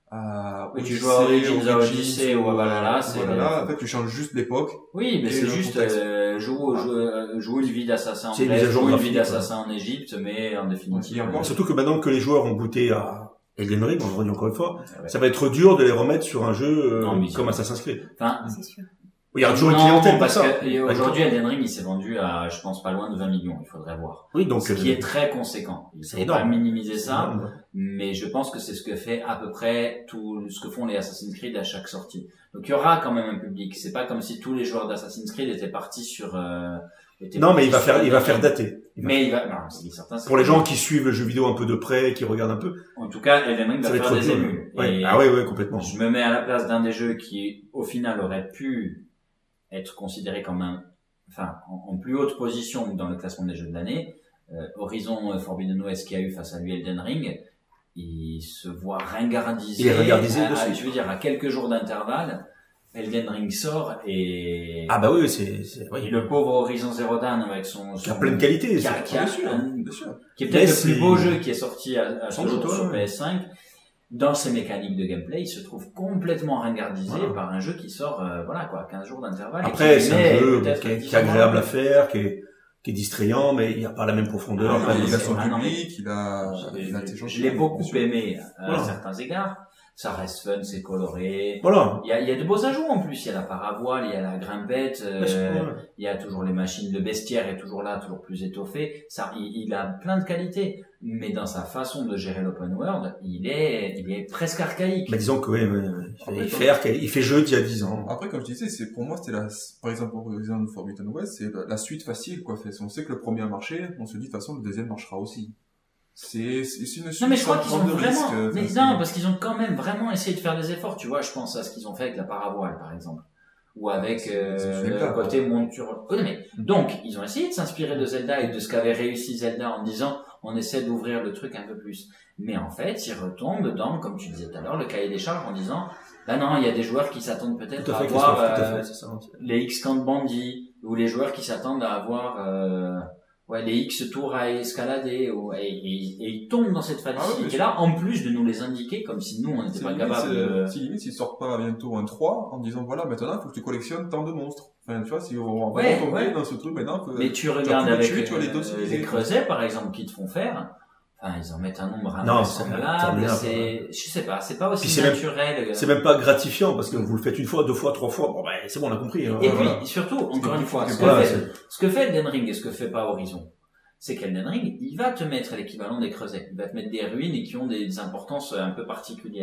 à Oui, tu joues à Origins, à Odyssey ou à Valhalla, c'est- Voilà, en fait, tu changes juste l'époque. Oui, mais Et c'est le juste contexte. euh, joue, joue, euh, joue une vie d'assassin en C'est une mise à Grèce, jour joue une graphique, vie d'assassin en Égypte, mais en définitive. Et encore, euh, Surtout que maintenant que les joueurs ont goûté à Elden Ring, on le redit encore une fois, ouais. ça va être dur de les remettre sur un jeu euh, Non, mais comme c'est- Assassin's Creed. Enfin, C'est sûr. Il y a toujours une non, clientèle pour parce ça. que et aujourd'hui, Elden Ring, il s'est vendu à, je pense, pas loin de vingt millions. Il faudrait voir. Oui, donc Ce qui euh, est très conséquent. Il c'est faut énorme. pas minimiser c'est ça. énorme. Mais je pense que c'est ce que fait à peu près tout ce que font les Assassin's Creed à chaque sortie. Donc il y aura quand même un public. C'est pas comme si tous les joueurs d'Assassin's Creed étaient partis sur. Euh, étaient Non, mais partis il va sur faire, il va des- faire dater. Il va- Mais il va. Non, c'est certain. c'est Pour les que- gens qui suivent le jeu vidéo un peu de près, qui regardent un peu, En tout cas, Elden Ring ça va va faire être des dur. émules. Ouais. Et Ah oui, oui, complètement. je me mets à la place d'un des jeux qui, au final, aurait pu être considéré comme un, enfin, en, en plus haute position dans le classement des jeux de l'année. Euh, Horizon Forbidden West qui a eu face à lui Elden Ring, il se voit ringardisé. Il est ringardisé à, à- dessus. je veux dire, à quelques jours d'intervalle, Elden Ring sort et, Ah bah oui, c'est, c'est, et oui. le pauvre Horizon Zero Dawn avec son, Qui a son- plein de qualités. qui a, c'est- qui a Bien sûr, un- bien sûr. qui est Mais peut-être le c'est- plus beau jeu qui est sorti à, à ce Sans jour doute, sur ouais. P S cinq. Dans ses mécaniques de gameplay, il se trouve complètement ringardisé Voilà. par un jeu qui sort, euh, voilà quoi, quinze jours d'intervalle. et Après, qui c'est met un jeu peut-être qui est, dix qui est ans agréable dans- à faire, qui est, qui est distrayant, mais il n'y a pas la même profondeur. Ah, non, Enfin, mais il a c'est- son ah, non, mais- public, il a, il a tes gens. Je l'ai beaucoup Bien sûr. aimé à Voilà. certains égards. Ça reste fun, c'est coloré. Voilà. Il y a, il y a de beaux ajouts en plus. Il y a la paravoile, il y a la grimpette, euh, Ouais, c'est pas mal. il y a toujours les machines de bestiaire est toujours là, toujours plus étoffé. Ça, il, il a plein de qualités. Mais dans sa façon de gérer l'open world, il est, il est presque archaïque. Mais disons que, ouais, ouais, ouais, il fait, Après, il fait, arca- il fait jeu d'il y a dix ans. Après, comme je disais, c'est, pour moi, c'était la, par exemple, pour Horizon Forbidden West, c'est la, la suite facile, quoi. Fait, si on sait que le premier a marché, on se dit, de toute façon, le deuxième marchera aussi. C'est, c'est c'est une suite Non mais je crois sans qu'ils ont prendre de vraiment, risque, euh, mais enfin, non, parce qu'ils ont quand même vraiment essayé de faire des efforts. Tu vois, je pense à ce qu'ils ont fait avec la paravoile, par exemple, ou avec C'est- euh, c'est le Zelda, côté monture. Oui, mais donc ils ont essayé de s'inspirer de Zelda et de ce qu'avait réussi Zelda en disant on essaie d'ouvrir le truc un peu plus. Mais en fait, ils retombent dans, comme tu disais tout à l'heure, le cahier des charges en disant bah non, il y a des joueurs qui s'attendent peut-être Tout à à fait, avoir Christophe, tout à euh, fait, c'est ça. les X camps de bandits ou les joueurs qui s'attendent à avoir euh, ouais les X tours à escalader ou, et, et, et ils tombent dans cette Ah ouais, facilité bien là en plus de nous les indiquer comme si nous on n'était C'est pas limite, capable c'est- de... si limite, s'ils sortent pas bientôt un trois, en disant, voilà, maintenant, il faut que tu collectionnes tant de monstres. Enfin, tu vois, si on va Ouais, tomber ouais. dans ce truc, maintenant, que- mais tu tu regardes vas plus les avec tuer, tu vas les euh, dociliser. les creusets par exemple qui te font faire enfin ils en mettent un nombre Non, c'est invraisemblable interminable, c'est je sais pas c'est pas Puis aussi c'est même- naturel C'est même pas gratifiant parce que vous le faites une fois, deux fois, trois fois. Bon, ben, c'est bon, on a compris. hein. et Voilà. puis surtout encore une fois ce que, Voilà, fait, c'est- ce que fait Elden Ring et ce que fait pas Horizon c'est qu'Elden Ring, il va te mettre l'équivalent des creusets. Il va te mettre des ruines et qui ont des importances un peu particulières.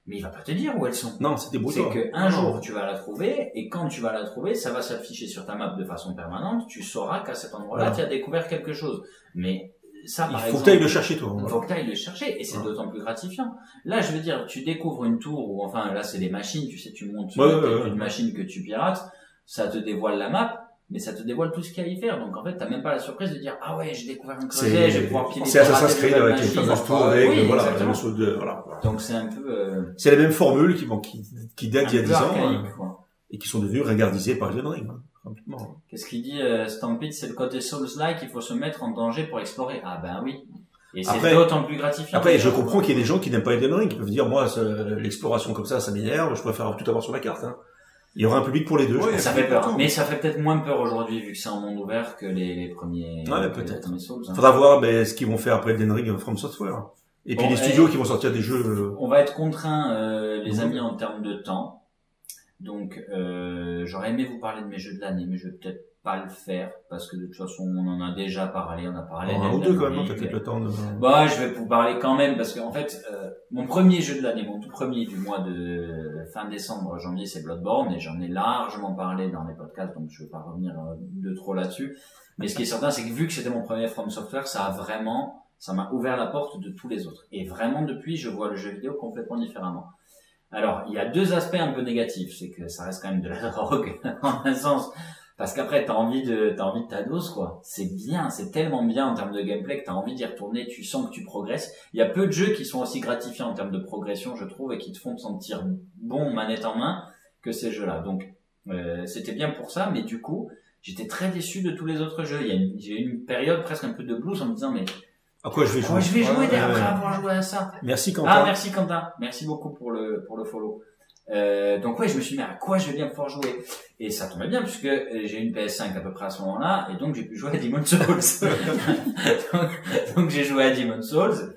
Mais il va pas te dire où elles sont. Non, c'est débrouille-toi. C'est qu'un Non. jour, tu vas la trouver, et quand tu vas la trouver, ça va s'afficher sur ta map de façon permanente, tu sauras qu'à cet endroit-là, Voilà. tu as découvert quelque chose. Mais ça, Il par faut exemple, que tu ailles le chercher, toi. il Voilà. faut que tu ailles le chercher, et c'est Voilà. d'autant plus gratifiant. Là, je veux dire, tu découvres une tour, ou enfin, là, c'est des machines, tu sais, tu montes sur Ouais, la ouais, tête ouais, d'une ouais. machine que tu pirates, ça te dévoile la map, mais ça te dévoile tout ce qu'il y a à y faire. Donc, en fait, t'as même pas la surprise de dire, ah ouais, j'ai découvert un creuset, je vais pouvoir piler C'est sur la Assassin's tête de Creed la avec les machine. fameuses tours avec, Oui, voilà, exactement. le saut de, voilà. Donc, c'est un peu, euh, C'est les mêmes formules qui, bon, qui, qui datent un d'il y a peu dix ans, archaïque, hein, quoi. et qui sont devenues regardisées par Elden Ring, hein, complètement. Qu'est-ce qu'il dit, euh, Stampede, c'est le côté Souls-like, il faut se mettre en danger pour explorer. Ah ben oui. Et c'est Après- d'autant plus gratifiant. Après, je comprends qu'il y ait des gens qui n'aiment pas Elden Ring, qui peuvent dire, moi, ça, l'exploration comme ça, ça m'énerve, je préfère tout avoir sur la carte, hein. Il y aura un public pour les deux. je Oui, pense. Ça Il y a fait plus de peur. tout. Mais ça fait peut-être moins peur aujourd'hui, vu que c'est en monde ouvert que les, les premiers, Ouais, que peut-être. les premiers Souls. hein. Faudra voir, ben, ce qu'ils vont faire après Elden Ring From Software. Et puis Bon, les studios et- qui vont sortir des jeux, euh, On va être contraints, euh, les Mhm. amis, en termes de temps. Donc, euh, j'aurais aimé vous parler de mes jeux de l'année, mais je vais peut-être pas le faire, parce que de toute façon, on en a déjà parlé, on a parlé un ou d'Elden deux quand même, non, Ring. t'as peut-être le temps de... Bah, je vais vous parler quand même, parce qu'en fait, euh, mon premier jeu de l'année, mon tout premier du mois de fin décembre, janvier, c'est Bloodborne, et j'en ai largement parlé dans les podcasts, donc je vais pas revenir euh, de trop là-dessus. Mais ce qui est certain, c'est que vu que c'était mon premier From Software, ça a vraiment, ça m'a ouvert la porte de tous les autres. Et vraiment, depuis, je vois le jeu vidéo complètement différemment. Alors, il y a deux aspects un peu négatifs, c'est que ça reste quand même de la drogue, en un sens. Parce qu'après, t'as envie de, t'as envie de ta dose, quoi. C'est bien, c'est tellement bien en termes de gameplay que t'as envie d'y retourner, tu sens que tu progresses. Il y a peu de jeux qui sont aussi gratifiants en termes de progression, je trouve, et qui te font te sentir bon, manette en main, que ces jeux-là. Donc, euh, c'était bien pour ça, mais du coup, j'étais très déçu de tous les autres jeux. Il y a une, j'ai eu une période presque un peu de blues en me disant, mais, À quoi je vais quoi jouer? je vais jouer Ouais, derrière ouais. après avoir joué à ça? Merci Quentin. Ah, merci Quentin. Merci beaucoup pour le, pour le follow. Euh, donc ouais, je me suis dit, mais à quoi je vais bien pouvoir jouer? Et ça tombait bien puisque euh, j'ai une P S cinq à peu près à ce moment-là, et donc j'ai pu jouer à Demon's Souls. donc, donc j'ai joué à Demon's Souls,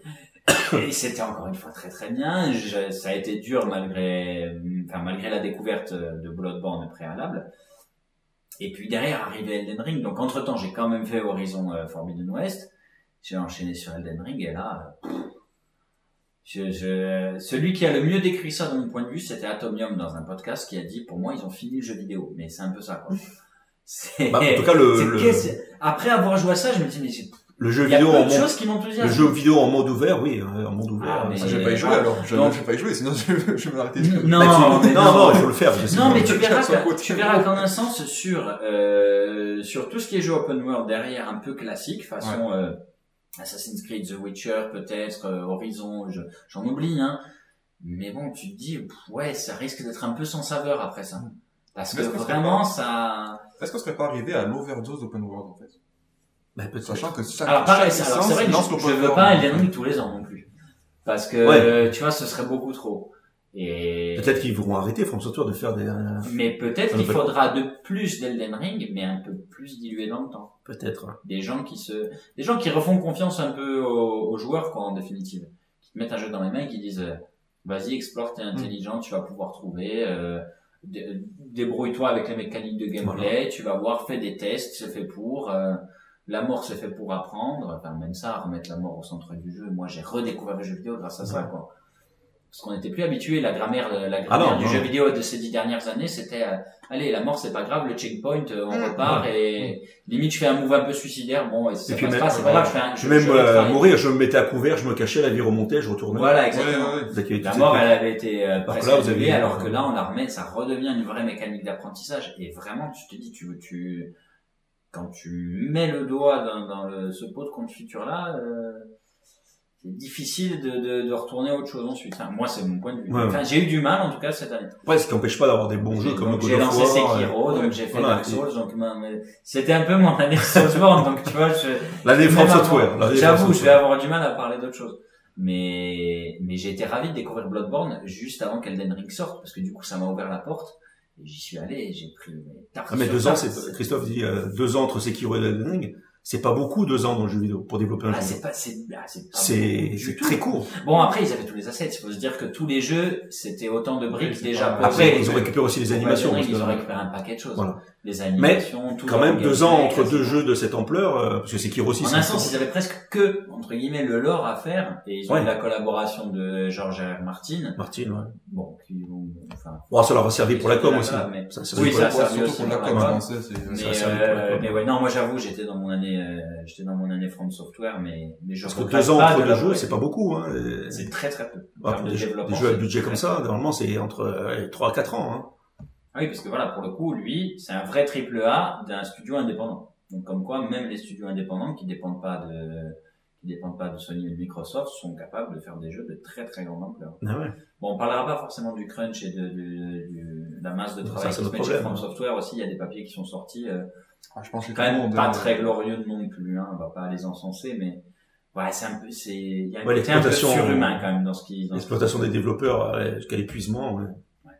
et c'était encore une fois très très bien. Je, ça a été dur malgré, enfin malgré la découverte de Bloodborne préalable. Et puis derrière arrivait Elden Ring. Donc entre temps, j'ai quand même fait Horizon euh, Forbidden West. J'ai enchaîné sur Elden Ring, et là. Euh, Je, je, celui qui a le mieux décrit ça de mon point de vue, c'était Atomium dans un podcast qui a dit, pour moi, ils ont fini le jeu vidéo. Mais c'est un peu ça, quoi. C'est, Bah, en tout cas, le, c'est le, qu'est-ce- après avoir joué à ça, je me dis, mais j'ai- le jeu il y a vidéo peu en de monde, choses qui m'enthousiasment. le jeu vidéo en mode ouvert, oui, hein, en monde ouvert. Ah, mais- Ah, je vais pas y jouer voilà. alors. Je, Donc- je vais pas y jouer, sinon je, je vais m'arrêter. Non, Bah, tu- mais non, non, il faut le faire. parce que Non, sinon- mais tu verras, Sur le que- côté. tu verras qu'en un sens, sur, euh, sur tout ce qui est jeu open world derrière, un peu classique, façon, euh, Assassin's Creed, The Witcher, peut-être, euh, Horizon, je, j'en oublie, hein. Mais bon, tu te dis, pff, ouais, ça risque d'être un peu sans saveur après ça. Parce que Mais est-ce que ça vraiment, va ça... Est-ce qu'on serait pas arrivé à l'overdose open world en fait? Bah, peut-être. Sachant que chaque, Alors pareil, chaque c'est, alors, c'est vrai que licence je, lance je l'open veux world. pas Elden Ring tous les ans non plus. Parce que, Ouais. euh, tu vois, ce serait beaucoup trop. Et... Peut-être qu'ils vont arrêter, From Software, de faire des, euh, Mais peut-être Ça qu'il peut- faudra de plus d'Elden Ring, mais un peu plus dilué dans le temps. peut-être. hein. Des gens qui se, des gens qui refont confiance un peu aux, aux joueurs, quoi, en définitive. Qui te mettent un jeu dans les mains et qui disent, euh, vas-y, explore, t'es intelligent, tu vas pouvoir trouver, euh, dé- débrouille-toi avec les mécaniques de gameplay, tu vas voir, fais des tests, c'est fait pour, euh, la mort c'est fait pour apprendre, enfin, même ça, remettre la mort au centre du jeu. Moi, j'ai redécouvert le jeu vidéo grâce à ça, Ouais. quoi. Parce qu'on n'était plus habitué, la grammaire, la Ah grammaire non, du non. jeu vidéo de ces dix dernières années, c'était, euh, allez, la mort c'est pas grave, le checkpoint, euh, on Mm. repart et limite je fais un move un peu suicidaire, bon, et si Et ça puis passe même- pas, c'est pas grave, je fais un, Je vais même je euh, retravaille. mourir, je me mettais à couvert, je me cachais, la vie remontait, je retournais. Voilà, Ouais, exactement. ouais, ouais. Dès qu'il y avait La toutes mort, ces- elle avait été euh, Alors presque que là, vous annulée, avez- alors que là, on la remet, ça redevient une vraie mécanique d'apprentissage. Et vraiment, tu te dis, tu, tu, quand tu mets le doigt dans, dans le, ce pot de confiture-là, euh, c'est difficile de, de, de retourner à autre chose ensuite. Enfin, moi, c'est mon point de vue. Ouais, ouais. Enfin, j'ai eu du mal, en tout cas, cette année. Après, ce qui n'empêche pas d'avoir des bons jeux comme Donc, God j'ai of lancé War, Sekiro, euh, donc j'ai fait voilà, Dark Souls, donc ma- mais c'était un peu mon année Soulsborne, donc tu vois, je, L'année From même avant, Software. l'année j'avoue, From je vais Software. avoir du mal à parler d'autre chose. Mais, mais j'ai été ravi de découvrir Bloodborne juste avant qu'Elden Ring sorte, parce que du coup, ça m'a ouvert la porte. Et j'y suis allé et j'ai pris mes tartes Ah, mais sur deux ans, tarte. c'est, Christophe dit, euh, deux ans entre Sekiro et Elden Ring. C'est pas beaucoup deux ans dans le jeu vidéo pour développer un Ah, jeu. c'est pas, c'est, ah, c'est pas C'est, beaucoup c'est du tout. très court. Bon, après, ils avaient tous les assets. Il faut se dire que tous les jeux, c'était autant de briques Oui, c'est déjà. pas- Après, posées. ils ont récupéré aussi les Pour animations. Elden parce Ring, que- ils ont récupéré un paquet de choses. Voilà. Les animations, tout Quand leur même, deux ans gameplay, entre quasiment. deux jeux de cette ampleur, euh, parce que c'est Sekiro aussi. En c'est un sens, ils avaient presque que, entre guillemets, le lore à faire, et ils ont Ouais. eu la collaboration de George R. R. Martin. Martin, ouais. Bon, qui vont, enfin. Bon, ça leur a servi ils pour la sont com là, aussi. mais- Ça, ça Oui, servi ça a pour la- servi surtout aussi pour la pour com la com. avancée, c'est, Ça Mais, a servi pour la euh, com. mais ouais, non, moi j'avoue, j'étais dans mon année, euh, j'étais dans mon année From Software, mais, mais je Parce que regrette deux ans pas entre de deux l'avouer. jeux, c'est pas beaucoup, hein. Et- C'est très très peu. En Ah, termes pour de des, jeux- développement, des jeux à c'est budget très, comme très ça, peu. normalement, c'est entre euh, trois à quatre ans, hein. Ah oui, parce que voilà, pour le coup, lui, c'est un vrai triple A d'un studio indépendant. Donc, comme quoi, même les studios indépendants qui dépendent pas de, qui dépendent pas de Sony et de Microsoft sont capables de faire des jeux de très très grande ampleur. Ah ouais. Bon, on parlera pas forcément du crunch et de, de, de, de la masse de Ça, travail c'est qui se notre met chez problème, From hein. Software aussi. Il y a des papiers qui sont sortis, euh, Ah, je pense que quand tout le même monde, pas euh, très glorieux non plus, hein. On va pas les encenser, mais ouais, c'est un peu, c'est, il y a un Ouais, côté un peu l'exploitation- surhumain quand même dans ce qui, dans ce L'exploitation des développeurs euh, jusqu'à l'épuisement, ouais.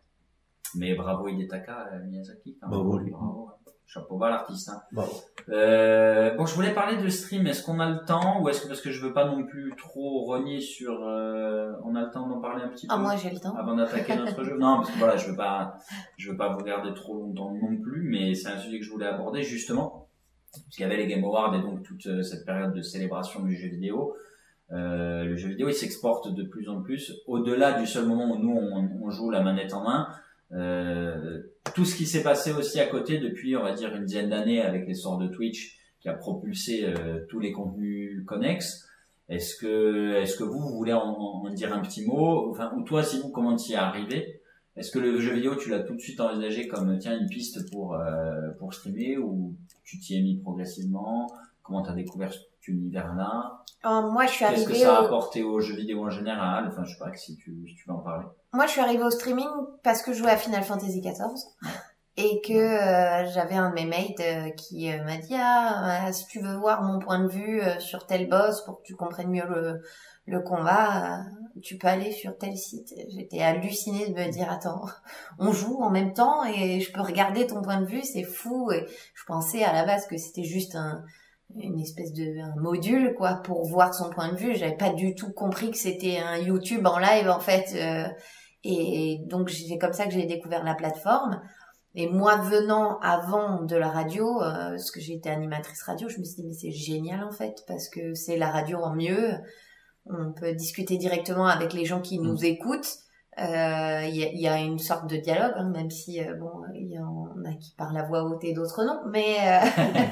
Mais bravo Hidetaka euh, Miyazaki. Quand même. Bravo, lui. Bravo. Chapeau bas l'artiste. Hein. Bravo. Euh, bon, je voulais parler de stream. Est-ce qu'on a le temps ou est-ce que parce que je veux pas non plus trop rogner sur. Euh, on a le temps d'en parler un petit Ah, peu moi, j'ai le temps. avant d'attaquer notre jeu. Non, parce que voilà, je veux pas, je veux pas vous garder trop longtemps non plus, mais c'est un sujet que je voulais aborder justement parce qu'il y avait les Game Awards et donc toute euh, cette période de célébration du jeu vidéo. Euh, le jeu vidéo, il s'exporte de plus en plus au-delà du seul moment où nous on, on joue la manette en main. Euh, tout ce qui s'est passé aussi à côté depuis, on va dire, une dizaine d'années avec l'essor de Twitch qui a propulsé euh, tous les contenus connexes. Est-ce que, est-ce que vous, vous voulez en, en dire un petit mot? Enfin, ou toi, si vous, comment t'y es arrivé? Est-ce que le jeu vidéo, tu l'as tout de suite envisagé comme, tiens, une piste pour, euh, pour streamer ou tu t'y es mis progressivement? Comment t'as découvert cet univers-là? Euh, moi, je suis Qu'est-ce que arrivée ça a au... apporté aux jeux vidéo en général? Enfin, je sais pas si tu, si tu veux en parler. Moi, je suis arrivée au streaming parce que je jouais à Final Fantasy quatorze et que euh, j'avais un de mes mates euh, qui euh, m'a dit ah euh, si tu veux voir mon point de vue euh, sur tel boss pour que tu comprennes mieux le le combat, euh, tu peux aller sur tel site. J'étais hallucinée de me dire attends, on joue en même temps et je peux regarder ton point de vue, c'est fou. Et je pensais à la base que c'était juste un une espèce de un module quoi pour voir son point de vue. J'avais pas du tout compris que c'était un YouTube en live en fait. Euh, et donc c'est comme ça que j'ai découvert la plateforme. Et moi venant avant de la radio, euh, parce que j'ai été animatrice radio, je me suis dit mais c'est génial en fait parce que c'est la radio en mieux. On peut discuter directement avec les gens qui nous mmh. écoutent. Il euh, y, a, y a une sorte de dialogue, hein, même si euh, bon, il y en a qui parlent à voix haute et d'autres non, mais euh...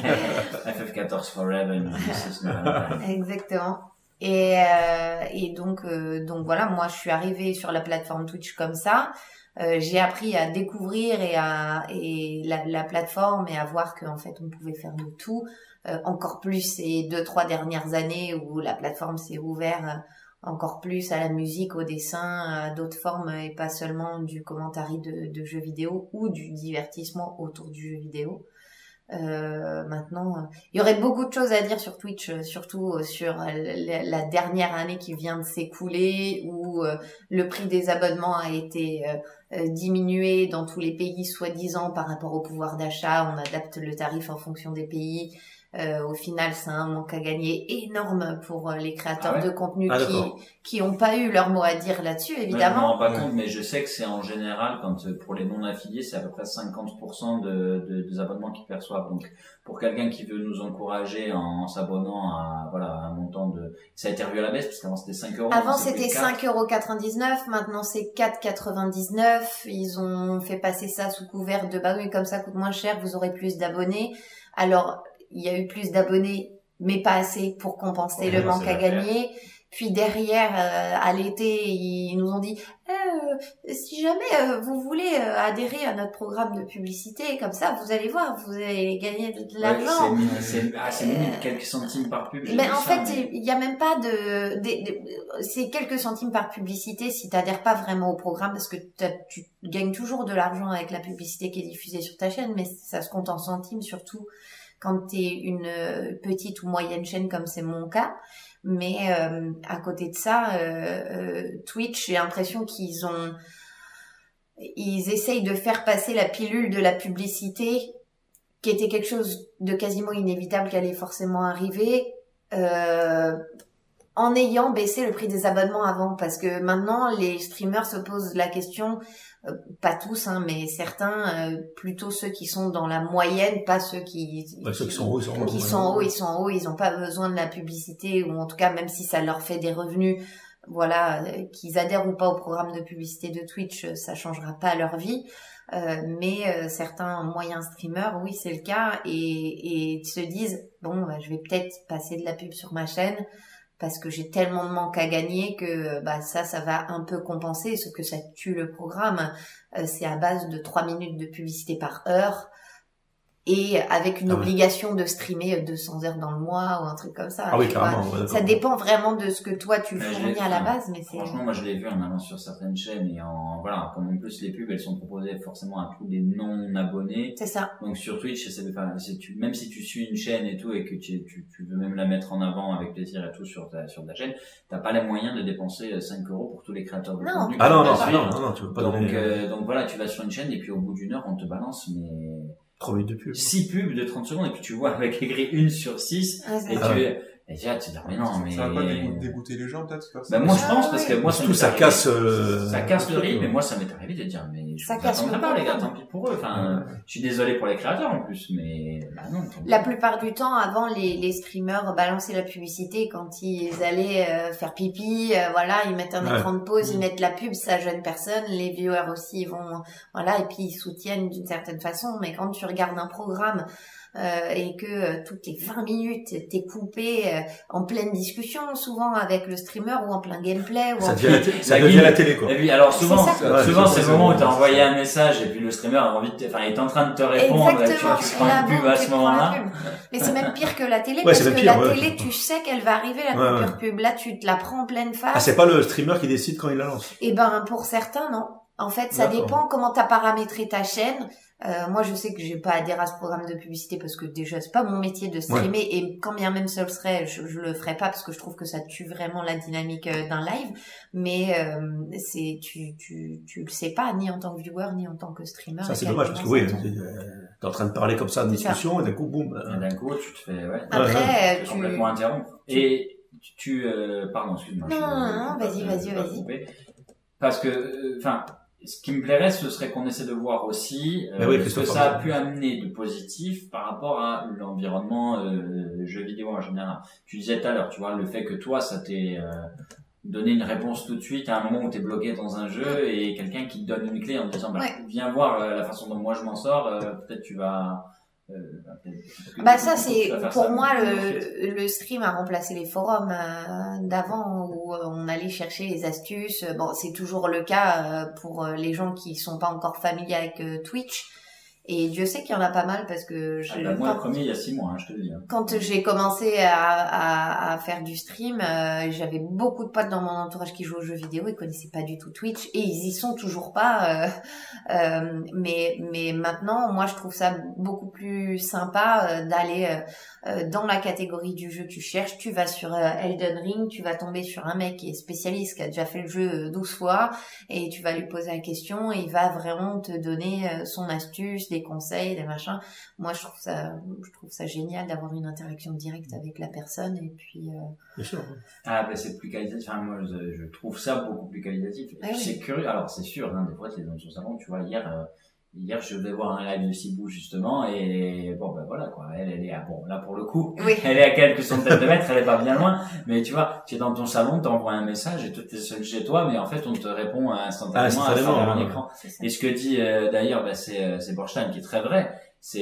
F F quatorze forever. Exactement. Et, euh, et donc, euh, donc voilà, moi je suis arrivée sur la plateforme Twitch comme ça. Euh, j'ai appris à découvrir et à et la, la plateforme et à voir qu'en fait on pouvait faire de tout. Euh, encore plus ces deux trois dernières années où la plateforme s'est ouverte euh, encore plus à la musique, au dessin, à d'autres formes et pas seulement du commentaire de, de jeux vidéo ou du divertissement autour du jeu vidéo. Euh, maintenant, euh, il y aurait beaucoup de choses à dire sur Twitch, euh, surtout euh, sur la, la dernière année qui vient de s'écouler où euh, le prix des abonnements a été euh, euh, diminué dans tous les pays soi-disant par rapport au pouvoir d'achat. On adapte le tarif en fonction des pays. Euh, au final, c'est un manque à gagner énorme pour euh, les créateurs ah ouais de contenu ah, qui qui ont pas eu leur mot à dire là-dessus, évidemment. Ouais, je m'en rends pas compte, mais je sais que c'est en général, quand pour les non-affiliés, c'est à peu près cinquante pour cent de, de, des abonnements qu'ils perçoivent. Donc, pour quelqu'un qui veut nous encourager en, en s'abonnant à voilà un montant de... Ça a été revu à la baisse, parce qu'avant c'était cinq euros. Avant c'était cinq euros quatre-vingt-dix-neuf, maintenant c'est quatre euros quatre-vingt-dix-neuf. Ils ont fait passer ça sous couvert de bah oui, comme ça coûte moins cher, vous aurez plus d'abonnés. Alors, il y a eu plus d'abonnés, mais pas assez pour compenser ouais, le manque à gagner. Puis derrière, euh, à l'été, ils nous ont dit euh, si jamais euh, vous voulez euh, adhérer à notre programme de publicité, comme ça, vous allez voir, vous allez gagner de, de l'argent. Ouais, c'est c'est, ah, c'est limite euh, quelques centimes par pub. Mais en ça, fait, mais... il y a même pas de, de, de c'est quelques centimes par publicité si t'adhères pas vraiment au programme, parce que tu gagnes toujours de l'argent avec la publicité qui est diffusée sur ta chaîne, mais ça se compte en centimes surtout quand t'es une petite ou moyenne chaîne comme c'est mon cas. Mais euh, à côté de ça, euh, euh, Twitch, j'ai l'impression qu'ils ont, ils essayent de faire passer la pilule de la publicité qui était quelque chose de quasiment inévitable qui allait forcément arriver, euh, en ayant baissé le prix des abonnements avant, parce que maintenant les streamers se posent la question, euh, pas tous, hein, mais certains, euh, plutôt ceux qui sont dans la moyenne, pas ceux qui, Ouais, qui, ceux qui sont en haut, ils sont en haut. qui sont en haut, ils sont en haut, ils n'ont pas besoin de la publicité, ou en tout cas même si ça leur fait des revenus, voilà, euh, qu'ils adhèrent ou pas au programme de publicité de Twitch, euh, ça changera pas leur vie. Euh, mais euh, certains moyens streamers, oui, c'est le cas, et, et se disent bon, bah, je vais peut-être passer de la pub sur ma chaîne parce que j'ai tellement de manque à gagner que bah ça, ça va un peu compenser, sauf que ça tue le programme. Euh, c'est à base de trois minutes de publicité par heure. Et avec une Ah ouais. obligation de streamer deux cents heures dans le mois ou un truc comme ça. Ah oui, tu carrément. vois. Ouais, Ça dépend vraiment de ce que toi tu Ouais, je fournis l'ai- à la enfin, base, mais c'est... Franchement, moi je l'ai vu en allant sur certaines chaînes et en voilà, comme en plus les pubs elles sont proposées forcément à tous les non abonnés. C'est ça. Donc sur Twitch, c'est, enfin, c'est, tu, même si tu suis une chaîne et tout et que tu, tu, tu veux même la mettre en avant avec plaisir et tout sur ta sur ta chaîne, t'as pas les moyens de dépenser cinq euros pour tous les créateurs de Non. contenu. Ah que non, tu non, vas ah suivre. non, non, non, tu peux pas Donc, donner euh, donc voilà, tu vas sur une chaîne et puis au bout d'une heure on te balance mais trois minutes de pub. six pubs de trente secondes et puis tu vois avec écrit une sur six Ouais, c'est et ça. Ah tu ouais. et déjà tu te dis mais non mais Ça va pas dégo- dégoûter les gens, peut-être, faire ça? ben moi je Ah pense parce que ouais. moi Surtout, m'est ça arrivé- casse, euh, ça casse le le truc, rythme, ouais. mais moi ça m'est arrivé de dire mais je Ça vous casse attendrai le pas les gars, programme. tant pis pour eux, enfin je suis désolé pour les créateurs en plus mais bah non tant pis. La plupart du temps, avant, les, les streamers balançaient la publicité quand ils allaient euh, faire pipi, euh, voilà, ils mettent un Ouais. écran de pause, ils mettent la pub, ça gêne personne, les viewers aussi vont, voilà, et puis ils soutiennent d'une certaine façon, mais quand tu regardes un programme euh, et que euh, toutes les vingt minutes, t'es coupé euh, en pleine discussion, souvent avec le streamer ou en plein gameplay, ou Ça en devient la, té- ça La devient guilde. la télé, quoi. Et puis alors souvent, C'est ça. Ouais, souvent c'est c'est ça, le moment où c'est t'as bon. envoyé un message et puis le streamer a envie de, te- enfin il est en train de te répondre, et tu, Exactement, tu c'est prends là, une pub bon, à tu ce prends la moment-là. pub. Mais c'est même pire que la télé, Ouais, parce c'est même que pire, la ouais. télé, tu sais qu'elle va arriver, la Ouais, coupure pub. Là, tu te la prends en pleine face. Ah, c'est pas le streamer qui décide quand il la lance. Et ben, pour certains, non. En fait, ça D'accord. dépend comment t'as paramétré ta chaîne. Euh, moi, je sais que j'ai pas adhéré à ce programme de publicité parce que déjà, c'est pas mon métier de streamer, et quand bien même ça le serait, je, je le ferais pas parce que je trouve que ça tue vraiment la dynamique euh, d'un live. Mais euh, c'est tu tu tu le sais pas ni en tant que viewer ni en tant que streamer. Ça, c'est et quel dommage, parce que moment oui, ça tombe. t'es euh, t'es en train de parler comme ça de C'est ça. discussion, et d'un coup, boum. Et euh, d'un coup tu te fais ouais. Après, Ouais, Tu tu fais complètement interrompre. Et tu, euh, pardon, excuse-moi. Non, je- non, non, je- vas-y, je- vas-y, je vais pas vas-y. couper. Parce que, enfin, ce qui me plairait, ce serait qu'on essaie de voir aussi euh, Mais oui, ce que Christophe, ça a pardon. pu amener de positif par rapport à l'environnement euh, jeux vidéo en général. Tu disais tout à l'heure, tu vois, le fait que toi, ça t'ait euh, donné une réponse tout de suite à un moment où t'es bloqué dans un jeu et quelqu'un qui te donne une clé en te disant, bah, Ouais. viens voir euh, la façon dont moi je m'en sors, euh, peut-être tu vas... Euh, bah, peut-être- peut-être que Bah tu- ça tu c'est vas faire pour ça moi ensuite. le, le stream a remplacé les forums euh, d'avant où euh, on allait chercher les astuces. Bon, c'est toujours le cas euh, pour euh, les gens qui sont pas encore familiers avec euh, Twitch. Et Dieu sait qu'il y en a pas mal parce que je, Ah bah, moi, quand, le premier, il y a six mois, hein, je te le dis. Hein. quand j'ai commencé à, à, à faire du stream, euh, j'avais beaucoup de potes dans mon entourage qui jouaient aux jeux vidéo, ils connaissaient pas du tout Twitch et ils y sont toujours pas. Euh, euh, mais mais maintenant, moi, je trouve ça beaucoup plus sympa euh, d'aller euh, euh, dans la catégorie du jeu que tu cherches. Tu vas sur euh, Elden Ring, tu vas tomber sur un mec qui est spécialiste, qui a déjà fait le jeu douze fois, et tu vas lui poser la question et il va vraiment te donner euh, son astuce, des conseils, des machins. Moi, je trouve ça, je trouve ça génial d'avoir une interaction directe avec la personne et puis. Euh... Bien sûr. Ah, ben c'est plus qualitatif. Enfin, moi, je, je trouve ça beaucoup plus qualitatif. Ah oui. C'est curieux. Alors, c'est sûr, hein, des fois, t'es dans son salon, tu vois, hier, euh, hier, je vais voir un live de Cibou, justement, et bon, ben voilà, quoi. Elle, elle est à, bon, là, pour le coup, Oui. elle est à quelques centaines de mètres, elle est pas bien loin, mais tu vois, tu es dans ton salon, t'envoies un message et tout est seul chez toi, mais en fait, on te répond instantanément, Ah, à instantanément, travers un ouais. écran. C'est ça. Et ce que dit, euh, d'ailleurs, ben, c'est, euh, c'est Borstein qui est très vrai. C'est,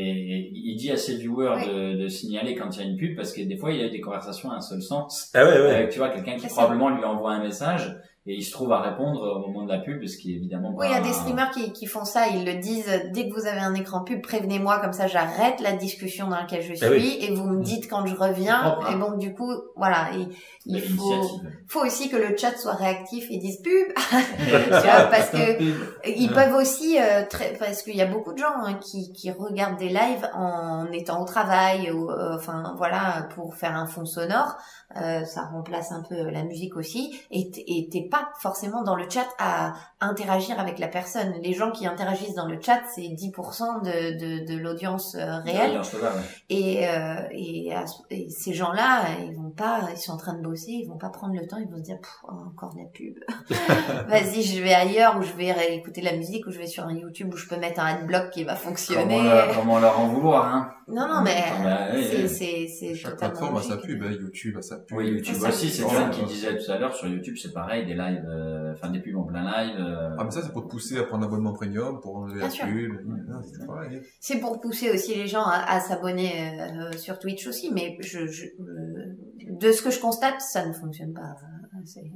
il dit à ses viewers Oui. de, de signaler quand il y a une pub parce que des fois il y a des conversations à un seul sens. Ah ouais, ouais. Avec, tu vois, quelqu'un qui C'est ça. probablement lui envoie un message et il se trouve à répondre au moment de la pub, ce qui est évidemment pas... Oui, il y a des streamers qui, qui font ça, ils le disent, dès que vous avez un écran pub, prévenez-moi, comme ça j'arrête la discussion dans laquelle je suis, Ah oui. et vous me dites quand je reviens, C'est propre, hein. et donc du coup, voilà, il, il de faut, l'initiative. faut aussi que le chat soit réactif et dise pub, tu vois, parce que ils peuvent aussi, euh, très, parce qu'il y a beaucoup de gens hein, qui, qui regardent des lives en étant au travail, ou, euh, enfin voilà, pour faire un fond sonore. euh, ça remplace un peu la musique aussi, et t- et t'es pas forcément dans le chat à interagir avec la personne. Les gens qui interagissent dans le chat, c'est dix pour cent de, de, de l'audience euh, réelle. L'audience totale, ouais. Et, euh, et, à ce- et ces gens-là, ils vont pas, ils sont en train de bosser, ils vont pas prendre le temps, ils vont se dire, Pff, oh, encore de la pub. Vas-y, je vais ailleurs, ou je vais ré- écouter la musique, ou je vais sur un YouTube où je peux mettre un adblock qui va fonctionner. Comment, leur, comment leur en vouloir, hein. Non, non, mais Bah, oui, c'est, oui. c'est, c'est Chaque totalement plateforme a sa logique. pub, hein. YouTube a sa pub. Oui, YouTube Ça, aussi, c'est c'est ça. John qui disait tout à l'heure, sur YouTube, c'est pareil, des lives, euh, enfin, des pubs en plein live, euh, Ah, mais ça, c'est pour te pousser à prendre l'abonnement premium, pour enlever Bien la sûr. pub. Ah, c'est pareil. C'est pour pousser aussi les gens à, à s'abonner euh, sur Twitch aussi, mais je, je, euh, de ce que je constate, ça ne fonctionne pas. C'est,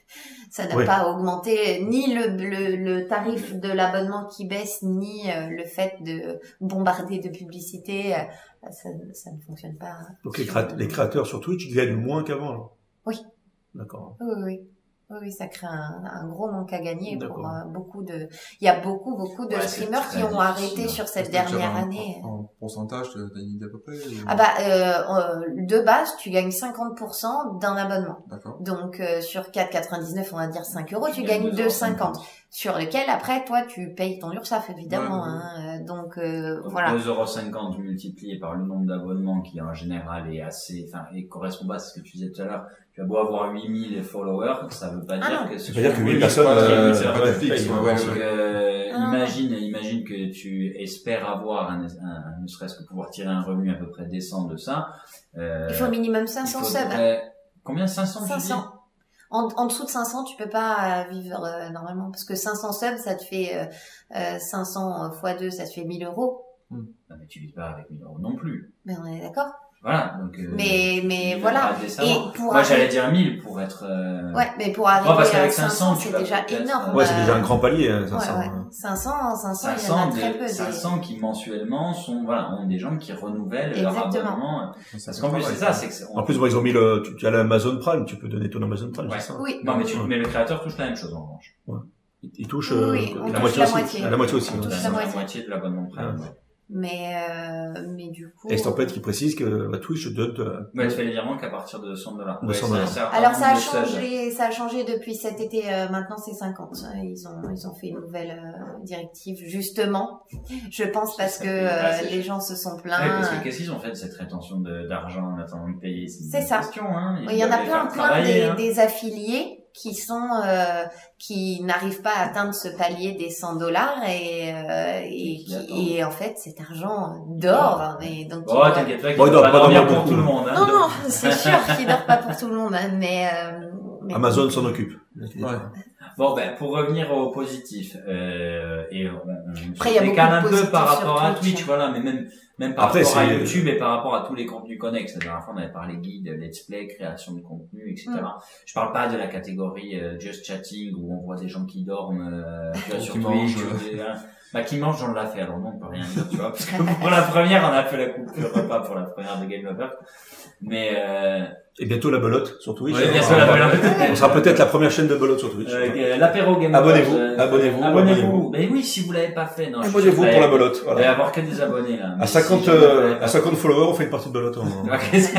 ça n'a Oui. pas augmenté ni le, le, le tarif de l'abonnement qui baisse, ni euh, le fait de bombarder de publicité. Euh, ça, ça ne fonctionne pas. Donc les, créat- les créateurs sur Twitch gagnent moins qu'avant, là. Oui. D'accord. Oui, oui. Oui, oui, ça crée un, un gros manque à gagner pour D'accord. euh, beaucoup de. Il y a beaucoup, beaucoup de Ouais, c'est streamers qui très ont arrêté difficile. sur cette Est-ce que tu as dernière un- année. En, en pourcentage, t'as une idée à peu près? ou- Ah bah, euh, euh, de base, tu gagnes cinquante pour cent d'un abonnement. D'accord. Donc, euh, sur quatre virgule quatre-vingt-dix-neuf, on va dire cinq euros, tu Tu gagnes gagnes deux deux virgule euros cinquante. Sur lequel, après, toi, tu payes ton URSSAF, évidemment. Ouais, ouais, Hein, euh, donc, euh, Donc, voilà. deux euros cinquante multiplié par le nombre d'abonnements qui en général est assez, enfin, et correspond pas à ce que tu disais tout à l'heure. Tu as beau avoir huit mille followers, ça veut pas Ah dire non. que Ça veut dire que Oui, huit je personnes, crois que euh, c'est pas vrai. de fixe, payent, ouais, hein. ouais, Donc, ouais. euh, Ah. imagine, imagine que tu espères avoir un, un- ne serait-ce que pouvoir tirer un revenu à peu près décent de ça. Euh, Il faut au minimum il cinq cents subs. faudrait- Combien? cinq cents, tu dis? cinq cents. En, en dessous de cinq cents, tu peux pas euh, vivre euh, normalement. Parce que cinq cents subs, ça te fait euh, euh, cinq cents fois deux, ça te fait mille euros. Non, mais tu vis pas avec mille euros non plus. Mais on est d'accord. Voilà. Donc, euh, Mais, tu mais vis voilà. pas décemment. Et pour Moi, arri- j'allais dire mille pour être, euh, Ouais, mais pour arriver Ouais, parce à qu'avec cinq cinq cents, cents, tu c'est vas déjà peut-être, énorme. Ouais, c'est Euh, déjà un grand palier, hein, Ouais, cinq cents. ouais. cinq cents, cinq cents, il y en a cinq cents, très des- peu. cinq cents qui mensuellement sont, voilà, ont des gens qui renouvellent leur Exactement. abonnement. Ça, Parce qu'en plus, c'est ça, c'est que c'est- En plus, moi, ils ont mis le, tu, tu as l'Amazon Prime, tu peux donner ton Amazon Prime, Ouais. c'est ça? Oui. Non, mais tu, Ouais. mais le créateur touche la même chose, en revanche. Ils, ils touchent, Oui, euh, oui, on la touche moitié la aussi. moitié. La moitié aussi. On ouais. touche la la moitié. moitié de l'abonnement Prime. Ouais. Mais, euh, mais du coup. Et Stampede qui précise que bah, Twitch donne euh, Ouais, tu fais les virements qu'à partir de cent dollars. De cent dollars. Alors ça a changé, ça a changé depuis cet été. euh, maintenant c'est cinquante. Ils ont, ils ont fait une nouvelle euh, directive justement. Je pense parce que euh, Ouais, c'est- les gens se sont plaints. Ouais, parce que qu'est-ce qu'ils ont fait de cette rétention de- d'argent en attendant de payer? une C'est ça. question, hein. Ils Oui, il y en a doivent les plein, faire plein travailler, des, hein. des affiliés qui sont euh, qui n'arrivent pas à atteindre ce palier des cent dollars et euh, et, qui qui- attendent. et en fait cet argent dort et donc Oh, ils doivent- t'inquiète pas, qu'il Bon, il doit doit pas pas dormir dormir pour beaucoup. tout le monde, hein. non non c'est sûr qu'il dort pas pour tout le monde hein, mais, euh, mais Amazon s'en occupe. Ouais. Bon, ben, pour revenir au positif, euh, et on, on Après, il y a se beaucoup décale de un peu positifs par sur rapport à Twitch. Twitch, voilà, mais même, même par Après, rapport à c'est- YouTube et par rapport à tous les contenus connexes. La dernière fois, on avait parlé guide, let's play, création de contenu, et cetera. Mm. Je parle pas de la catégorie euh, just chatting où on voit des gens qui dorment, euh, tu vois, Ou sur qui Twitch, mangent. ou des- hein. Bah, qui mangent, on l'a fait, alors non, on peut rien dire, tu vois, parce que pour la première, on a fait la coupure repas pour la première de Game Over. Mais, euh, Et bientôt la belote sur Twitch. ouais, bien on, sûr, la sera- valeur. on sera peut-être la première chaîne de belote sur Twitch. Euh, l'apéro Game Abonnez-vous, Awards, euh, abonnez-vous, abonnez-vous. abonnez-vous. Mais oui, si vous l'avez pas fait, non. je suis Abonnez-vous sûr que pour la vous belote. allez- Vous allez Voilà. avoir que des abonnés, là. À Mais cinquante, si jamais vous euh, l'avez pas à cinquante followers, on fait une partie de belote. hein. fait- Ok, c'est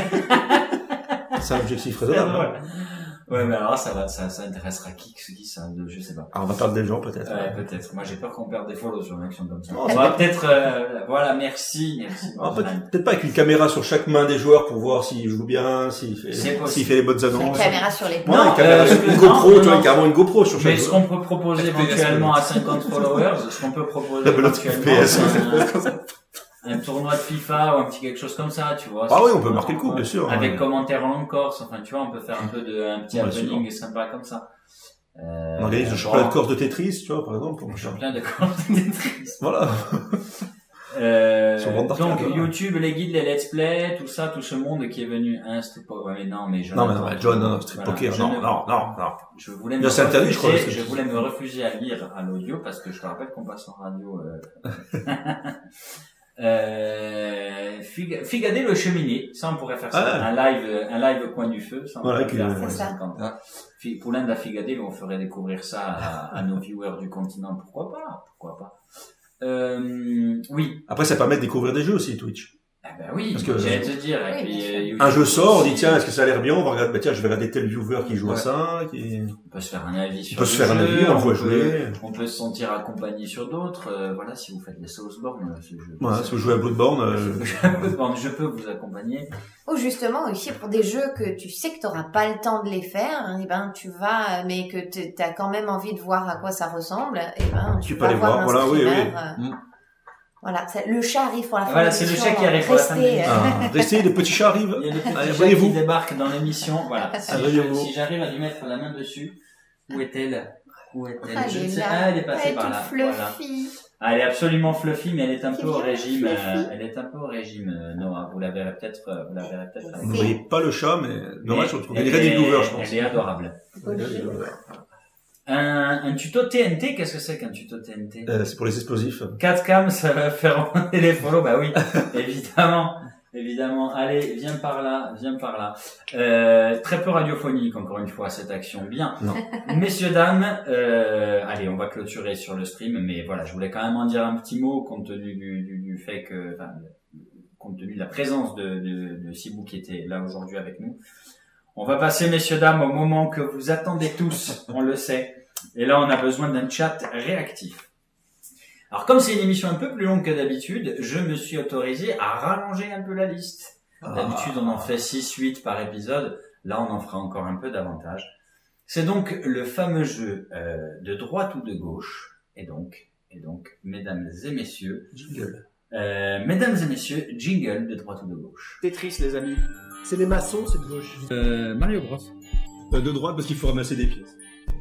C'est un objectif très raisonnable. drôle. hein. Ouais, mais alors ça va, ça, ça intéressera qui, qui, ça, de- je sais pas. Alors, on va perdre des gens peut-être. Ouais, peut-être. Moi, j'ai peur qu'on perde des follow sur une action comme ça. Non, On c'est va peut-être, euh, voilà, merci, merci. Alors, peut- peut-être pas avec une caméra sur chaque main des joueurs pour voir s'il joue bien, s'il fait, C'est possible. s'il fait les bonnes la annonces. caméra sur les Ouais, Non, une, caméra euh, sur- ce une que- GoPro, non, tu vois, non. carrément une GoPro sur chaque Mais ce joueur. qu'on peut proposer F P S, éventuellement ouais. à cinquante followers, ce qu'on peut proposer La belote éventuellement, F P S. c'est un, un tournoi de FIFA ou un petit quelque chose comme ça, tu vois. Ah oui, on C'est- peut marquer le coup, bien sûr. Avec Ouais. commentaires en langue corse, enfin, tu vois, on peut faire un peu de, un petit Bien happening sympa comme ça. Euh, On organise le bon, championnat de Corse de Tetris, tu vois, par exemple. pour le machin. championnat de Corse de Tetris. Voilà. Euh, Sur bande d'arcade, donc, voilà. YouTube, les guides, les let's play, tout ça, tout ce monde qui est venu, hein, Street Poker. Ouais, mais non, mais Non, mais non, mais John, non, non, Street Voilà, Poker, je non, ne- non, non, non. Je voulais me Là, c'est interdit, je crois, refuser- parce que- je voulais me refuser à lire à l'audio parce que je te rappelle qu'on passe en radio, euh, euh, Fig- Figader le cheminée. Ça, on pourrait faire ça. Ah. Un live, un live au coin du feu. Ça, on Voilà, pourrait qui- faire c'est pour les ça. cinquante. Ah. Fi- Poulain de la Figader, on ferait découvrir ça à, à nos viewers du continent. Pourquoi pas? Pourquoi pas? Euh, oui. Après, ça permet de découvrir des jeux aussi, Twitch. Ah bah oui, Parce que- j'allais te dire. Oui, et puis, bien sûr. euh, YouTube Un jeu sort, on dit aussi, tiens, est-ce que ça a l'air bien? On va regarder, bah tiens, je vais regarder tel viewer qui joue à Ouais. ça, qui... On peut se faire un avis sur On peut se le faire un jeu, avis, on le voit peut- jouer. On peut se sentir accompagné sur d'autres. euh, voilà, si vous faites les Soulsborne, euh, ce jeu. Ouais, si vous jouez à Bloodborne, euh, Bloodborne, je peux vous accompagner. Ou justement aussi pour des jeux que tu sais que tu n'auras pas le temps de les faire, et ben tu vas, mais que tu as quand même envie de voir à quoi ça ressemble, et ben tu, Tu peux vas aller voir voir, un voilà, oui, streamer, oui. euh, Mm. Voilà, ça- le chat arrive pour la fin Voilà, de c'est le l'émission, chat qui arrive pour la fin de restez, l'émission. euh, ah, restez, les petits chats arrivent. Il y a le petit Allez, chat abonnez-vous. qui débarque dans l'émission. Voilà. Si, je- Abonnez-vous. si j'arrive à lui mettre la main dessus, où est-elle? Où est-elle? Ah, Je elle ne est sais- là. Ah, elle est passée elle est par toute là. Voilà. fluffy. Ah, elle est absolument fluffy, mais elle est un C'est peu au bien, régime. fluffy. euh, elle est un peu au régime, euh, Noah. Vous la verrez peut-être. euh, Vous la verrez peut-être. avec Vous ne nous. voyez pas le chat, mais dommage, on Mais trouve elle des Ready est- Viewers, je pense. Elle est adorable. Un, un tuto T N T, qu'est-ce que c'est qu'un tuto T N T? Euh, c'est pour les explosifs. quatre cam, ça va faire augmenter les follow. Bah oui, évidemment, évidemment. Allez, viens par là, viens par là. Euh, très peu radiophonique, encore une fois, cette action. Bien. Non. Messieurs, dames, euh, allez, on va clôturer sur le stream, mais voilà, je voulais quand même en dire un petit mot compte tenu du, du, du fait que, enfin, compte tenu de la présence de, de, de Sibou qui était là aujourd'hui avec nous. On va passer, messieurs, dames, au moment que vous attendez tous, on le sait. Et là, on a besoin d'un chat réactif. Alors, comme c'est une émission un peu plus longue que d'habitude, je me suis autorisé à rallonger un peu la liste. D'habitude, on en fait six huit par épisode. Là, on en fera encore un peu davantage. C'est donc le fameux jeu euh, de droite ou de gauche. Et donc, et donc, mesdames et messieurs, Jingle. euh, mesdames et messieurs, jingle de droite ou de gauche. Tetris, les amis. C'est les maçons, c'est de gauche. Euh, Mario Bros. Euh, de droite, parce qu'il faut ramasser des pièces.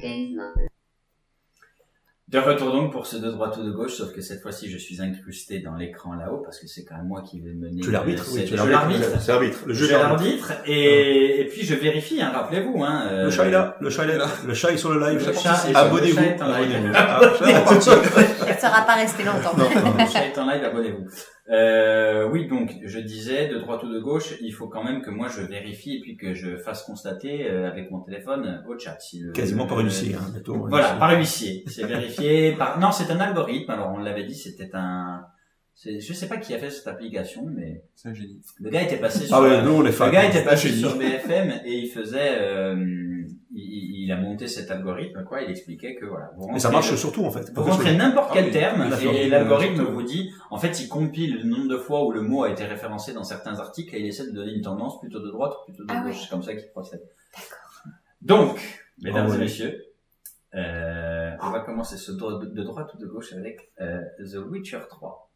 De retour donc pour ce de droite ou de gauche, sauf que cette fois-ci, je suis incrusté dans l'écran là-haut, parce que c'est quand même moi qui vais mener... Tu l'arbitres, oui, c'est- tu je l'arbitre. C'est l'arbitre. Le jeu Je est l'arbitre. l'arbitre, et, et puis je vérifie, hein, rappelez-vous. Hein, euh, Le chat est là, le chat est là. Le chat est sur le live. Le chat est- Abonnez-vous. le chat est en live. Abonnez-vous. Ah, Ça va repartir. Elle ne sera pas restée longtemps. non, non. Le chat est en live, abonnez-vous. Euh, oui, donc, je disais, de droite ou de gauche, il faut quand même que moi je vérifie et puis que je fasse constater euh, avec mon téléphone euh, au chat. Si le, Quasiment par le- huissier, hein, bientôt. Voilà, huissier. par huissier. C'est vérifié par... Non, c'est un algorithme. Alors, on l'avait dit, c'était un... C'est... Je sais pas qui a fait cette application, mais C'est un génie. le gars était passé sur... Ah ouais, nous on est fans. Le gars était passé Génie. sur B F M et il faisait... Euh... Il, il a monté cet algorithme, quoi. Il expliquait que, voilà. Vous Et ça rentrez- marche surtout, en fait. Vous rentrez n'importe Ah quel oui, terme d'accord. et l'algorithme Surtout. vous dit, en fait, il compile le nombre de fois où le mot a été référencé dans certains articles et il essaie de donner une tendance plutôt de droite ou plutôt de Ah gauche. ouais. C'est comme ça qu'il procède. D'accord. Donc, mesdames Ah ouais. et messieurs, euh, on va commencer ce dro- de, de droite ou de gauche avec euh, The Witcher trois.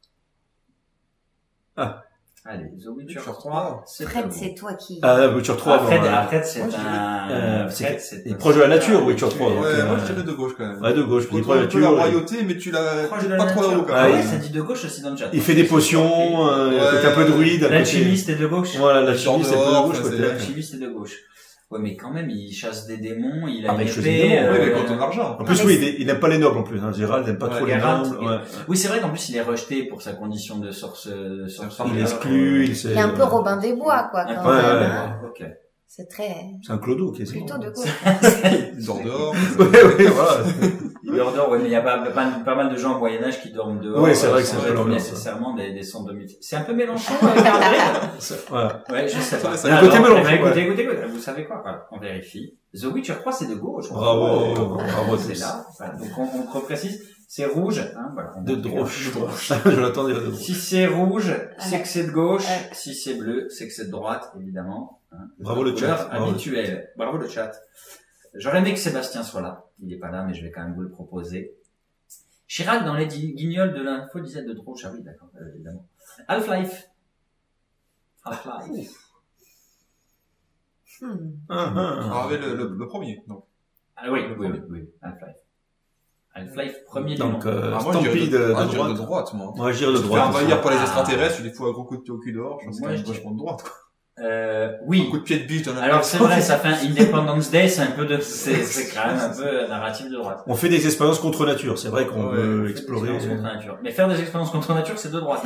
Ah. Allez, The Witcher Witcher trois, c'est à Fred, vous. c'est toi qui... Ah, Witcher trois, Ah, Fred, bon, ah, euh, Fred, c'est Moi, je dirais- un... euh, Fred, c'est- c'est il est un proche de la nature, super Witcher habitué. trois, donc, Ouais, euh, moi je dirais de gauche quand même. Ouais, de gauche, Tu il est contrôles proche de un la peu la nature. royauté, mais tu la, Proche tu de es la pas trop là-haut nature. quand Ah même. oui, il- ça dit de gauche aussi dans le chat. Il fait des potions, euh, il y a un côté un peu druide, un côté... L'alchimiste est de gauche. Voilà, la Genre chimie, c'est un peu de dehors, gauche, enfin, c'est- peut-être. L'alchimiste est de gauche. Ouais, mais quand même, il chasse des démons, il a Ah, une mais il chasse épée. des démons, Oui, euh, mais quand on a l'argent. En plus, oui, il, il n'aime pas les nobles, en plus, hein. Gérald n'aime pas Ouais, trop les Geralt, nobles, ouais. Oui, c'est vrai qu'en plus, il est rejeté pour sa condition de sorce, sorcier. Il est exclu, il Il est un peu Robin des Bois, quoi, Un quand peu, Ouais, même. ouais, hein. ok. C'est très... C'est un clodo, quasiment. Plutôt de gauche. Il dort dehors. Ouais, ouais, voilà. Il dort dehors, ouais, mais il y a pas, pas, pas mal de gens au Moyen-Âge qui dorment dehors. Ouais, c'est vrai que sans c'est un peu être l'ambiance, nécessairement des, des centres de métier. C'est un peu Mélenchon, euh, Karl Drake. C'est- Voilà. Ouais, je sais pas. C'est le Alors, côté eh ben, Mélenchon, écoutez, ouais. écoutez, écoutez, vous savez quoi? Voilà, on vérifie. The Witcher trois, c'est de gauche. Bravo, Oh, bravo à c'est tous. là. Voilà, donc on, on reprécise. C'est rouge, hein, voilà. on De montre droche. de droche. Je l'attendais, de droche. Si c'est rouge, c'est Ouais. que c'est de gauche. Ouais. Si c'est bleu, c'est que c'est de droite, évidemment. Hein. Bravo le Couleur chat. Bravo le habituelle. Bravo le chat. J'aurais aimé que Sébastien soit là. Il est pas là, mais je vais quand même vous le proposer. Chirac, dans les di- guignols de l'info, disait de droche. Ah oui, d'accord, euh, évidemment. Half-Life. Half-Life. Hmm. Ah, ah. Alors, avec le, le, le premier, donc. Ah oui, oui, oui, oui. Half-Life. Half-Life, premier du nom. Donc, euh, Ah, moi, je dirais Stampede de, de, ah, de je dirais de droite. droite, moi. Moi, je dirais de Tu te fais droite. envahir par les Ah. extraterrestres, tu les fous un gros coup de pied au cul dehors, je pense que Moi, c'est je quand même vachement de droite, quoi. Euh, Un oui. coup de pied de biche dans la Alors c'est vrai, ça fait un Independence Day, c'est un peu de, c'est, c'est quand même un peu narratif de droite. On fait des expériences contre nature. C'est vrai qu'on Ouais, veut On fait des explorer. expériences contre nature. Mais faire des expériences contre nature, c'est de droite.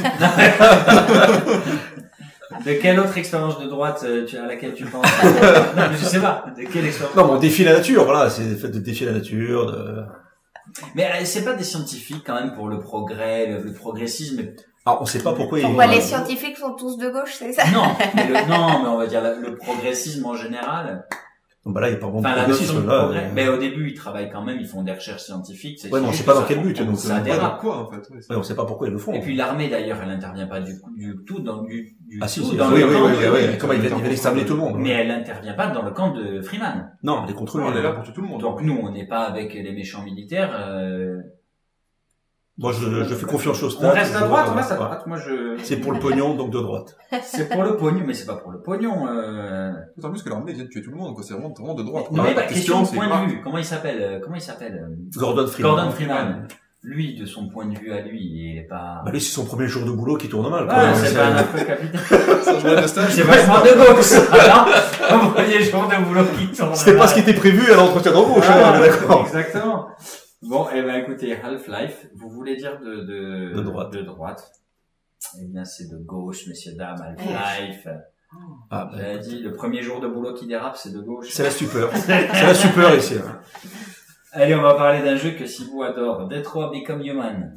De quelle autre expérience de droite euh, tu, à laquelle tu penses? Non, mais je sais pas. De quelle expérience? Non, mais on défie la nature. Voilà, c'est le fait de défier la nature. De... Mais euh, c'est pas des scientifiques quand même pour le progrès, le, le progressisme. Ah, on sait pas pourquoi. Pourquoi il... les scientifiques sont tous de gauche, c'est ça? Non, mais le, non, mais on va dire le, le progressisme en général. Bah là, il n'y a pas vraiment de Enfin, la notion progressisme. de Là, progrès. euh... Mais au début, ils travaillent quand même, ils font des recherches scientifiques. C'est Ouais, mais on juste sait pas que dans ça- quel but, donc, ça euh, dérape. Quoi, en fait. Ouais, c'est- Ouais, on sait pas pourquoi ils le font. Et puis l'armée d'ailleurs, elle n'intervient pas du, du tout dans du, du Ah si, tout si, dans oui, le oui, camp. oui, de- oui, oui. Comment il vient, il vient exterminer tout le monde. Mais elle n'intervient pas dans le camp de Freeman. Non, elle est contre lui. On est là pour tuer tout le monde. Donc nous, on n'est pas avec les méchants militaires. Euh... Moi, je, je fais confiance aux On stats. reste à je- droite, on reste à ouais. droite. Moi, je. C'est pour le pognon, donc de droite. C'est pour le pognon, mais c'est pas pour le pognon. Euh... D'autant plus que l'armée vient de tuer tout le monde, quoi. C'est vraiment, vraiment de droite. Non, quoi. mais La la question de c'est point grave. de vue. Comment il s'appelle euh, Comment il s'appelle euh, Gordon Freeman. Gordon Freeman. Lui, de son point de vue à lui, il est pas. Bah lui, c'est son premier jour de boulot qui tourne mal. Ouais, quoi. c'est C'est- pas un affreux capitaine. Ça journée de stage. C'est vachement de gauche, ça, non? Au premier jour de boulot qui tourne. C'était pas ce qui était prévu à l'entretien d'embauche, Ah, hein, on est d'accord. Exactement. Bon, eh ben, écoutez, Half-Life, vous voulez dire de, de, De droite. de droite. Eh bien, c'est de gauche, messieurs, dames, Half-Life. Ah, bah, J'avais dit, le premier jour de boulot qui dérape, c'est de gauche. c'est la stupeur. C'est la stupeur ici. Hein. Allez, on va parler d'un jeu que Sibou adore. Detroit Become Human.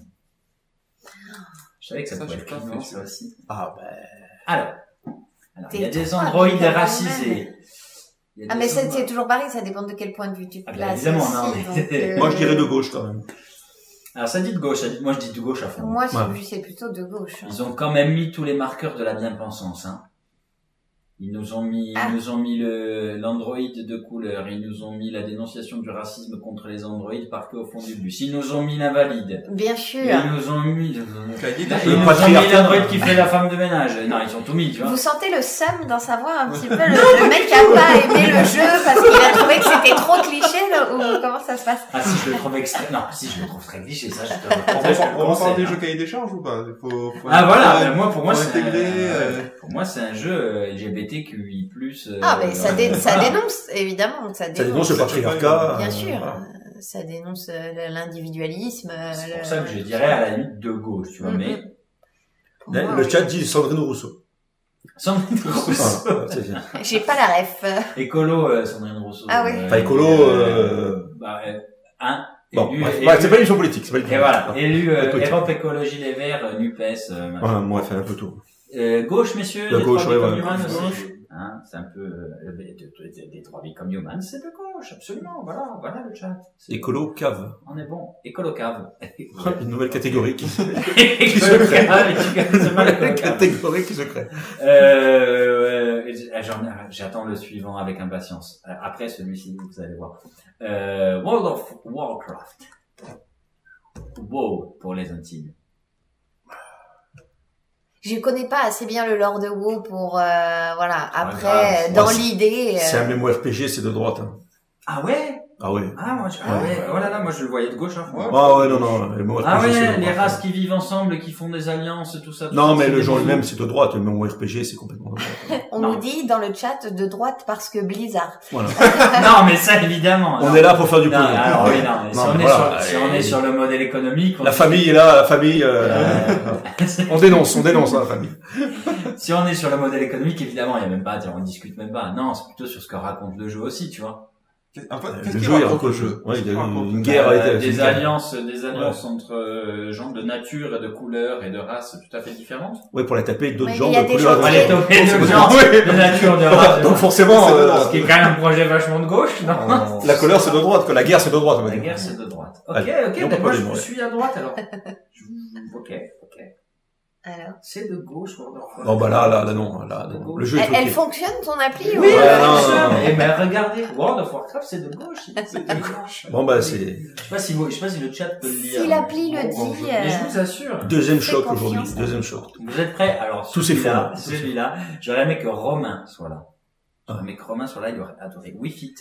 Je savais que ça, Ça, pouvait j'ai être pas clivant, fait, ça aussi. Ah, bah. Alors. Alors, il y a des Detroit androïdes Become racisés. Il y a Ah, des mais ça, andro- c'est toujours pareil, ça dépend de quel point de vue tu Ah, places. bah, évidemment, aussi, non, mais- donc, euh, Moi, je dirais de gauche quand même. Alors, ça dit de gauche, ça dit- moi je dis de gauche à fond. Moi, Ouais. c'est c'est plutôt de gauche. Ils ont quand même mis tous les marqueurs de la bien-pensance, hein. Ils nous ont mis, Ah. ils nous ont mis le, l'androïde de couleur, ils nous ont mis la dénonciation du racisme contre les androïdes parqués au fond du bus, ils nous ont mis l'invalide, Bien sûr. ils nous ont mis, Cahier Là, des ils Le nous charges. ont mis patriarcat. l'androïde qui fait la femme de ménage. Non, ils ont tout mis, tu vois. Vous sentez le seum dans sa voix un petit peu, le, le mec qui a pas aimé le jeu parce qu'il a trouvé que c'était trop cliché, là, ou comment ça se passe? Ah, si je le trouve extrême, non, si je le trouve très cliché, ça, je te On le va par- on va conseille, parler des hein. jeux cahier des charges ou pas? Faut, faut Ah voilà, faut- ben moi pour moi faut c'est intégrer, un, euh, pour moi c'est un jeu euh, L G B T Q I plus. euh, Ah, mais ça, dé- ça voilà. dénonce, évidemment, ça Ça dénonce. dénonce le patriarcat. Bien euh, sûr, voilà. euh, ça dénonce euh, l'individualisme. euh, C'est le- pour ça que je dirais à la limite de gauche, tu vois, Mhm. mais Pour Là, moi, Le oui. chat dit Sandrine Rousseau. Sandrine Rousseau. Voilà, c'est bien. J'ai pas la ref. Écolo, euh, Sandrine Rousseau. Ah oui. euh, Enfin, écolo, euh, bah, euh, hein, Bon, élu- bref, élu- ouais, c'est pas une émission politique, c'est pas une Et voilà, élu euh, Politique. Europe Écologie Les Verts, euh, NUPES, euh, machin. Ouais, moi, elle fait un peu tout. Euh, gauche, messieurs, De des gauche, trois ouais, Become ouais. Human De aussi. gauche. Hein, c'est un peu, euh, des, des, des trois Become Human, c'est de gauche, absolument, voilà, voilà le chat. C'est- Écolo, cave. On est bon. Écolocave. Une nouvelle catégorie qui, Écolocave, c'est pas une l'écolocave. catégorie qui se crée. Euh, euh, j'en- j'attends le suivant avec impatience. Euh, Après celui-ci, vous allez voir. Euh, World of Warcraft. WoW pour les intimes. Je connais pas assez bien le lore de WoW pour, euh, voilà. Après, grave. dans Ouais, c'est- l'idée, C'est un euh, MMORPG, c'est de droite. Hein. Ah ouais? Ah ouais. Ah, moi, je, ah ouais. Oh là là, moi je le voyais de gauche à fond. Ouais. Ah ouais, non, non, le MMORPG, Ah c'est de ouais, droite. les races qui vivent ensemble, qui font des alliances, tout ça. tout Non, ça, mais c'est le des jeu bisous. lui-même, c'est de droite. Le MMORPG, c'est complètement de droite. on Non. nous dit dans le chat de droite parce que Blizzard. Voilà. Non, mais ça, évidemment. On non. est là pour faire du Non, pognon. alors oui, non, mais si, Non, on, mais est voilà. sur, si on est sur le modèle économique, on La famille est là, la famille, euh, Euh, on dénonce, on dénonce, hein, la famille. si on est sur le modèle économique, évidemment, il y a même pas à dire, on discute même pas. Non, c'est plutôt sur ce que raconte le jeu aussi, tu vois. En fait, Le qu'est-ce qu'il jeu, il raconte raconte le jeu? Ouais, il y a Raconte- une guerre a Euh, été, c'est des une guerre. alliances, des alliances entre euh, gens de nature et de couleur et de races tout à fait différentes. Ouais, pour la taper d'autres Mais gens il y a de des couleur. gens On qui- est topé de Ouais. gens de nature, de race. Donc forcément, C'est de euh, droite. Ce qui est quand même un projet vachement de gauche, non? euh, la couleur c'est de droite, que la guerre c'est de droite, on va La dire. guerre, c'est de droite. Ok, Allez, ok, non, mais pas moi les je mots, vous ouais. suis à droite alors. Je- Ok, ok. Alors. C'est de gauche, World of Warcraft. Oh bah là, là, là non, là, non. Le jeu est Elle, elle truqué. fonctionne ton appli Oui, ou, Ouais, euh, non, bien non, sûr. non. Eh ben, regardez, World of Warcraft, c'est de gauche. C'est de gauche. Bon bah c'est Je sais pas si vous, je sais pas si le chat peut le lire. Si l'appli le Bon, dit, bon, Mais je euh, vous assure. deuxième Fais choc confiance. aujourd'hui, deuxième choc. Vous êtes prêts? Alors, Tous ces celui-là, fonds. celui-là, j'aurais aimé que Romain soit là. Ah. J'aurais aimé que Romain soit là, il aurait adoré Wii Fit.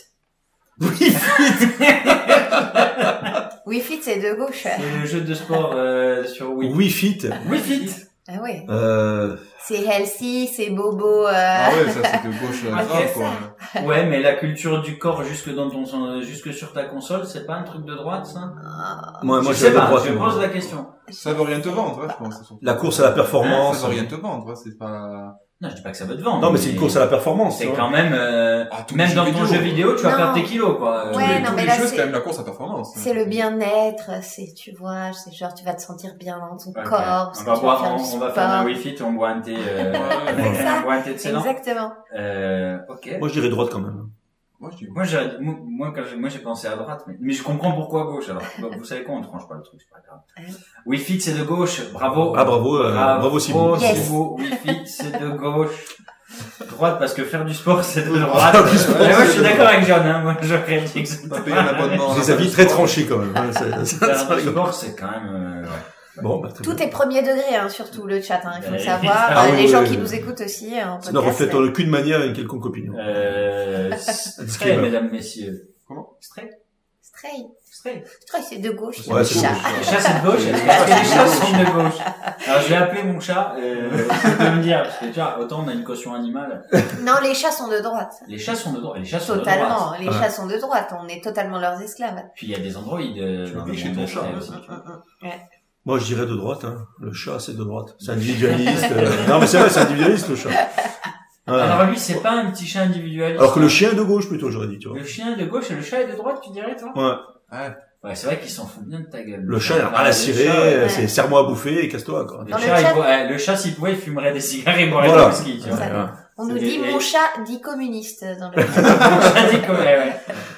Wii Fit, c'est de gauche. C'est le jeu de sport, euh, sur Wii. Wii Fit, Wii Fit. Ah ouais. euh, C'est healthy, c'est bobo. Euh... Ah ouais, ça c'est de gauche euh, Ok, grave, quoi. Ouais, mais la culture du corps jusque dans ton, jusque sur ta console, c'est pas un truc de droite, ça? Ah. moi, moi je je sais de pas, droite. je moi. pose la question. Ça veut rien te vendre, ouais, je pense. surtout. La course à la performance. Ça veut rien te vendre, ouais, c'est pas... Non, je dis pas que ça veut te vendre. Non, mais c'est une course à la performance. C'est tu vois. quand même, euh, Ah, tous même les dans jeux ton vidéo. jeu vidéo, tu vas Non. perdre tes kilos, quoi. Euh, Tous Ouais, les, non, tous mais les là, jeux, c'est- c'est quand même la course à performance. C'est le bien-être, c'est, tu vois, c'est genre, tu vas te sentir bien dans ton ok. corps. parce On que va tu boire, faire on, du on va faire un sport. Wi-Fi, on boit un thé, euh, Ouais, c'est ça. on boit un thé de célan. Exactement. Euh, ok. Moi, je dirais droite quand même. Moi, je dis, Moi, j'ai, moi, moi, quand j'ai, moi, j'ai pensé à droite, mais, mais je comprends pourquoi à gauche. Alors, vous, vous savez quoi, on ne tranche pas le truc, c'est pas grave. Ouais. Wi-Fi, c'est de gauche. Bravo. Ah, bravo, euh, bravo, Simon. Yes. Simon. Wi-Fi, c'est de gauche. Droite, parce que faire du sport, c'est de droite. Ah, du sport, Ouais, moi, c'est je suis de d'accord avec John, hein. Moi, j'aurais dit que on c'était va payer un abonnement. Des avis très tranchés quand même. hein, c'est- c'est- Faire c'est du rigolo. sport, c'est quand même, euh, ouais. Bon, bah, très Tout bien. est premier degré, hein, surtout le chat, hein, il faut Ouais. le savoir. Ah Euh, oui, les oui, gens oui, qui oui. nous écoutent aussi, euh, en Ça ne podcast. reflète en aucune manière une quelconque opinion. Euh, stray, Disclaimer. mesdames, messieurs. Comment? Stray? Stray. Stray. Stray, c'est de gauche, c'est Ouais, le c'est chat. de Les chats, c'est de gauche. Parce que les chats sont de gauche. Alors, je vais appeler mon chat, euh, tu peux me dire, parce que tu vois, autant on a une caution animale. Non, les chats sont de droite. Les chats sont de droite. Les chats sont de Totalement. droite. Les Ouais. chats sont de droite. On est totalement leurs esclaves. Puis il y a des androïdes, euh, Tu dans vis le chez monde ton de chat, Stray hein. aussi, tu vois. Moi, je dirais de droite. Hein. Le chat, c'est de droite. C'est individualiste. euh, Non, mais c'est vrai, c'est individualiste, le chat. Ouais. Alors lui, c'est pas un petit chat individualiste. Alors que le chien est de gauche, plutôt, j'aurais dit, tu vois. Le chien est de gauche et le chat est de droite, tu dirais, toi? Ouais. Ouais. Ouais, c'est vrai qu'ils s'en foutent bien de ta gueule. Le chat, il a rien Ah, à le cirer, chat, euh, ouais. c'est serre-moi à bouffer et casse-toi, quoi. Le Dans le chat, chat- il boit- ouais, le chat, s'il pouvait, il fumerait des cigarettes et boirait Voilà. du whisky, tu vois. Ça. Ouais. On nous C'est dit des- mon chat dit communiste dans le Le chat dit comme- ouais, ouais.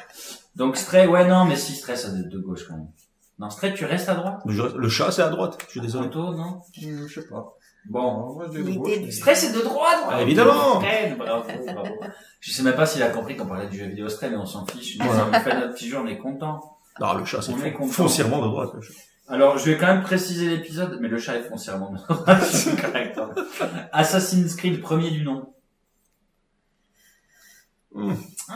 Donc Stray, ouais, non, mais si Stray, ça doit être de gauche quand même. Non, Stray, tu restes à droite? Mais je- Le chat, c'est à droite. Je suis désolé. Photo, non? Je sais pas. Bon. Non, moi, je dis de Il gauche. était- Stray, c'est de droite, bravo. Ah, évidemment. Stray, bravo, bravo. Je sais même pas s'il a compris qu'on parlait du jeu vidéo Stray, mais on s'en fiche. Nous, Voilà. on fait notre petit jeu, on est content. Non, le chat, c'est On est fon- content. foncièrement de droite, le chat. Alors, je vais quand même préciser l'épisode, mais le chat est foncièrement de droite, c'est correct. hein. Assassin's Creed, premier du nom. Mmh. Ah.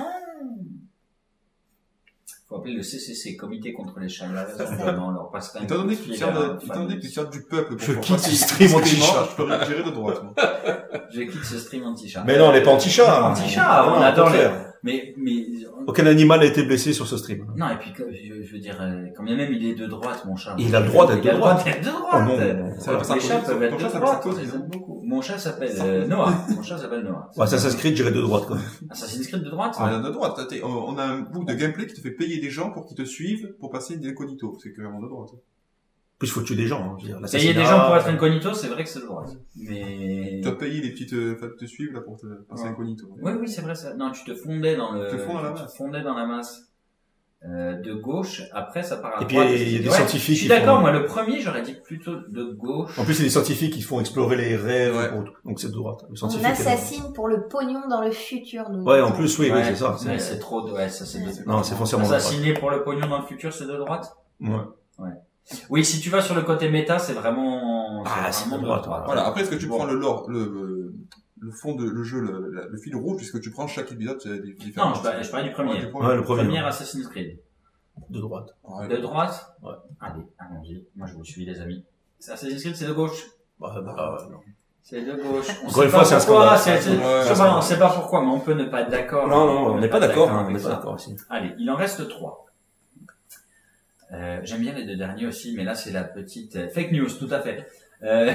Faut appeler le C C C, Comité contre les chats. Il a raison, vraiment, alors, parce qu'un Étant donné que coup tu de sers fil à de, la étant famille. donné que tu sers du peuple pour Je faire quitte passer ce stream ce anti-chat. je peux retirer de droite, moi. Je quitte ce stream anti-chat. Mais non, on n'est pas anti-chat. hein. Anti-chat, on Non, adore au les... contraire. Mais, mais, Aucun animal n'a été blessé sur ce stream. non, et puis, que- je, je veux dire, euh, quand bien même il est de droite, mon chat. Il a le droit d'être Il a de le droit droite. d'être de droite. Oh non, non. Ça va pas Les ça, chats ton peuvent être chat de s'appelle droite, Sarkozy, on les non aime beaucoup. Mon chat s'appelle euh, Noah. Mon chat s'appelle Noah. Ouais, Assassin's Creed, j'irais de droite, quoi. Assassin's Creed de droite? Ah, de droite. T'as- t'es- On on a un bout de gameplay qui te fait payer des gens pour qu'ils te suivent pour passer une incognito. C'est clairement de droite. En plus, il faut tuer des gens. Hein. Je veux dire, Payer des l'assassinat- gens pour être incognito, c'est vrai que c'est de droite. Mais... Tu as payé les petites, euh, enfin, te suivre là pour te passer Ouais. incognito. Oui, oui, c'est vrai, ça. Non, tu te fondais dans le... Tu te fonds dans la tu te masse. fondais dans la masse. Euh, de gauche, après ça part à Et puis, droite. il y a des Ouais, scientifiques Je suis qui d'accord, font- moi, le premier, j'aurais dit plutôt de gauche. En plus, c'est des scientifiques qui font explorer les rêves. Ouais. pour- Donc, c'est de droite. Le On scientifique est de droite. assassine pour le pognon dans le futur, nous. Ouais, en plus, oui, oui, Ouais, c'est ça. mais C'est... c'est trop de... Ouais, ça c'est de... Non, c'est foncièrement de droite. Assassiner pour le pognon dans le futur, c'est de droite? Ouais. Oui, si tu vas sur le côté méta, c'est vraiment... Ah, c'est vraiment de droite, ouais. Voilà. Après, est-ce que tu Bon. prends le lore, le, le, le fond de le jeu, le, le, le fil rouge, puisque tu prends chaque épisode, c'est des différents. Non, je parlais, je parlais du premier. Ouais, du premier. Ouais, le premier. Premier ouais. Assassin's Creed. De droite. Ouais. De droite? Ouais. Allez, allons-y. Moi, je vous suis, les amis. C'est Assassin's Creed, c'est de gauche. Bah, bah, ouais, non. C'est de gauche. On Encore sait une pas fois, c'est un pourquoi, scandale. c'est- c'est- Ouais, je un sais pas, on scandale. sait pas pourquoi, mais on peut ne pas être d'accord. Non, non, on n'est pas d'accord. hein, On avec n'est pas ça. d'accord ici. Allez, il en reste trois. Euh, j'aime bien les deux derniers aussi, mais là, c'est la petite... euh, fake news, tout à fait. Euh...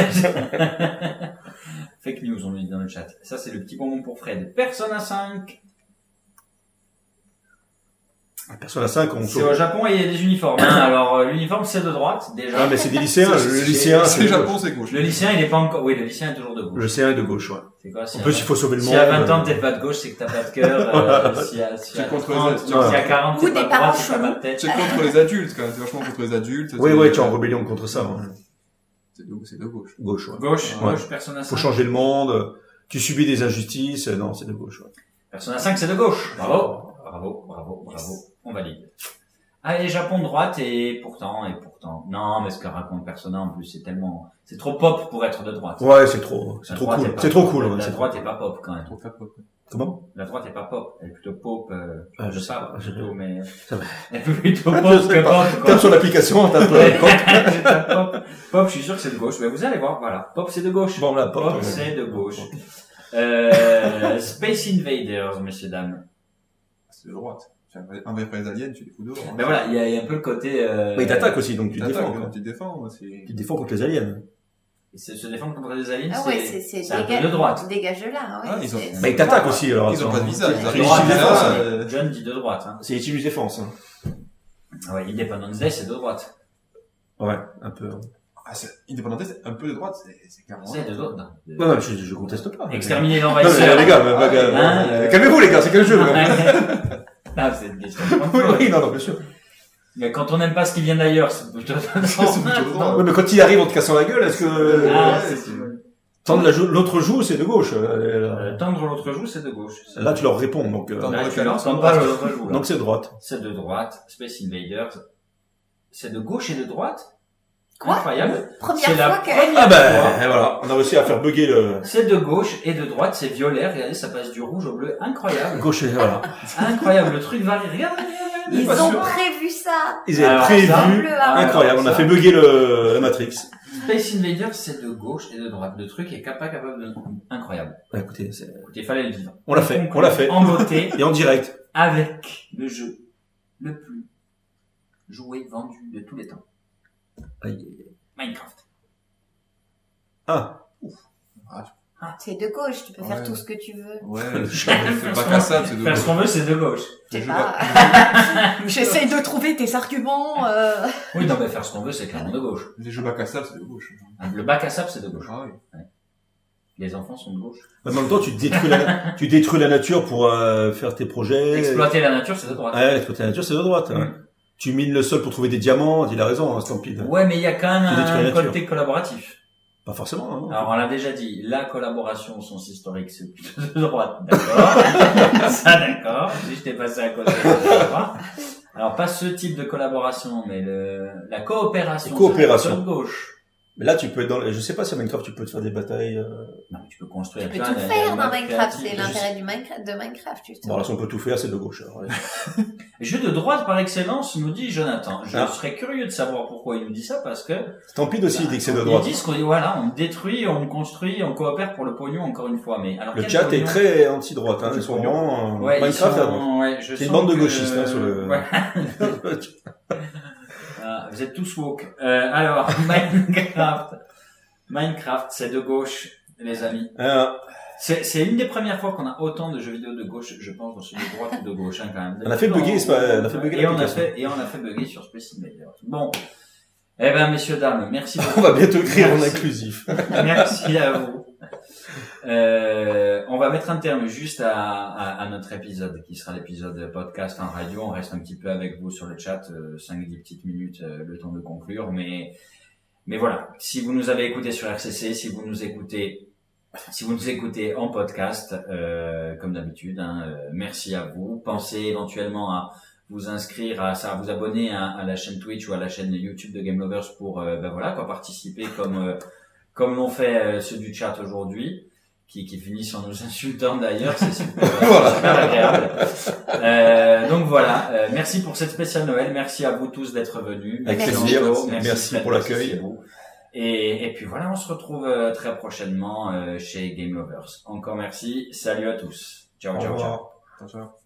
fake news, on le dit dans le chat. Ça, c'est le petit bonbon pour Fred. Persona cinq. Persona cinq, on C'est au Japon et il y a des uniformes. hein. Alors, euh, l'uniforme, c'est de droite, déjà. Ah, mais c'est des lycéens. C'est- Le c'est- lycéen, C'est c'est Japon, c'est gauche. Le lycéen, il est pas encore... Oui, le lycéen est toujours de Le gauche. lycéen est de gauche, ouais. C'est quoi, si En à plus, vingt- il faut sauver le monde. Si à vingt ans, euh, t'es pas de gauche, c'est que t'as pas de cœur. Euh, si à, si C'est à contre trente, les- si ouais. à quarante, Ou t'es pas des de parents droite, t'as pas de tête. C'est contre les adultes, quand même. C'est vachement contre les adultes. Oui, c'est- ouais, tu es en rébellion contre ça. Ouais. C'est de, c'est de gauche. Gauche, ouais. Gauche, Ouais. gauche, Persona Faut cinq. changer le monde. Tu subis des injustices. Non, c'est de gauche, ouais. Persona cinq, c'est de gauche. Bravo. Bravo, bravo, bravo. On valide. Allez, Japon droite et pourtant, et pourtant. Non, mais ce que raconte Persona, en plus, c'est tellement, c'est trop pop pour être de droite. Ouais, c'est trop, c'est La trop droite cool. est pas- C'est trop cool, ouais, La c'est droite est pas pop, quand même. Trop fat pop. Comment? La droite est pas pop. Elle est plutôt pop, euh, Ah, je je sais sais pas, pas, je- plutôt, mais, Ça va. elle est plutôt Je pop sais que pas. pop, quoi. Tape sur l'application, tape Ouais. le Tape pop. Pop, je suis sûr que c'est de gauche. Mais vous allez voir, voilà. Pop, c'est de gauche. Bon, là, Pop, pop. c'est de gauche. Euh, Space Invaders, messieurs, dames. C'est de droite. Tu envers les aliens, tu les fous dehors. Ben voilà, il y a, il y a un peu le côté, euh... Mais il t'attaque aussi, donc tu te Tu défends. défends, quoi. tu te défends, c'est... Tu te défends contre les aliens. Et c'est se défendre contre des aliens, Ah c'est, ouais, c'est, c'est, c'est un déga- peu de droite. Dégage de là, ouais. Ah, ils ont- c'est- Bah, ils t'attaquent aussi, alors. Ils ont attends. pas de visa, ils C'est arrivent légitime pas à défense, visa, hein. euh, John dit de droite. Hein. C'est légitime défense, hein. Ah ouais, Independence Day, c'est de droite. Ouais, un peu. hein. Ah, c'est, Independence Day, c'est un peu de droite, c'est, c'est clairement. C'est de droite. non. De- Non, non, je, je conteste pas. Exterminer Non, l'envahisseur. mais les gars, bah, bah, gars, Hein, euh, euh, calmez-vous, les gars, c'est quel jeu, Ouais. là? Ah, c'est une question. Oui, oui, non, non, bien sûr. Mais quand on n'aime pas ce qui vient d'ailleurs, c'est plutôt C'est plutôt droit. Ouais, mais quand il arrive en te cassant la gueule, est-ce que, Ah, Ouais, c'est c'est- tendre la jou- l'autre joue, c'est de gauche. euh, Euh, tendre l'autre joue, c'est de gauche. Là, tu leur réponds, donc, euh, Tendre Là, le tu canon, leur c'est tends de pas droite. l'autre joue. là. donc c'est de droite. C'est de droite. Space Invaders. C'est de gauche et de droite. Quoi Incroyable. Première C'est la fois que... première Ah ben, fois. et voilà, on a réussi à faire bugger le C'est de gauche et de droite, c'est violet. Regardez, ça passe du rouge au bleu. Incroyable. gauche et voilà. Incroyable. Le truc varie. Regardez. Ils pas ont sûr. prévu ça. Ils avaient Alors, prévu. ça, Bleu, ah, Incroyable, on a ça. fait bugger le, la Matrix. Space Invaders, c'est de gauche et de droite. Le truc est pas capable de... Incroyable. Ouais, écoutez, c'est- Écoutez, fallait le vivre. on l'a fait, on l'a fait. En beauté, Et en direct. avec le jeu le plus joué, vendu de tous les temps. Aïe. Minecraft. Ah, C'est de gauche, tu peux faire Ouais. tout ce que tu veux. Ouais, c'est pas cassable, c'est de Faire ce qu'on veut, c'est de gauche. Je sais Je pas. J'essaye de trouver tes arguments. Euh... Oui, non, mais faire ce qu'on veut, c'est clairement de gauche. Les jeux bac à sable, c'est de gauche. Le bac à sable, c'est de gauche. Ah oui. Les enfants sont de gauche. en même temps, tu détruis la, tu détruis la nature pour euh, faire tes projets. Exploiter la nature, c'est de droite. Ouais, exploiter la nature, c'est de droite. hein. Mm. Tu mines le sol pour trouver des diamants, il a raison, hein, Stampede. Ouais, mais il y a quand même Tu détruis la un nature. côté collaboratif. Pas forcément, hein. Alors, on l'a déjà dit, la collaboration au sens historique, c'est plutôt de droite. D'accord. Ça, d'accord. Si je t'ai passé à côté, je pas. Alors, pas ce type de collaboration, mais le, la coopération. La coopération. c'est plutôt de gauche. Mais là, tu peux être dans, je sais pas si à Minecraft, tu peux te faire des batailles, euh... Non, mais tu peux construire. Tu peux vois, tout il y a- faire il y a dans le mode Minecraft, créatif. c'est l'intérêt du Minecraft, de Minecraft, bon, justement. alors si on peut tout faire, c'est de gauche, alors. allez. Jeu de droite par excellence, nous dit Jonathan. Je Ah. serais curieux de savoir pourquoi il nous dit ça, parce que Stampede aussi, il dit que c'est de ils droite. disent qu'on voilà, on détruit, on construit, on coopère pour le pognon encore une fois. Mais alors Le quel chat est pognon très anti-droite, hein. Du Ils sont pognon. vraiment, euh, Ouais, ils Minecraft, là, sont, ouais, je c'est une sens bande de que- gauchistes, hein, sur le- Ouais. Ah, vous êtes tous woke. Euh, alors, Minecraft. Minecraft, c'est de gauche, les amis. Ah, C'est, c'est une des premières fois qu'on a autant de jeux vidéo de gauche, je pense, dans ceux de droite ou de gauche, hein, quand même. On a fait bugger, c'est pas- on a fait bugger et on a l'application. fait, et on a fait bugger sur Space Invaders. Bon. Eh ben, messieurs, dames, merci beaucoup. on va bientôt écrire en Merci. inclusif. Merci à vous. Euh, on va mettre un terme juste à, à, à notre épisode, qui sera l'épisode podcast en radio. On reste un petit peu avec vous sur le chat, euh, cinq dix petites minutes, euh, le temps de conclure. Mais, mais voilà, si vous nous avez écouté sur R C C, si vous nous écoutez, si vous nous écoutez en podcast, euh, comme d'habitude, hein, euh, merci à vous. Pensez éventuellement à vous inscrire, à ça, à vous abonner à, à la chaîne Twitch ou à la chaîne YouTube de Game Lovers pour, euh, ben voilà, quoi, participer comme euh, comme l'ont fait euh, ceux du chat aujourd'hui, qui, qui finissent en nous insultant d'ailleurs, c'est super, Voilà. super agréable. Euh, donc voilà, euh, merci pour cette spéciale Noël, merci à vous tous d'être venus. Avec Merci plaisir. Anto, Merci Fred, pour l'accueil. merci vous. Et, et puis voilà, on se retrouve euh, très prochainement euh, chez Game Lovers. Encore merci, salut à tous. Ciao, Au ciao, ciao. revoir. Ciao, ciao.